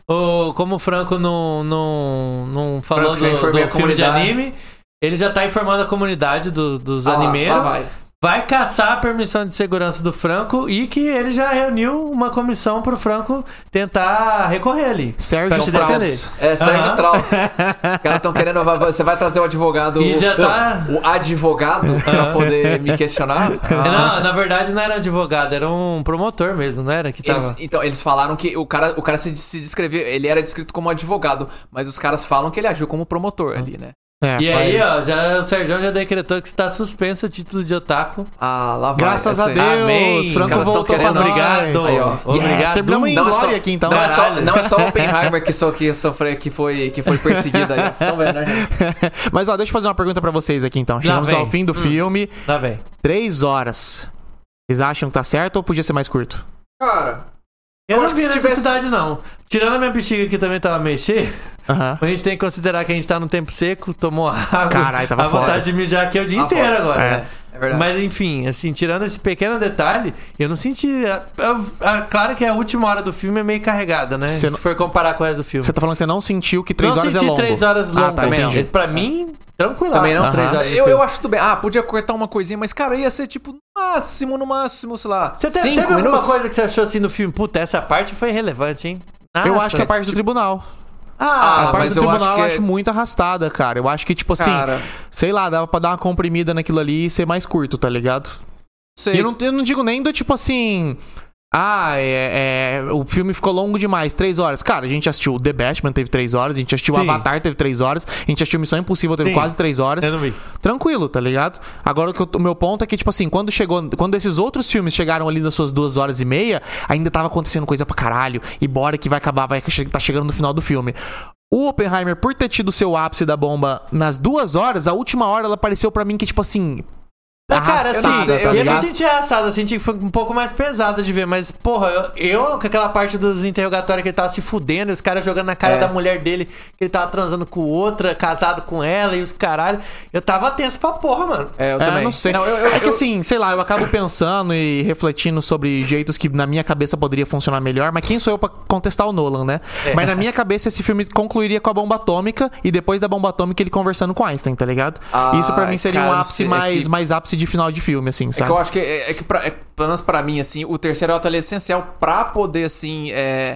o, como o Franco não, não, não falou Franco já do, informei do a filme de comunidade. anime, ele já tá informando a comunidade do- dos Ah lá, animeiros. lá vai. Vai caçar a permissão de segurança do Franco e que ele já reuniu uma comissão pro Franco tentar recorrer ali. Sérgio Pra se Strauss. defender. É, Sérgio Aham. Strauss. Os caras estão querendo. Você vai trazer o advogado. E já tá- O advogado pra poder me questionar? Não, na verdade não era advogado, era um promotor mesmo, não era? Que tava... Eles, então, eles falaram que o cara, o cara se, se descreveu, ele era descrito como advogado, mas os caras falam que ele agiu como promotor ali, né? É, E aí, mas- ó, já, o Sérgio já decretou que está suspenso o título de otaku. Ah, lá vai. Graças a essa aí. Deus, Amém. Franco Os caras tão voltou pra querendo- nós. Obrigado. Aí, ó. Obrigado. Yes, terminamos em Não é, glória só, aqui, então. não, é só, Caralho. não é só Oppenheimer que, so, que sofreu, que foi, que foi perseguido aí. Vocês estão vendo, né, gente? Mas ó, deixa eu fazer uma pergunta pra vocês aqui então. Chegamos vem. ao fim do filme. Tá bem. Três horas. Vocês acham que tá certo ou podia ser mais curto? Cara, Eu, Eu não acho que vi se necessidade, não. Tirando a minha bexiga que também tava meio cheia, Aham. a gente tem que considerar que a gente tá no tempo seco, tomou água. Caralho, tava a vontade foda. de mijar aqui é o dia Ah, inteiro foda. agora. É. né? é verdade. Mas enfim, assim, tirando esse pequeno detalhe, eu não senti. a- a- a- claro que a última hora do filme é meio carregada, né? Você Se não- for comparar com o resto do filme. Você tá falando que você não sentiu que três não horas senti é longo? três horas Ah, longo. tá, também não. entendi. Pra mim, tranquilo. Também não. três Aham. horas de Eu, filme. eu acho tudo bem. Ah, podia cortar uma coisinha, mas, cara, ia ser tipo, no máximo, no máximo, sei lá, Você te- cinco teve alguma minutos. coisa que você achou assim no filme? Puta, essa parte foi relevante, hein? Eu Nossa. acho que a parte do tribunal. Ah, a parte mas do eu tribunal acho que eu é- acho muito arrastada, cara. Eu acho que, tipo assim, Cara, sei lá, dava pra dar uma comprimida naquilo ali e ser mais curto, tá ligado? sei. E eu não, eu não digo nem do tipo assim. Ah, é, é, o filme ficou longo demais, três horas. Cara, a gente assistiu The Batman, teve três horas. A gente assistiu Sim. Avatar, teve três horas. A gente assistiu Missão Impossível, teve Sim. quase três horas. Eu não vi. Tranquilo, tá ligado? Agora o, que eu- o meu ponto é que, tipo assim, quando chegou. Quando esses outros filmes chegaram ali nas suas duas horas e meia, ainda tava acontecendo coisa pra caralho. E bora que vai acabar, vai che- tá chegando no final do filme. O Oppenheimer, por ter tido seu ápice da bomba nas duas horas, a última hora ela pareceu pra mim que, tipo assim. Ah, cara, arrastada, assim, sei, tá eu não ligado? senti arrasado, eu senti que foi um pouco mais pesada de ver, mas, porra, eu, eu com aquela parte dos interrogatórios que ele tava se fudendo, os caras jogando na cara É. da mulher dele, que ele tava transando com outra, casado com ela e os caralho, eu tava tenso pra porra, mano. É, eu É, também. não sei. Não, eu, eu, é que eu- assim, sei lá, eu acabo pensando e refletindo sobre jeitos que na minha cabeça poderia funcionar melhor, mas quem sou eu pra contestar o Nolan, né? É. Mas na minha cabeça esse filme concluiria com a bomba atômica e depois da bomba atômica ele conversando com Einstein, tá ligado? Ah, Isso pra mim seria cara, um não ápice sei, é mais, que- mais ápice de final de filme, assim, É sabe? que eu acho que, é, é que pra, é, pelo menos pra mim, assim, o terceiro ato ele é essencial pra poder, assim, é,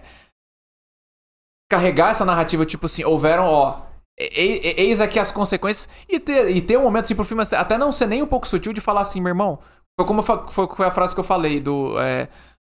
carregar essa narrativa, tipo assim, houveram, ó, e- e- eis aqui as consequências, e ter, e ter um momento, assim, pro filme até não ser nem um pouco sutil de falar assim, meu irmão, foi como eu fa- foi, foi a frase que eu falei do, é,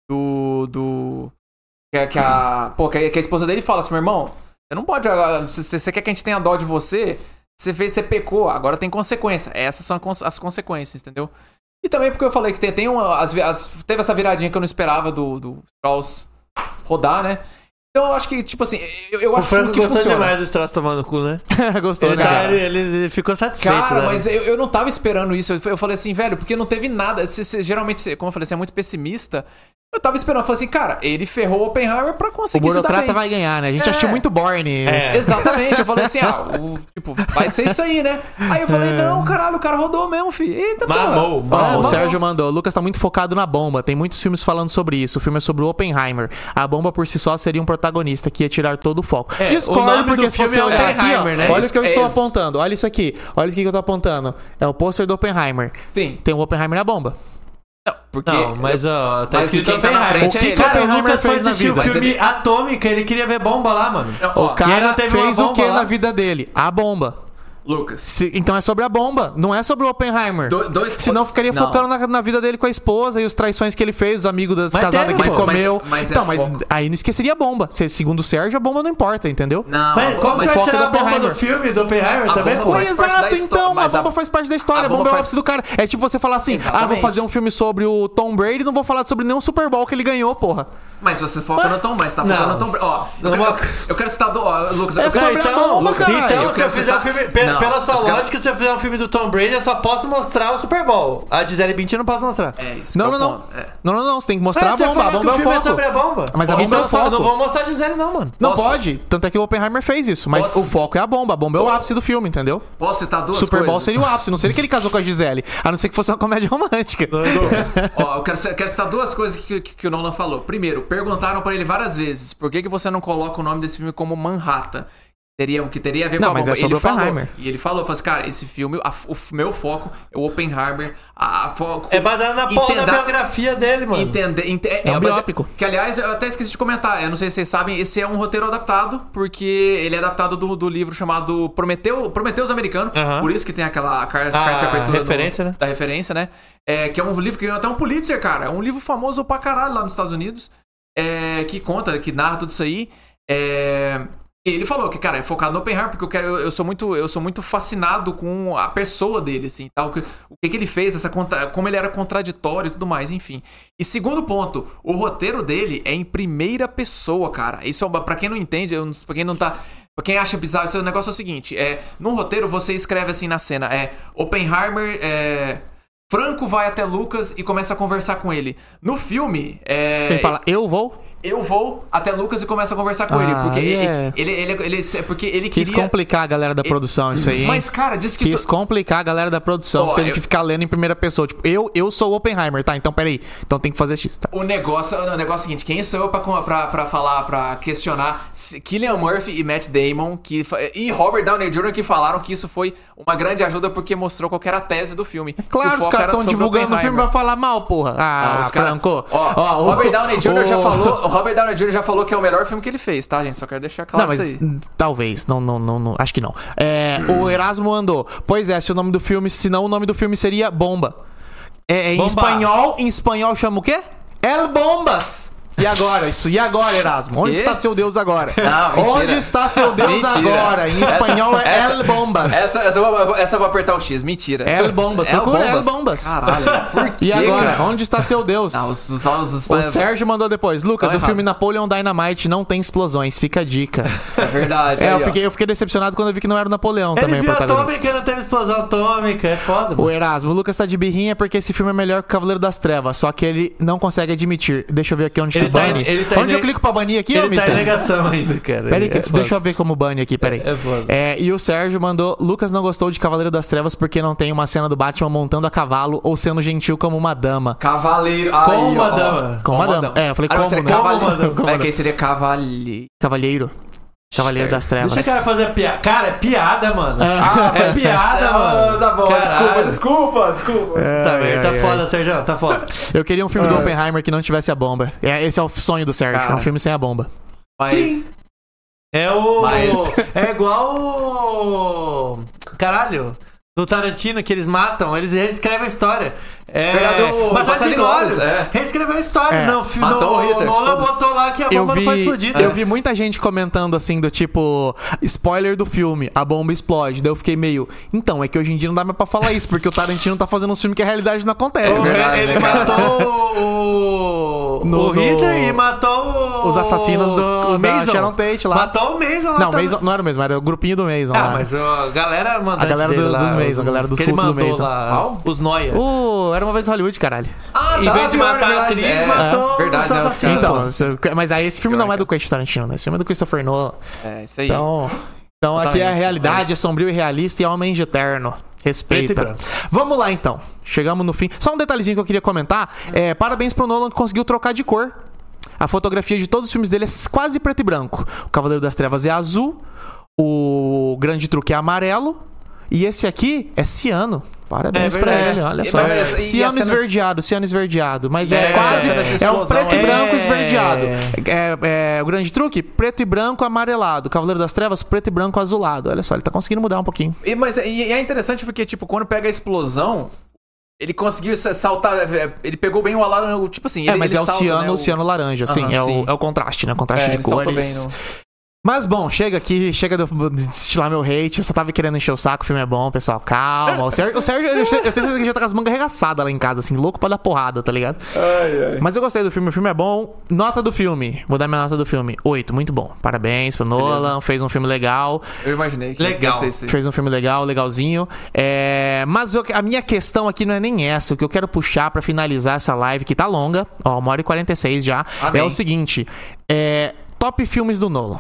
do, do, que, a- que a, pô, que a, que a esposa dele fala assim, meu irmão, você não pode, ah, se você quer que a gente tenha dó de você, você fez, você pecou, agora tem consequência, essas são as as consequências, entendeu? E também porque eu falei que tem, tem uma, as, as- teve essa viradinha que eu não esperava do, do Strauss rodar, né? Então eu acho que, tipo assim, eu, eu O acho Franco que gostou funciona. demais do Strauss tomando cu, né? Gostou, Ele, né, tá- cara? ele- ele ficou satisfeito, Cara, né? mas eu, eu não tava esperando isso. Eu, eu falei assim, velho, porque não teve nada. Você, você, geralmente, você- como eu falei, você é muito pessimista. Eu tava esperando, eu falei assim, cara, ele ferrou o Oppenheimer pra O conseguir se dar burocrata bem. vai ganhar, né? A gente É. assistiu muito Borne. É. Exatamente, eu falei assim, ah, o, tipo, vai ser isso aí, né? Aí eu falei, não, caralho, o cara rodou mesmo, filho. Eita, porra. Mamou, Ó, mamou. o Sérgio mandou, o Lucas tá muito focado na bomba. Tem muitos filmes falando sobre isso. O filme é sobre o Oppenheimer. A bomba por si só seria um protagonista que ia tirar todo o foco. É, o Discordo, nome porque do se filme você é olhar aqui, ó, Oppenheimer, né? olha o que eu É estou isso. apontando. Olha isso aqui. Olha o que eu tô apontando. É o pôster do Oppenheimer. Sim. Tem o Oppenheimer na bomba. Porque. Não, mas ó, tá Mas escrito quem tá na Oppenheimer. frente O que é ele. que Cara, o Oppenheimer Lucas foi fez na assistir o vida? filme Mas ele- Atômica, ele queria ver bomba lá, mano. O E ele cara não teve uma fez o bomba que lá. na vida dele? A bomba. Lucas. Se- então é sobre a bomba, não é sobre o Oppenheimer. Do- dois- Senão ficaria Não. focando na, na vida dele com a esposa e os traições que ele fez, os amigos das Mas casadas teve, que ele pô. comeu. Mas- mas é então, mas foco. aí não esqueceria a bomba. Se, segundo o Sérgio, a bomba não importa, entendeu? Não, Mas como mas você vai foca tirar do a bomba Oppenheimer. do filme do Oppenheimer A também? bomba pô? Foi faz parte da exato, história, então. A mas a- bomba faz parte da história. a A bomba, bomba é o faz- ápice do cara. É tipo você falar assim: ah, vou Exatamente. fazer um filme sobre o Tom Brady e não vou falar sobre nenhum Super Bowl que ele ganhou, porra. Mas você foca no Tom, mas você tá Não. focando no Tom Brady. Ó, eu, Não, quero- eu quero citar do. Ó, Lucas, É eu sobre quero, a bomba, Lucas, caralho. Então, eu se quero eu fizer citar- um filme. pe- Não, pela sua eu quero- lógica, se eu fizer um filme do Tom Brady, eu só posso mostrar o Super Bowl. A Gisele Bündchen eu não posso mostrar. É isso. Não, que é não, o não. ponto, é. Não, não, não. Você tem que mostrar Ah, a você bomba. A falou que bomba o é o filme é foco. sobre a bomba. Mas a Então bomba é o só- foco. Não vou mostrar a Gisele, não, mano. Não Posso- pode. Tanto é que o Oppenheimer fez isso. Mas Posso- o foco é a bomba. A bomba é o ápice do filme, entendeu? Posso citar duas Super Bowl coisas? seria o ápice. Não seria que ele casou com a Gisele. A não ser que fosse uma comédia romântica. Ó, eu quero, eu quero citar duas coisas que, que, que o Nolan falou. Primeiro, perguntaram pra ele várias vezes por que, que você não coloca o nome desse filme como Manhattan. Teria, que teria a ver não, com a mas bomba. é sobre ele falou, Oppenheimer. E ele falou, falou assim, cara, esse filme, a, o meu foco é o Oppenheimer. A, a foco, É baseado na, porra, na biografia dele, mano. Entender, ente, é, É um mas- biópico. Que, aliás, eu até esqueci de comentar. Eu não sei se vocês sabem, esse é um roteiro adaptado, porque ele é adaptado do, do livro chamado Prometeu, Prometeus Americano. Aham. Por isso que tem aquela car- Ah, carta de abertura referência, do- né? da referência, né? É, que é um livro que ganhou até um Pulitzer, cara. É um livro famoso pra caralho lá nos Estados Unidos. É, que conta, que narra tudo isso aí. É... E ele falou que, cara, é focado no Oppenheimer, porque eu quero, eu, eu sou muito, eu sou muito fascinado com a pessoa dele, assim, tal, que, o que, que ele fez, essa contra, como ele era contraditório e tudo mais, enfim. E segundo ponto, o roteiro dele é em primeira pessoa, cara. Isso é uma, pra quem não entende, eu não- pra quem não tá, pra quem acha bizarro, esse negócio é o seguinte, é, no roteiro você escreve assim na cena, é Oppenheimer, é, Franco vai até Lucas e começa a conversar com ele. No filme, é, Ele fala, eu vou? eu vou até Lucas e começo a conversar com Ah, ele. Porque aí ele, é. ele, ele, ele, ele- porque ele Quis queria... complicar a galera da produção, isso aí, hein? Mas, cara, disse que... Quis tu- complicar a galera da produção, Ó, teve eu- que ficar lendo em primeira pessoa. Tipo, eu, eu sou o Oppenheimer, tá? Então, peraí. Então tem que fazer X, tá? O negócio, o negócio é o seguinte, quem sou eu pra, pra, pra falar, pra questionar se Cillian Murphy e Matt Damon que, fa- e Robert Downey Júnior que falaram que isso foi uma grande ajuda porque mostrou qual que era a tese do filme. Que Claro, o os foco caras era estão sobre divulgando o filme Oppenheimer. pra falar mal, porra. Ah, Ah, os cara- Franco. Ó, o Robert Downey Júnior já o- falou, o Robert Downey Júnior já falou que é o melhor filme que ele fez, tá, gente? Só quero deixar claro Não, mas isso aí. hum, talvez. Não, não, não, não. Acho que não. É, o Erasmo andou. Pois é, se o nome do filme, se não o nome do filme seria Bomba. É, é, em Bomba. espanhol, em espanhol chama o quê? El Bombas. E agora, isso? E agora, Erasmo? Onde Quê? está seu Deus agora? Não, mentira. Onde está seu Deus Mentira. agora? Em espanhol é El Bombas. Essa, essa, eu vou, essa eu vou apertar o X, mentira. El Bombas. El Procura El Bombas. Bombas. Caralho, por quê, E agora, cara? onde está seu Deus? Ah, os, os, os, os, O Sérgio mandou depois. Lucas, Tá o filme errado. Napoleon Dynamite não tem explosões. Fica a dica. É verdade. É, aí, eu ó. fiquei, eu fiquei decepcionado quando eu vi que não era o Napoleão Ele também, o viu protagonista. atômica, não teve explosão atômica, é foda, O mano. Erasmo, o Lucas tá de birrinha porque esse filme é melhor que o Cavaleiro das Trevas, só que ele não consegue admitir. Deixa eu ver aqui onde Ele que tá bane. em- ele tá onde em eu ne- clico pra banir aqui, ô Ele tá em mister? negação ainda, cara. Peraí, que- É foda. deixa eu ver como bane aqui, peraí. É foda. É, e o Sérgio mandou: Lucas não gostou de Cavaleiro das Trevas porque não tem uma cena do Batman montando a cavalo ou sendo gentil como uma dama. Cavaleiro. Com Aí, uma ó. dama. Com uma dama. É, eu falei Ah, não, como, seria né? cavaleiro. Como uma dama, como É uma que aí seria cavalheiro. Cavalheiro. Cavaleiro das Trevas. Deixa o cara fazer piada. Cara, é piada, mano. Ah, é piada, mano. Tá bom, Caralho. desculpa, desculpa, desculpa. Tá, Ai, velho, tá ai, foda, Sérgio, tá foda. Eu queria um filme do Oppenheimer que não tivesse a bomba. É, esse é o sonho do Sérgio. Cara. É um filme sem a bomba. Mas. É o. Mas- É igual o. Caralho. Do Tarantino, que eles matam, eles reescrevem a história. É. Verdade, o Mas Bastardos Inglórios, é. Reescreveu a história. É. Não, fi- Matou no, o Hitler, Nolan foda-se. botou lá que a Eu bomba não foi vi, explodida. eu vi muita gente comentando assim, do tipo, spoiler do filme, a bomba explode. Daí eu fiquei meio, então, é que hoje em dia não dá mais pra falar isso, porque o Tarantino tá fazendo um filme que a realidade não acontece. O- né? verdade, ele né, cara? matou o, No- o Hitler no- e matou o- Os assassinos do- o da Mason. Sharon Tate lá. Matou o Mason lá Não, também. Mason, não era o mesmo, era o grupinho do Mason Ah, lá. mas a galera mandou A galera do- do Mason, a galera dos que ele cultos do mandou Mason. lá, Qual? os noia. Uh, era uma vez em Hollywood, caralho. Ah, Em vez de pior, matar a verdade, atriz, é. matou Verdade, os né, os assassinos. caras- Então, isso- mas aí esse filme Pior, não é do cara. Quentin Tarantino, né? Esse filme é do Christopher Nolan. É, isso aí. Então, então aqui é a Exatamente, realidade, mas- é sombrio e realista e homem de eterno. Respeita. Preto e branco. Vamos lá então. Chegamos no fim. Só um detalhezinho que eu queria comentar. É, parabéns pro Nolan que conseguiu trocar de cor. A fotografia de todos os filmes dele é quase preto e branco. O Cavaleiro das Trevas é azul. O Grande Truque é amarelo. E esse aqui é ciano. Parabéns É pra verdade. ele, olha E- só. mas- e Ciano as cenas- esverdeado, ciano esverdeado. Mas é, É, quase. essa cena de É um explosão preto e é- branco esverdeado. É, é, o Grande Truque, preto e branco amarelado. O Cavaleiro das Trevas, preto e branco azulado. Olha só, ele tá conseguindo mudar um pouquinho. E, mas e, e é interessante porque, tipo, quando pega a explosão, ele conseguiu sa- saltar. é, Ele pegou bem o alarme. Tipo assim, É, ele, mas ele é o salta, ciano, né, o ciano laranja, assim. Aham, é, sim. o, é o contraste, né? Contraste É, de ele saltou cores. bem no- Mas bom, chega aqui, chega de de destilar meu hate. Eu só tava querendo encher o saco, o filme é bom, pessoal. Calma. O Sérgio, o Sérgio ele- eu tenho certeza que já tá com as mangas arregaçadas lá em casa, assim, louco pra dar porrada, tá ligado? Mas eu gostei do filme, o filme é bom. Nota do filme, vou dar minha nota do filme. Oito, muito bom. Parabéns pro Nolan, fez um filme legal. Eu imaginei que Legal. ia ser esse- Fez um filme legal, legalzinho. É, mas eu- a minha questão aqui não é nem essa. O que eu quero puxar pra finalizar essa live, que tá longa, ó, uma hora e quarenta e seis já, Amém. é o seguinte: é, top filmes do Nolan.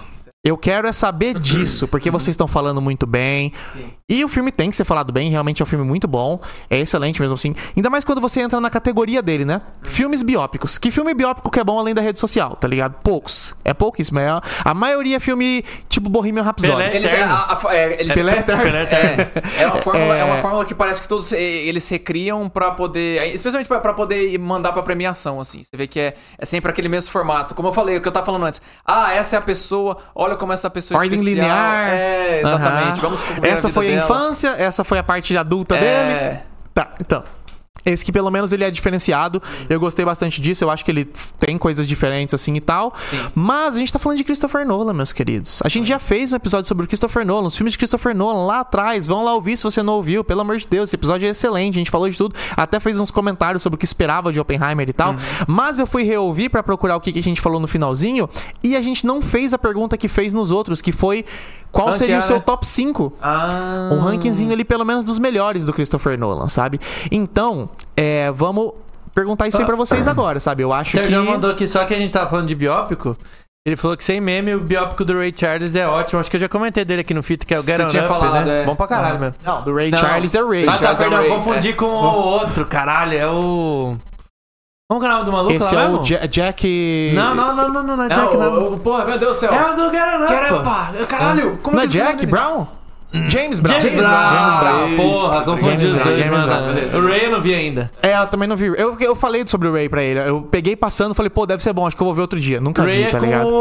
Eu quero é saber disso, porque vocês estão falando muito bem. Sim. E o filme tem que ser falado bem, realmente é um filme muito bom. É excelente mesmo assim. Ainda mais quando você entra na categoria dele, né? Filmes biópicos. Que filme biópico que é bom além da rede social, tá ligado? Poucos. É pouquíssimo. É, a maioria é filme tipo Bohemian Rhapsody. Pelé. Eles, a, a, é, eles, Pelé Eterno. Pelé Eterno. É, é, uma fórmula, É. é uma fórmula que parece que todos eh, eles recriam pra poder... Especialmente pra, pra poder mandar pra premiação, assim. Você vê que é, é sempre aquele mesmo formato. Como eu falei, o que eu tava falando antes. Ah, essa é a pessoa... Olha como essa pessoa Ordem especial... linear. É, exatamente. Aham. Vamos descobrir Essa a vida foi a dela. infância, essa foi a parte adulta dele. É... Tá, então. Esse que pelo menos ele é diferenciado. Eu gostei bastante disso. Eu acho que ele tem coisas diferentes assim e tal. Sim. Mas a gente tá falando de Christopher Nolan, meus queridos. A gente já fez um episódio sobre o Christopher Nolan, os filmes de Christopher Nolan lá atrás. Vão lá ouvir se você não ouviu. Pelo amor de Deus, esse episódio é excelente. A gente falou de tudo. Até fez uns comentários sobre o que esperava de Oppenheimer e tal. Uhum. Mas eu fui reouvir pra procurar o que que a gente falou no finalzinho. E a gente não fez a pergunta que fez nos outros, que foi... Qual Ranquear, seria o seu né? top cinco? Ah... Um rankingzinho ali, pelo menos, dos melhores do Christopher Nolan, sabe? Então, é, vamos perguntar isso aí pra vocês agora, sabe? Eu acho O Sérgio que... mandou aqui, só que a gente tava falando de biópico. Ele falou que sem meme, o biópico do Ray Charles é ótimo. Acho que eu já comentei dele aqui no Fita, que é o Você Get On tinha Up, falado, né? é. Bom pra caralho Uhum. mesmo. Não, do Ray Não. Charles é Ray. Ah, tá, Charles é o perdão, Ray, confundi é. com o outro, caralho. É o... Como que é o nome do maluco Esse lá é mesmo? o Ja- Jack... Não, não, não, não, não, não é Não, Jack, não. o, o, porra, meu Deus do céu. É o do Get On Up, pô. Caramba, caralho. Como Não é que eu esqueci o Jack nome dele? Brown? James Brown. James Brown. James Brown. Isso, Porra, confundi James os Brown, dois, James mano. Brown. O Ray eu não vi ainda. É, eu também não vi. Eu, eu falei sobre o Ray pra ele. Eu peguei passando e falei, pô, deve ser bom, acho que eu vou ver outro dia. Nunca Ray vi, é tá com ligado?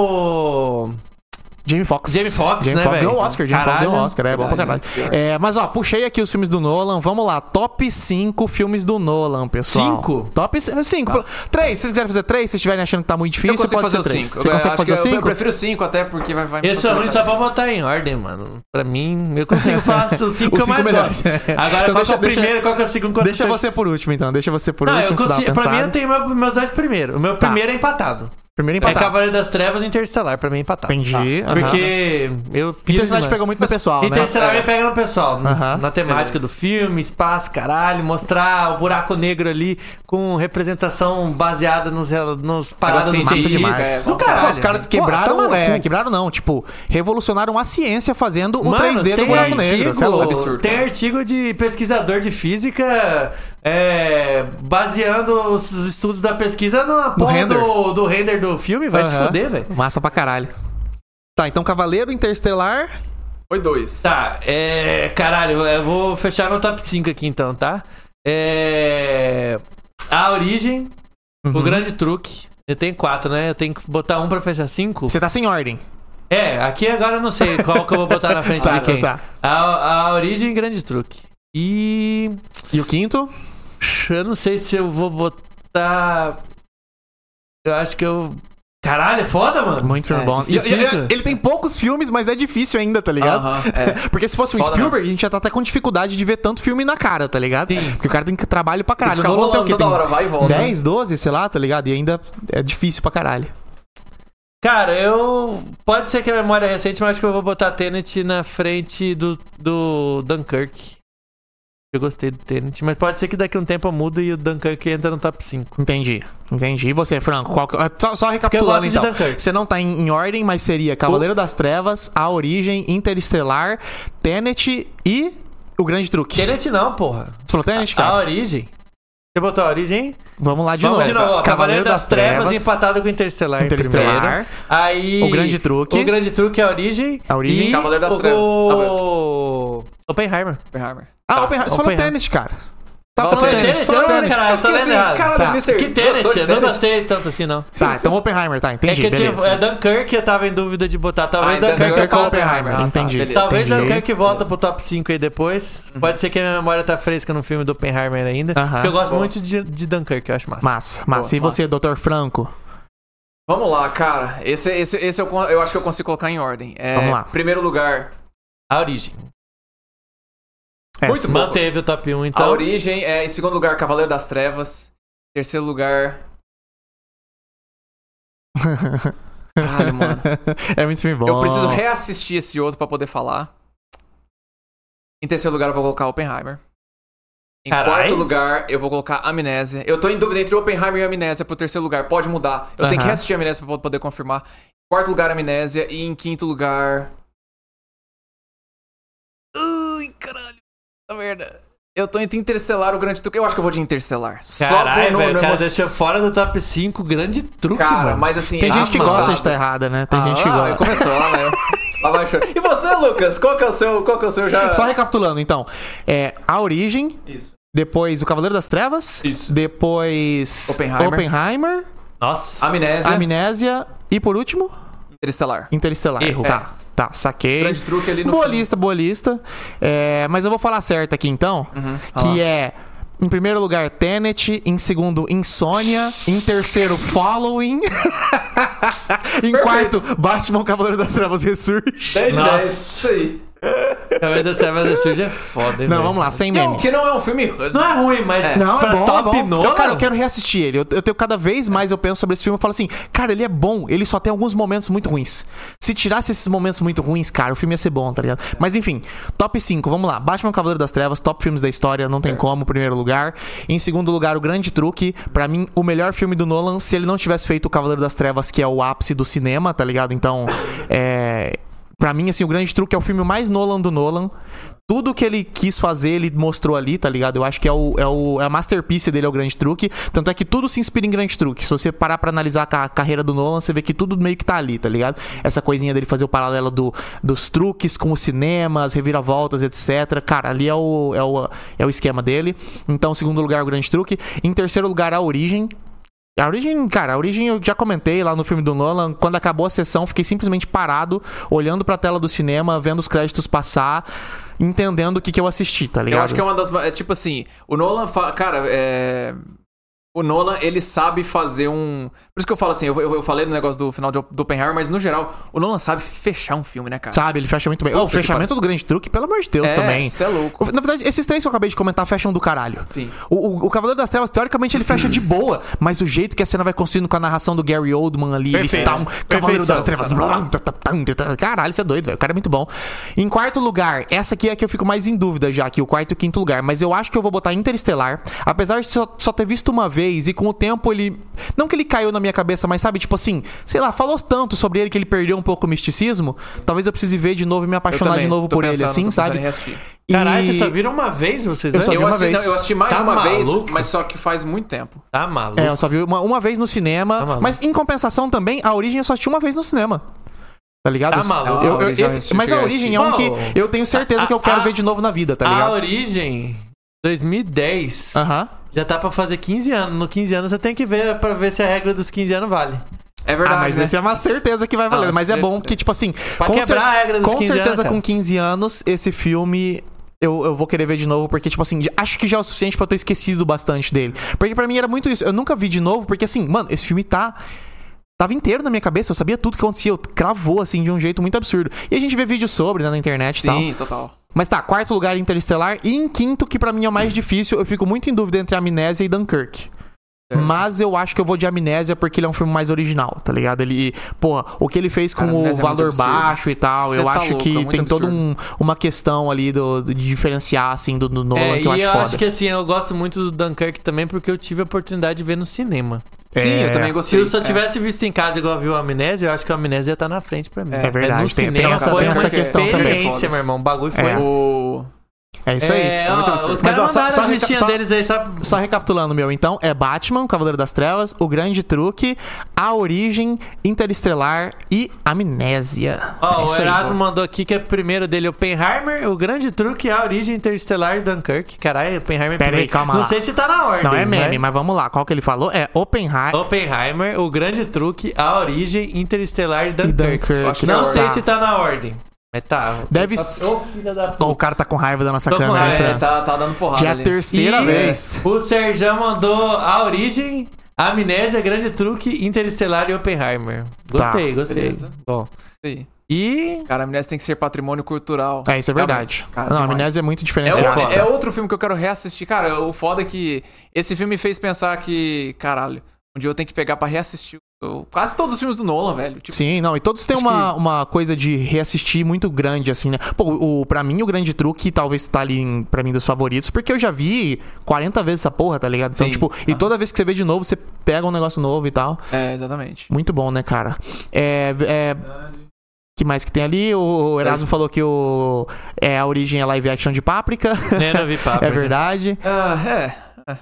o... Jamie Foxx. Jamie Foxx, Jamie né, Foxx velho? ganhou o Oscar. Jamie Foxx ganhou o Caralho. Oscar, é bom pra caralho. Verdade, É, mas ó, puxei aqui os filmes do Nolan. Vamos lá, top cinco filmes do Nolan, pessoal. Cinco? Top cinco. Três, se vocês quiserem fazer três, se vocês estiverem achando que tá muito difícil, Eu consigo pode fazer ser os três. cinco. Você Eu consegue acho fazer que os eu- cinco? Eu prefiro cinco até porque vai... vai me Eu sou ruim facilitar. só pra botar em ordem, mano. Pra mim, eu consigo fazer os cinco que Os eu cinco mais melhores. gosto. Agora, Então qual que é deixa- o primeiro, deixa- qual que é o segundo, qual que é o Deixa terceiro? você por último, então. Deixa você por Não, último, eu que você dá uma consigo, pra mim pensada. eu tenho meu- meus dois primeiros. O meu Tá. primeiro é empatado. Primeiro É empatado. Cavaleiro das Trevas e Interestelar, pra mim é empatado. Entendi. Tá. aham. Porque eu piro Interestelar te demais. pegou muito no pessoal, né? Interestelar É. me pega no pessoal, na- Aham. na temática Beleza. do filme, espaço, caralho, mostrar o buraco negro ali com representação baseada nos, nos paradas do Massa Massa científico. demais. é, Do bom. caralho, Os caras assim. quebraram, Pô, tá é, maluco. quebraram não, tipo, revolucionaram a ciência fazendo o Mano, três D do tem buraco artigo, negro. Isso é louco. absurdo, tem cara. artigo de pesquisador de física é, baseando os estudos da pesquisa na porra render. do, do render do filme. Vai se Aham. fuder, velho. Massa pra caralho. Tá, então Cavaleiro, Interestelar. Foi dois. Tá, é. Caralho, eu vou fechar meu top cinco aqui então, tá? É. A Origem, Uhum. O Grande Truque. Eu tenho quatro, né? Eu tenho que botar um pra fechar cinco. Você tá sem ordem. É, aqui agora eu não sei qual que eu vou botar na frente Tá, de quem. tá, tá. A, a Origem e Grande Truque. E. E o quinto? Eu não sei se eu vou botar. Eu acho que eu. Caralho, é foda, mano. Muito filme É, bom. E- difícil e- isso. ele tem poucos filmes, mas é difícil ainda, tá ligado? Aham, é. Porque se fosse um Foda Spielberg, a gente já tá até com dificuldade de ver tanto filme na cara, tá ligado? Sim. Porque o cara tem que trabalho pra caralho. Fica O Nolan tem o rolando quê? toda Tem hora, vai e volta. dez, doze, sei lá, tá ligado? E ainda é difícil pra caralho. Cara, eu. Pode ser que a memória é recente, mas acho que eu vou botar Tenet na frente do, do Dunkirk. Eu gostei do Tenet, mas pode ser que daqui a um tempo eu mudo e o Dunkirk entra no top cinco. Entendi, entendi. E você, Franco? Qual que- Só, só Porque eu recapitulando gosto de então. Dunkirk. Você não tá em, em ordem, mas seria Cavaleiro das Trevas, A Origem, Interestelar, Tenet e O Grande Truque. Tenet não, porra. Você falou Tenet, A cara? Origem. Você botou a Origem? Vamos lá de Vamos novo. de novo. ó. Cavaleiro das, Trevas, empatado com Interestelar. em Interestelar. primeiro. Aí. O Grande Truque. O Grande Truque é a Origem. A Origem. E Cavaleiro das o... Trevas. O... Oppenheimer. Oppenheimer. Ah, Tá. Oppenheimer. Você falou Oppenheimer. Tenet, cara. Tá Fala falando Tenet. Tenet. Tenet, Falou eu não, Tenet. caralho, eu tô Eu fiquei lendo assim, errado. caralho, Tá. me serviu. Que Tenet? Gostou de Eu não Tenet? gostei tanto assim, não. Tá, então Oppenheimer, tá, É entendi, que eu tinha, beleza. é Dunkirk que eu tava em dúvida de botar. Talvez Ah, Dunkirk, Dunkirk eu com passe. Oppenheimer. Ah, tá, Entendi. beleza. Talvez Entendi. Dunkirk volta pro top cinco aí depois. Pode ser que a minha memória tá fresca no filme do Oppenheimer ainda. Aham. Porque eu gosto Boa. muito de, de Dunkirk, eu acho massa. Massa, massa. Boa, E você, massa. doutor Franco? Vamos lá, cara. Esse, esse, esse eu, con- eu acho que eu consigo colocar em ordem. É, Vamos lá. Primeiro lugar, A Origem. Muito Essa. bom. Manteve o top um, então. A Origem. É, em segundo lugar, Cavaleiro das Trevas. Terceiro lugar... Caralho, mano. É muito filme bom. Eu preciso reassistir esse outro pra poder falar. Em terceiro lugar, eu vou colocar Oppenheimer. Em Carai. quarto lugar, eu vou colocar Amnésia. Eu tô em dúvida entre Oppenheimer e Amnésia pro terceiro lugar. Pode mudar. Eu tenho que Aham. reassistir Amnésia pra poder confirmar. Quarto lugar, Amnésia. E em quinto lugar... Ui, caralho. Tá merda. Eu tô entre Interestelar ou Grande Truque. Eu acho que eu vou de Interestelar. Caralho, Só velho, o cara no... deixou fora do top cinco Grande Truque, Cara, mano. mas assim... Tem gente que amarrado. gosta de estar errada, né? Tem Ah, gente que ah, gosta. começou lá, né? Lá vai chorar. E você, Lucas? Qual que é o seu... Qual que é o seu já... Só recapitulando, então. É A Origem, Isso. depois O Cavaleiro das Trevas, Isso. depois Oppenheimer. Oppenheimer, Nossa. Amnésia. Amnésia e por último, Interestelar. Interestelar. Erro. Tá, tá, saquei. Grande Truque ali no Boa fim. lista, boa lista. É, mas eu vou falar certo aqui então, Uhum. que é... Em primeiro lugar, Tenet. Em segundo, Insônia. Em terceiro, Following. Em Perfeito. quarto, Batman, o Cavaleiro das Trevas Ressurge. dez de Nossa. dez. Isso aí. Cavaleiro das Trevas da Surge é foda, hein, Não, velho. vamos lá, sem Não, meme. que não é um filme... Não é ruim, mas Não, pra é bom, top é bom. Nolan... Eu, cara, eu quero reassistir ele. Eu, eu tenho cada vez mais, eu penso sobre esse filme e falo assim, cara, ele é bom, ele só tem alguns momentos muito ruins. Se tirasse esses momentos muito ruins, cara, o filme ia ser bom, tá ligado? Mas enfim, top cinco, vamos lá. Batman, Cavaleiro das Trevas, top filmes da história, não tem como, primeiro lugar. Em segundo lugar, O Grande Truque. Pra mim, o melhor filme do Nolan, se ele não tivesse feito O Cavaleiro das Trevas, que é o ápice do cinema, tá ligado? Então, é... Pra mim, assim, O Grande Truque é o filme mais Nolan do Nolan. Tudo que ele quis fazer, ele mostrou ali, tá ligado? Eu acho que é, o, é, o, é a masterpiece dele, é o Grande Truque. Tanto é que tudo se inspira em Grande Truque. Se você parar pra analisar a carreira do Nolan, você vê que tudo meio que tá ali, tá ligado? Essa coisinha dele fazer o paralelo do, dos truques com os cinemas, reviravoltas, etcétera. Cara, ali é o, é, o, é o esquema dele. Então, em segundo lugar, O Grande Truque. Em terceiro lugar, A Origem. A Origem, cara, a Origem eu já comentei lá no filme do Nolan. Quando acabou a sessão, fiquei simplesmente parado, olhando pra tela do cinema, vendo os créditos passar, entendendo o que, que eu assisti, tá ligado? Eu acho que é uma das... É tipo assim, o Nolan... Fa... Cara, é... O Nolan, ele sabe fazer um... Por isso que eu falo assim, eu, eu, eu falei no negócio do final de, do Oppenheimer, mas no geral, o Nolan sabe fechar um filme, né, cara? Sabe, ele fecha muito bem. Oh, o fechamento do Grande Truque, pelo amor de Deus, É, também. cê é louco. Na verdade, esses três que eu acabei de comentar fecham do caralho. Sim. O, o, o Cavaleiro das Trevas, teoricamente, ele fecha de boa, mas o jeito que a cena vai construindo com a narração do Gary Oldman ali, ele Perfeito. está um Cavaleiro das Trevas. Perfeição. Caralho, isso é doido, velho. O cara é muito bom. Em quarto lugar, essa aqui é a que eu fico mais em dúvida já, aqui, o quarto e o quinto lugar, mas eu acho que eu vou botar Interestelar, apesar de só, só ter visto uma vez e com o tempo ele... Não que ele caiu na minha cabeça, mas sabe, tipo assim, sei lá, falou tanto sobre ele que ele perdeu um pouco o misticismo, talvez eu precise ver de novo e me apaixonar também, de novo tô por pensando, ele, assim, tô pensando sabe? em reassistir. E- Caralho, vocês só viram uma vez, vocês Eu dois? só vi Eu uma assisti, vez. não, eu assisti mais Tá de uma maluco? vez, mas só que faz muito tempo. Tá maluco. É, eu só vi uma, uma vez no cinema, Tá maluco. mas em compensação também, a Origem eu só assisti uma vez no cinema. Tá ligado? Tá Eu- maluco. eu- eu- A Origem eu esse- assisti, mas a cheguei a Origem é um que assistir. eu tenho certeza que eu quero A- ver de novo na vida, tá A ligado? Origem, dois mil e dez, Aham. já tá pra fazer quinze anos. No quinze anos você tem que ver pra ver se a regra dos quinze anos vale. É verdade, Ah, mas né? esse é uma certeza que vai valer. Ah, mas é bom certeza. que, tipo assim, Pra com, quebrar a regra dos com quinze certeza anos, cara. com quinze anos, esse filme eu, eu vou querer ver de novo, porque, tipo assim, acho que já é o suficiente pra eu ter esquecido bastante dele. Porque pra mim era muito isso. Eu nunca vi de novo, porque assim, mano, esse filme tá. Tava inteiro na minha cabeça, eu sabia tudo que acontecia, eu cravou assim de um jeito muito absurdo. E a gente vê vídeos sobre, né, na internet e tal. Sim, total. Mas tá, quarto lugar Interestelar. E em quinto, que pra mim é o mais difícil, eu fico muito em dúvida entre Amnésia e Dunkirk. Certo. Mas eu acho que eu vou de Amnésia porque ele é um filme mais original, tá ligado? Ele, porra, o que ele fez com Cara, o Amnésia é muito valor absurdo. baixo e tal, Cê eu tá acho louco, que é muito tem toda absurdo. um, uma questão ali do, de diferenciar, assim, do, do Nolan É, que eu e acho eu foda. acho que assim, eu gosto muito do Dunkirk também porque eu tive a oportunidade de ver no cinema. Sim, É. eu também Se gostei. eu só É. tivesse visto em casa igual viu a Amnésia, eu acho que a Amnésia ia estar na frente pra mim. É verdade, Mas no tem- tem cinema essa- foi tem uma essa questão também. experiência, meu irmão. O bagulho foi... É. O... É isso aí. É, É muito ó, absurdo. os Mas, caras ó, só- mandaram só as reca- listinhas só- deles aí, sabe? Só recapitulando, meu, então, é Batman, o Cavaleiro das Trevas, O Grande Truque, A Origem, Interestelar e Amnésia. Ó, É o isso aí. Erasmo mandou aqui que é primeiro dele Oppenheimer, O Grande Truque, A Origem, Interestelar e Dunkirk. Caralho, Oppenheimer Pera aí, primeiro. calma Não lá. sei se tá na ordem. Não é meme, vai? mas vamos lá. Qual que ele falou? É Oppenheimer Oppenheimer, O Grande Truque, A Origem, Interestelar e e Dunkirk. Dunkirk. Acho que Não é sei Tá. se tá na ordem. Mas tá. Deve Ô, ser- filha da Ó, puta. o cara tá com raiva da nossa Tô com câmera, hein, raiva, Fran? É, tá, tá dando porrada Já é a ali. terceira E vez. o Serjão mandou A Origem, Amnésia, Grande Truque, Interestelar e Oppenheimer. Gostei, Tá, gostei. beleza. Bom. Sim. E... Cara, a Amnésia tem que ser patrimônio cultural. É, isso é verdade. Cara, não, a demais. Amnésia é muito É, diferenciada. o- é outro filme que eu quero reassistir. Cara, o foda é que esse filme me fez pensar que, caralho, um dia eu tenho que pegar pra reassistir Quase todos os filmes do Nolan, velho. Tipo, sim, não, e todos têm uma, que... uma coisa de reassistir muito grande, assim, né? Pô, o, pra mim, o Grande Truque talvez tá ali, em, pra mim, dos favoritos, porque eu já vi quarenta vezes essa porra, tá ligado? Então, sim. tipo, e toda vez que você vê de novo, você pega um negócio novo e tal. É, exatamente. Muito bom, né, cara? É... é... que mais que tem ali? O Erasmo é. falou que o, é, a origem é live action de Páprica. Eu não vi Páprica. É verdade. Uh, é...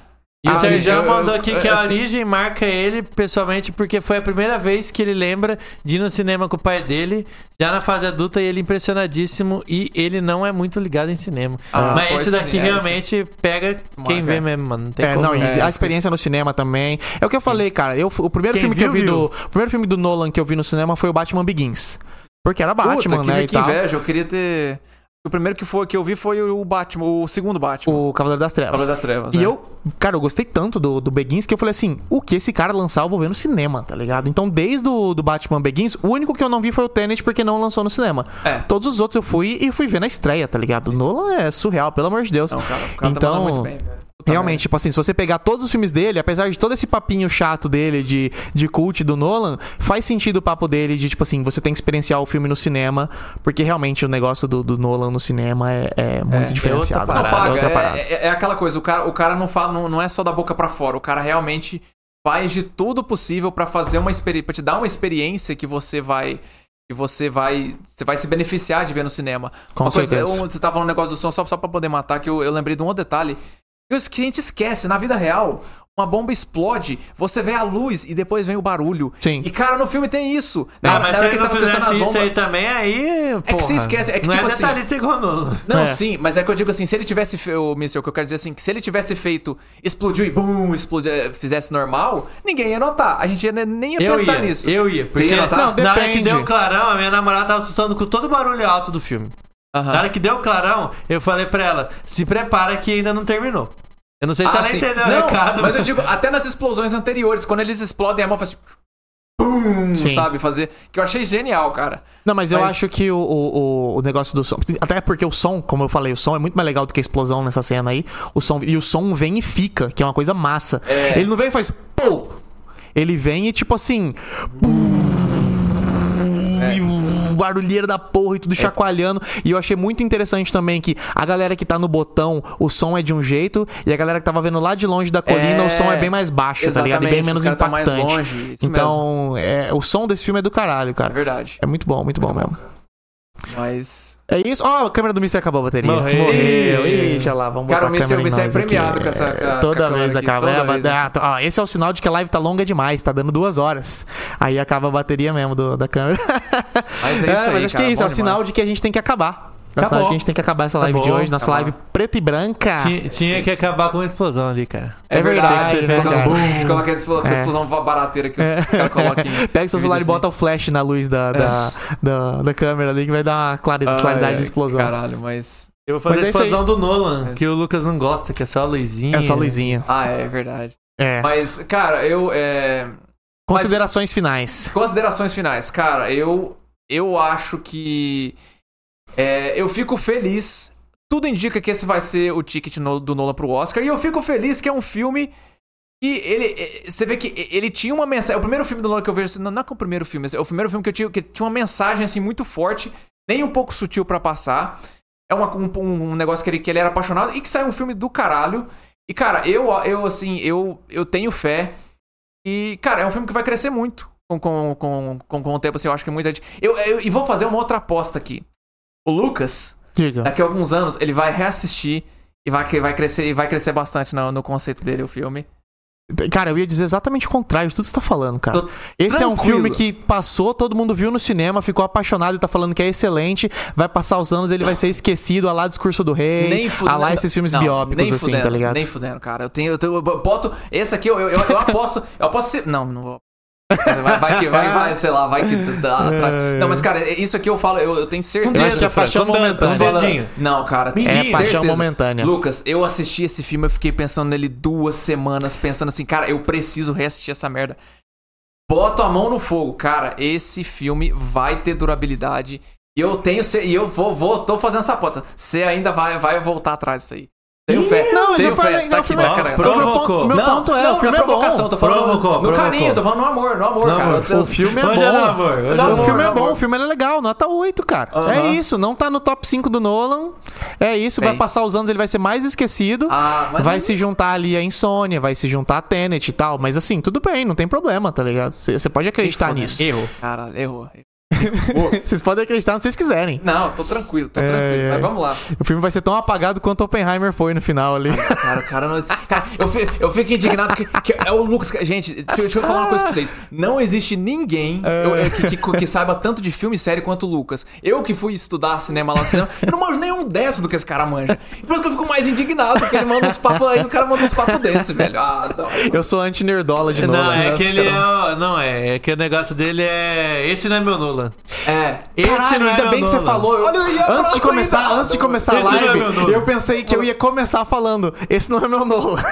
E ah, o Sérgio mandou eu, aqui eu, que a assim, origem marca ele pessoalmente porque foi a primeira vez que ele lembra de ir no cinema com o pai dele, já na fase adulta, e ele impressionadíssimo, e ele não é muito ligado em cinema. Ah, Mas esse daqui sim, realmente é, pega quem marca. vê mesmo, mano. Não tem é, como. Não, e é, a experiência no cinema também. É o que eu falei, cara. Eu, o primeiro quem filme viu, que eu vi viu. do. O primeiro filme do Nolan que eu vi no cinema foi o Batman Begins. Porque era Batman, Puta, né? Que, e que tal. inveja, eu queria ter. O primeiro que, foi, que eu vi foi o Batman, o segundo Batman. O Cavaleiro das Trevas. Cavaleiro das Trevas. E é. eu, cara, eu gostei tanto do, do Begins que eu falei assim: o que esse cara lançar eu vou ver no cinema, tá ligado? Então, desde o do Batman Begins, o único que eu não vi foi o Tenet porque não lançou no cinema. É. Todos os outros eu fui e fui ver na estreia, tá ligado? O Nolan é surreal, pelo amor de Deus. Não, cara, o cara então, tá muito bem, velho. Realmente, tipo assim, se você pegar todos os filmes dele, apesar de todo esse papinho chato dele de, de cult do Nolan, faz sentido o papo dele de, tipo assim, você tem que experienciar o filme no cinema, porque realmente o negócio do, do Nolan no cinema é, é muito é, diferenciado. É outra parada. É, outra parada. É, é, é aquela coisa, o cara, o cara não, fala, não, não é só da boca pra fora, o cara realmente faz de tudo possível pra fazer uma experiência, pra te dar uma experiência que você vai... que você vai, você vai se beneficiar de ver no cinema. Com uma certeza. Coisa, você tá falando um negócio do som, só, só pra poder matar, que eu, eu lembrei de um outro detalhe. Que a gente esquece, na vida real, uma bomba explode, você vê a luz e depois vem o barulho. Sim. E, cara, no filme tem isso. Não, mas se ele não fizesse isso aí também, aí, porra, é que você esquece. É que, não tipo, é detalhista assim, igual Nolan. Não, é. sim, mas é que eu digo assim, se ele tivesse, o Mister, o que eu quero dizer assim, que se ele tivesse feito, explodiu e bum, explodiu, fizesse normal, ninguém ia notar. A gente ia, nem ia eu pensar ia, nisso. Eu ia, porque ia notar? Não, na hora que deu clarão, a minha namorada tava assustando com todo o barulho alto do filme. Uhum. Na hora que deu clarão, eu falei pra ela, se prepara que ainda não terminou. Eu não sei se ah, ela sim. entendeu não, o recado. Mas eu digo, até nas explosões anteriores, quando eles explodem, a mão faz assim... Bum, sim. sabe? Fazer... Que eu achei genial, cara. Não, mas, mas... eu acho que o, o, o negócio do som... Até porque o som, como eu falei, o som é muito mais legal do que a explosão nessa cena aí. O som, e o som vem e fica, que é uma coisa massa. É. Ele não vem e faz... Pô! Ele vem e tipo assim... É. Barulheira da porra e tudo chacoalhando. E eu achei muito interessante também que a galera que tá no botão, o som é de um jeito, e a galera que tava vendo lá de longe da colina, é... o som é bem mais baixo, exatamente, tá ligado? E bem menos impactante. Tá mais longe, isso então, é, o som desse filme é do caralho, cara. É verdade. É muito bom, muito, muito bom, bom mesmo. Mas... É isso? Ó, oh, a câmera do mister acabou a bateria. Morreu. Morreu. Ixi, olha lá, vamos botar cara, a câmera Cara, o mister é premiado aqui. com essa a, toda com a vez aqui, acaba. toda É, vez, ah, ó, esse é o sinal de que a live tá longa demais, tá dando duas horas. Aí acaba a bateria mesmo do, da câmera. Mas é isso é, aí, mas acho cara, que é isso, é o demais. sinal de que a gente tem que acabar. É o sinal de que a gente tem que acabar essa live Acabou. de hoje, nossa Acabou. live preta e branca. Tinha, tinha que acabar com uma explosão ali, cara. É, é verdade. É verdade. Coloca aquela explosão, É. explosão barateira que os, é. os caras colocam aqui. Pega seu celular assim. e bota o flash na luz da, da, da, da câmera ali, que vai dar uma claridade, claridade ah, de explosão. Caralho, mas... Eu vou fazer Mas a é isso explosão aí. do Nolan, Mas- que o Lucas não gosta, que é só a luzinha. É só luzinha. Ah, é verdade. É. Mas, cara, eu... É... Considerações finais. Considerações finais. Cara, eu, eu acho que... É, eu fico feliz. Tudo indica que esse vai ser o ticket no, do Nolan pro Oscar. E eu fico feliz que é um filme que ele... Você vê que ele tinha uma mensagem... É o primeiro filme do Nolan que eu vejo... Não, não é que é o primeiro filme. É o primeiro filme que eu tinha, que tinha uma mensagem, assim, muito forte. Nem um pouco sutil pra passar. É uma, um, um negócio que ele, que ele era apaixonado. E que saiu um filme do caralho. E, cara, eu, eu assim... Eu, eu tenho fé. E, cara, é um filme que vai crescer muito com, com, com, com, com o tempo. Assim, eu acho que muita gente... Eu, eu, e vou fazer uma outra aposta aqui. O Lucas... Diga. Daqui a alguns anos, ele vai reassistir e vai, vai, crescer, e vai crescer bastante no, no conceito dele, o filme. Cara, eu ia dizer exatamente o contrário de tudo que você tá falando, cara. Tô Esse é um tranquilo. filme que passou, todo mundo viu no cinema, ficou apaixonado e tá falando que é excelente. Vai passar os anos, ele vai ser esquecido, a lá Discurso do Rei, Nem fudendo. a lá esses filmes Não, biópicos, nem assim, fudendo, tá ligado? Nem fudendo, cara. Eu tenho. Eu, tenho, eu boto. Esse aqui eu, eu, eu aposto. Eu aposto. Se, não, não vou. Vai, vai que vai, vai, sei lá, vai que dá atrás. Não, mas, cara, isso aqui eu falo, eu, eu tenho certeza. Com dedo, que é paixão com dedo, momentânea. com dedinho. Não, cara, tenho É certeza. paixão momentânea. Lucas, eu assisti esse filme, eu fiquei pensando nele duas semanas, pensando assim, cara, eu preciso reassistir essa merda. Boto a mão no fogo, cara, esse filme vai ter durabilidade. E eu tenho, e eu vou, vou tô fazendo essa aposta. Você ainda vai, vai voltar atrás disso aí. Tenho fé. Não, eu tenho já falei. fé. Não, Tá o aqui, filme tá, é- cara. o meu Provocou. ponto- Meu não, ponto é, não, o filme não é é provocação, bom. tô falando Provocou, no, no provocou. carinho, tô falando no amor, no amor, No cara. amor. Eu- O filme é Hoje bom. é no amor, hoje é Não, no o amor, filme é no bom, amor. o filme é legal, nota oito, cara. Aham. É isso, não tá no top cinco do Nolan. É isso, vai Bem. passar os anos, ele vai ser mais esquecido. Ah, mas vai não- se juntar ali a Insônia, vai se juntar a Tenet e tal. Mas assim, tudo bem, não tem problema, tá ligado? Você pode acreditar Foda. nisso. Erro. Caralho, errou. Vocês podem acreditar no que vocês quiserem. Não, tô tranquilo, tô É, tranquilo. é. Mas vamos lá. O filme vai ser tão apagado quanto Oppenheimer foi no final ali. Cara, o cara não. Cara, eu fico, eu fico indignado que, que é o Lucas. Gente, deixa, eu- deixa eu falar uma coisa pra vocês. Não existe ninguém eu- eu- que, que- que saiba tanto de filme e série quanto o Lucas. Eu que fui estudar cinema lá no cinema, eu não manjo nem um décimo do que esse cara manja. Por isso que eu fico mais indignado, porque ele manda uns papos aí, o cara manda uns papos desse, velho. Ah, não. Eu sou anti-nerdola de novo. Não, é Nossa, que ele cara. é. Não, é, é que o negócio dele é. Esse não é meu Nolan. É. Esse Caralho, não é ainda meu bem que você Nolan. falou. Eu- Olha, eu ia falar antes de isso começar, ainda. antes de começar a Esse não é live, meu Nolan. eu pensei que eu ia começar falando, esse não é meu Nolan.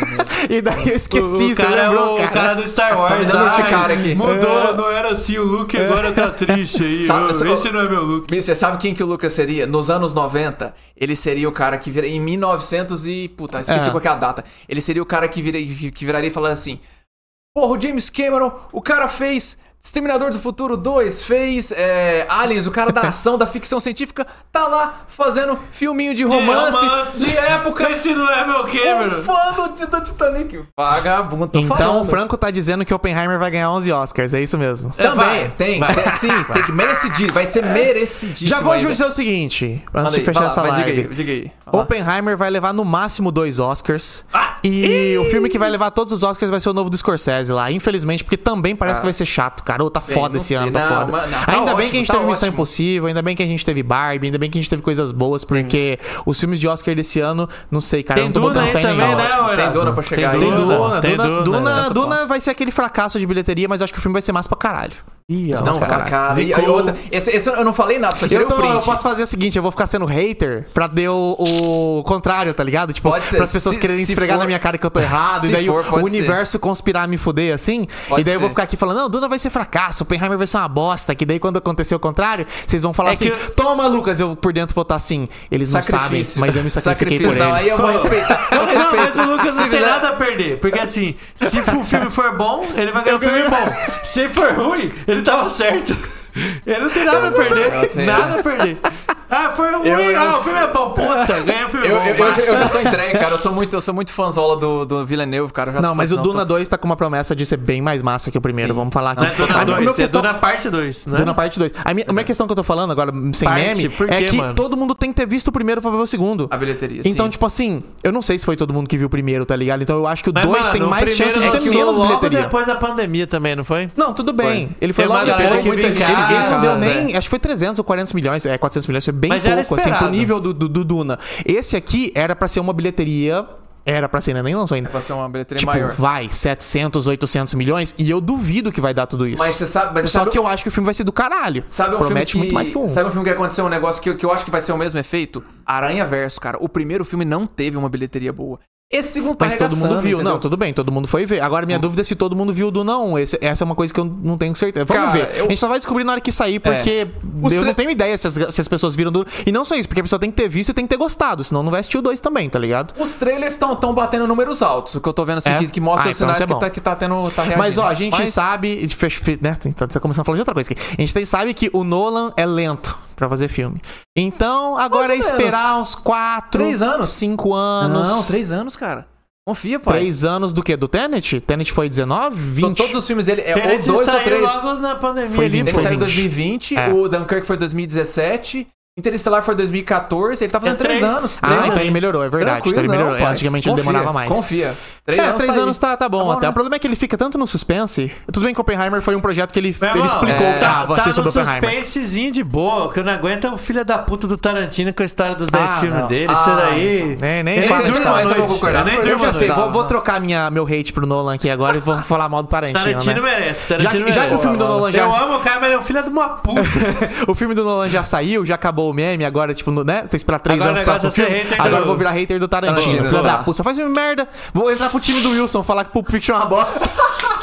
E daí eu esqueci, o você cara é lembrou, o cara? cara do Star Wars. Tá me dando Ai, urticária aqui. Mudou, não era assim o Luke, agora tá triste aí. Sabe- Eu- sabe- esse não é meu Luke. Mister, sabe quem que o Lucas seria? Nos anos noventa, ele seria o cara que vira. Em mil e novecentos e. Puta, esqueci É. qual que é a data. Ele seria o cara que, vira, que que viraria e falaria assim: Porra, o James Cameron, o cara fez Exterminador do Futuro dois, fez é, Aliens, o cara da ação, da ficção científica, tá lá fazendo filminho de romance, de, romance. época. Esse não é meu Um Cameron. fã do, do Titanic. Vagabundo, tô Então falando. o Franco tá dizendo que Oppenheimer vai ganhar onze Oscars, é isso mesmo. Também, Vai, tem, vai. tem, sim, tem que merecidíssimo, vai ser merecidíssimo. Já vou ainda. dizer o seguinte, antes Manda de aí, fechar vai lá, essa vai, live. Diga aí, diga aí. Vai lá. Oppenheimer vai levar no máximo dois Oscars. Ah, e o filme que vai levar todos os Oscars vai ser o novo do Scorsese lá. Infelizmente, porque também parece Ah. que vai ser chato, cara. Ô, tá Bem, foda não esse sei. ano, tá Não, foda. mas- não, tá ainda bem ótimo, que a gente tá teve Missão ótimo. Impossível, ainda bem que a gente teve Barbie, ainda bem que a gente teve coisas boas, porque os filmes de Oscar desse ano, não sei, cara, eu Tem não tô Duna botando aí fé em também, nenhum. né, Ótimo, tem Erasmo? Duna pra chegar aí. Tem Duna, Duna, Tem Duna, Duna, Duna. Duna vai ser aquele fracasso de bilheteria, mas eu acho que o filme vai ser massa pra caralho. Ih, ó. Não, Não, cara, cara, cara. E, zicou. e outra, esse, esse eu não falei nada, só tirei Eu, o tô- print. eu posso fazer o seguinte, eu vou ficar sendo hater pra ter o, o contrário, tá ligado? Tipo, Pode ser. pras pessoas Se- quererem se esfregar for- na minha cara que eu tô errado, se e daí for, o, pode o universo conspirar a me fuder, assim. Pode e daí eu vou ser. ficar aqui falando, não, Duna vai ser fracasso, Oppenheimer vai ser uma bosta, que daí quando acontecer o contrário, vocês vão falar É assim, que- toma, Lucas, eu por dentro vou estar assim. Eles não sabem, Sacrifício. mas eu me sacrifiquei por Sacrifício, não, eles. aí eu vou respeitar. Eu Não, mas respeito. o Lucas não Se tem virar- nada a perder. Porque assim, se o filme for bom, ele vai ganhar um filme bom. Se for ruim, ele tava certo. Ele não tem nada a perder. tenho. Nada a perder. Ah, foi ruim. Eu- eu- ah, o filme é bom. Puta, ganha o filme Eu, bom. eu, eu, massa. eu já tô entregue, cara. Eu sou muito, eu sou muito fãzola do, do Villeneuve, cara. Eu já Não, tô mas o fazendo- Duna tô- dois tá com uma promessa de ser bem mais massa que o primeiro. Vamos falar aqui. Não é Duna A minha- dois, meu é questão- Duna parte dois, né? Duna parte dois. A minha, a minha questão que eu tô falando agora, sem Parte? meme, Por é quê, que mano? todo mundo tem que ter visto o primeiro pra ver o segundo. A bilheteria, Então, sim. tipo assim, eu não sei se foi todo mundo que viu o primeiro, tá ligado? Então eu acho que o Mas, dois mano, tem o mais primeiro chance de ter lançou menos logo bilheteria. depois da pandemia também, não foi? Não, tudo bem. Foi. Ele foi Tem uma logo galera depois. que Muita vinha gente- em Ele, ele não deu casa. nem. Acho que foi trezentos ou quatrocentos milhões. É, quatrocentos milhões. Foi bem Mas era pouco, assim, pro esperado. nível do, do, do Duna. Esse aqui era pra ser uma bilheteria. Era pra ser, né? Nem lançou ainda. Pra ser uma bilheteria Tipo, maior. vai, setecentos, oitocentos milhões. E eu duvido que vai dar tudo isso. Mas você sabe. Mas você Só sabe, que eu acho que o filme vai ser do caralho. Sabe um Promete filme que, muito mais que um. Sabe um filme que aconteceu um negócio que, eu- que eu acho que vai ser o mesmo efeito? Aranha Verso, cara. O primeiro filme não teve uma bilheteria boa. Esse segundo tá Mas todo mundo arregaçando, viu. entendeu? Não, tudo bem, todo mundo foi ver. Agora, minha dúvida é se todo mundo viu o Duna um. Esse- essa é uma coisa que eu não tenho certeza. Vamos Cara, ver. eu- A gente só vai descobrir na hora que sair, porque Os eu tre- não tenho ideia se as, se as pessoas viram Duna. E não só isso, porque a pessoa tem que ter visto e tem que ter gostado, senão não vai assistir o dois também, tá ligado? Os trailers estão tão batendo números altos. O que eu tô vendo assim, É? que, que mostra Ah, os então sinais isso é que, bom. tá, que tá tendo. Tá reagindo. Mas ó, a gente Mas- sabe. Fech- fe- Né? Tá, tá começando a falar de outra coisa aqui. A gente tem- sabe que o Nolan é lento pra fazer filme. Então, agora é Mais ou esperar menos. uns quatro, Três anos. cinco anos. Não, três anos, cara. Confia, pai. Três anos do quê? Do Tenet? Tenet foi dezenove? Então, vinte? todos os filmes dele é Tenet ou dois ou saiu três. logo na pandemia Foi ali, vinte, Ele pô. foi saiu em vinte. dois mil e vinte, É. o Dunkirk foi dois mil e dezessete, Interestelar foi dois mil e quatorze, ele tá fazendo É três três. anos. Ah, Lembra? então ele melhorou, é verdade. Tranquilo, Então ele melhorou. não, pai. Antigamente ele Confia, demorava mais. Confia. Três É, anos três tá anos aí. tá, tá bom Tá bom, até. né? O problema é que ele fica tanto no suspense. Tudo bem que Oppenheimer foi um projeto que ele, Meu ele irmão, explicou é, que tá, ah, vai tá ser no sobre Oppenheimer. suspensezinho de boa, que eu não aguento o filho da puta do Tarantino com a história dos dez Ah, filmes não. dele. Ah, Isso daí. Nem, nem Esse- fala esse disso, não, não. esse eu vou concordar. Eu nem Eu durmo Já à sei, noite. vou, vou trocar minha, meu hate pro Nolan aqui agora e vou falar mal do Tarantino. Tarantino né? merece, Já, Tarantino que- já merece. que o filme do Nolan já. Eu amo o cara, mas ele é um filho de uma puta. O filme do Nolan já saiu, já acabou o meme, agora, tipo, no- né? Você esperar três Agora anos o pro negócio próximo é ser filme. hater Agora do- eu vou virar hater do Tarantino. Tarantino, Filho tá. da puta, só faz filme merda. Vou entrar pro time do Wilson, falar que Pulp Fiction é uma bosta.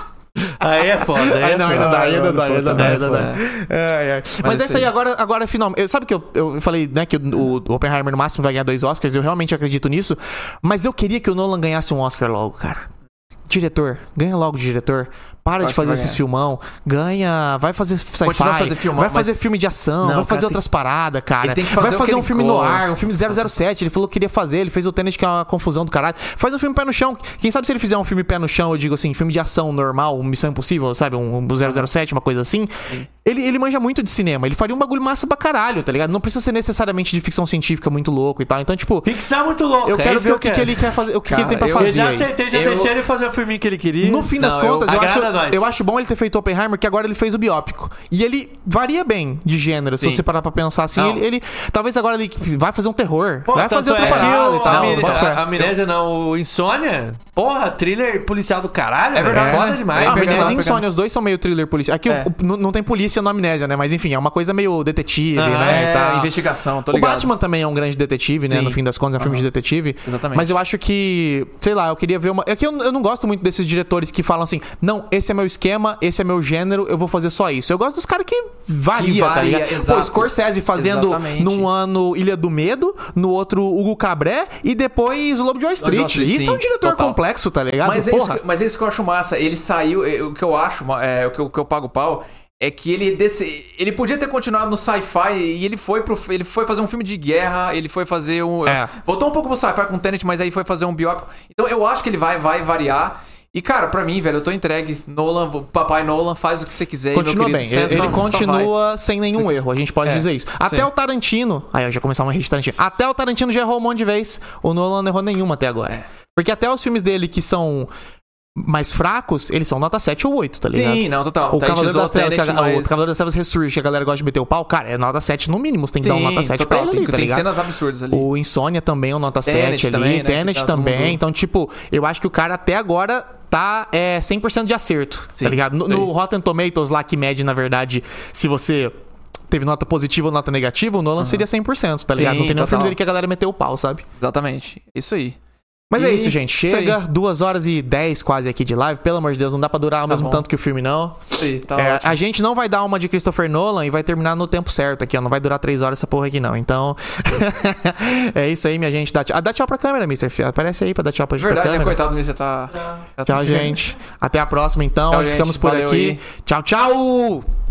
Aí é foda. Aí, Aí não, aí não dá, aí não dá, aí não dá, aí não dá. É. Ai, ai. Mas é isso aí, agora, agora finalmente. Eu, sabe que eu, eu falei, né, que o, o Oppenheimer no máximo vai ganhar dois Oscars, eu realmente acredito nisso. Mas eu queria que o Nolan ganhasse um Oscar logo, cara. Diretor, ganha logo de diretor. Para Eu de acho fazer que vai esses ganhar. filmão. Ganha, vai fazer Continua a sci-fi, fazer filmão, vai fazer mas- filme de ação, Não, vai cara, fazer tem- outras paradas, cara. Ele tem que vai fazer o fazer que um ele filme no ar, gosta. um filme zero zero sete. Ele falou que queria fazer, ele fez o Tenet, que é uma confusão do caralho. Faz um filme pé no chão. Quem sabe se ele fizer um filme pé no chão, eu digo assim, filme de ação normal, um Missão Impossível, sabe? Um, um zero zero sete, uma coisa assim. Ele, ele manja muito de cinema. Ele faria um bagulho massa pra caralho, tá ligado? Não precisa ser necessariamente de ficção científica muito louco e tal. Então, tipo, Ficção é muito louco. eu é quero isso ver que o que, eu que quero. ele quer fazer, o que, que ele tem pra Cara, eu- fazer. Eu já aí. aceitei, já Eu- deixei ele fazer o filminho que ele queria. No fim das Não, eu- contas, eu, acho, agrada nós. eu acho bom ele ter feito Oppenheimer, que agora ele fez o biópico. E ele varia bem de gênero, se Sim. você parar pra pensar assim. Não. Ele, ele- talvez agora ele vai fazer um terror, Pô, vai tanto fazer outra é que parada o- e tal. a, amne- bota fé. a, a amnésia não, o Insônia, porra, thriller policial do caralho, É velho, verdade. foda É. demais. Ah, Vai pegar- Amnésia vai e pegar Insônia, nesse- os dois são meio thriller policial. Aqui É. o- o- não tem polícia na Amnésia, né? Mas enfim, é uma coisa meio detetive, Ah, né? É, e tal. investigação, tô O ligado. Batman também é um grande detetive, né? Sim. No fim das contas, é um filme de detetive. Exatamente. Mas eu acho que, sei lá, eu queria ver uma. É que eu, eu não gosto muito desses diretores que falam assim: não, esse é meu esquema, esse é meu gênero, eu vou fazer só isso. Eu gosto dos caras que varia, Que tá varia, ligado? Pô, exato. Scorsese fazendo Exatamente. num ano Ilha do Medo, no outro Hugo Cabré e depois O Lobo de Wall Street. Wall Street, Isso sim, é um diretor total. complexo, tá ligado? Mas é, isso, Porra. que- mas é isso que eu acho massa. Ele saiu. é, O que eu acho, é, o, que eu, o que eu pago pau é que ele desse, ele podia ter continuado no sci-fi e ele foi pro, ele foi fazer um filme de guerra, ele foi fazer um. É. Voltou um pouco pro sci-fi com o Tenet, mas aí foi fazer um biópico. Então eu acho que ele vai, vai variar. E, cara, pra mim, velho, eu tô entregue. Nolan, papai Nolan, faz o que você quiser. Continua meu bem, querido. ele, Só- ele só vai. continua sem nenhum erro, a gente pode É, dizer isso. Até sim. o Tarantino. Aí eu já começar uma rede de Tarantino. Até o Tarantino já errou um monte de vez. O Nolan não errou nenhuma até agora. É. Porque até os filmes dele que são mais fracos, eles são nota sete ou oito, tá ligado? Sim, não, total. O Tá, a gente Cavaleiro usou das Trevas, que a, Tenet, o mas- Cavaleiro das Trevas Ressurge, que a galera gosta de meter o pau, cara, é nota sete no mínimo. Você tem que dar um Sim, nota sete total, pra ele tem, ali, tá tem ligado? cenas absurdas ali. O Insônia também é um nota Tenet sete ali. também, né, que Tenet tá todo também. mundo- Então, tipo, eu acho que o cara até agora tá é, cem por cento de acerto, Sim, tá ligado? No, sim. no Rotten Tomatoes lá, que mede, na verdade, se você teve nota positiva ou nota negativa, o Nolan seria cem por cento, tá ligado? Sim, Não tem nenhum filme total. dele que a galera meteu o pau, sabe? Exatamente. Isso aí. Mas E- é isso, gente. isso aí. Chega, duas horas e dez quase aqui de live. Pelo amor de Deus, não dá pra durar ao mesmo bom. tanto que o filme, não. Isso aí, tá É, ótimo. a gente não vai dar uma de Christopher Nolan e vai terminar no tempo certo aqui, ó. Não vai durar três horas essa porra aqui, não. Então, é isso aí, minha gente. Dá tchau, ah, dá tchau pra câmera, mister F. Aparece aí pra dar tchau pra, pra Verdade, né, câmera. coitado do você tá. já tá- Tchau, gente. Até a próxima, então. Tchau, gente. Ficamos por Valeu aqui. aí. Tchau, tchau!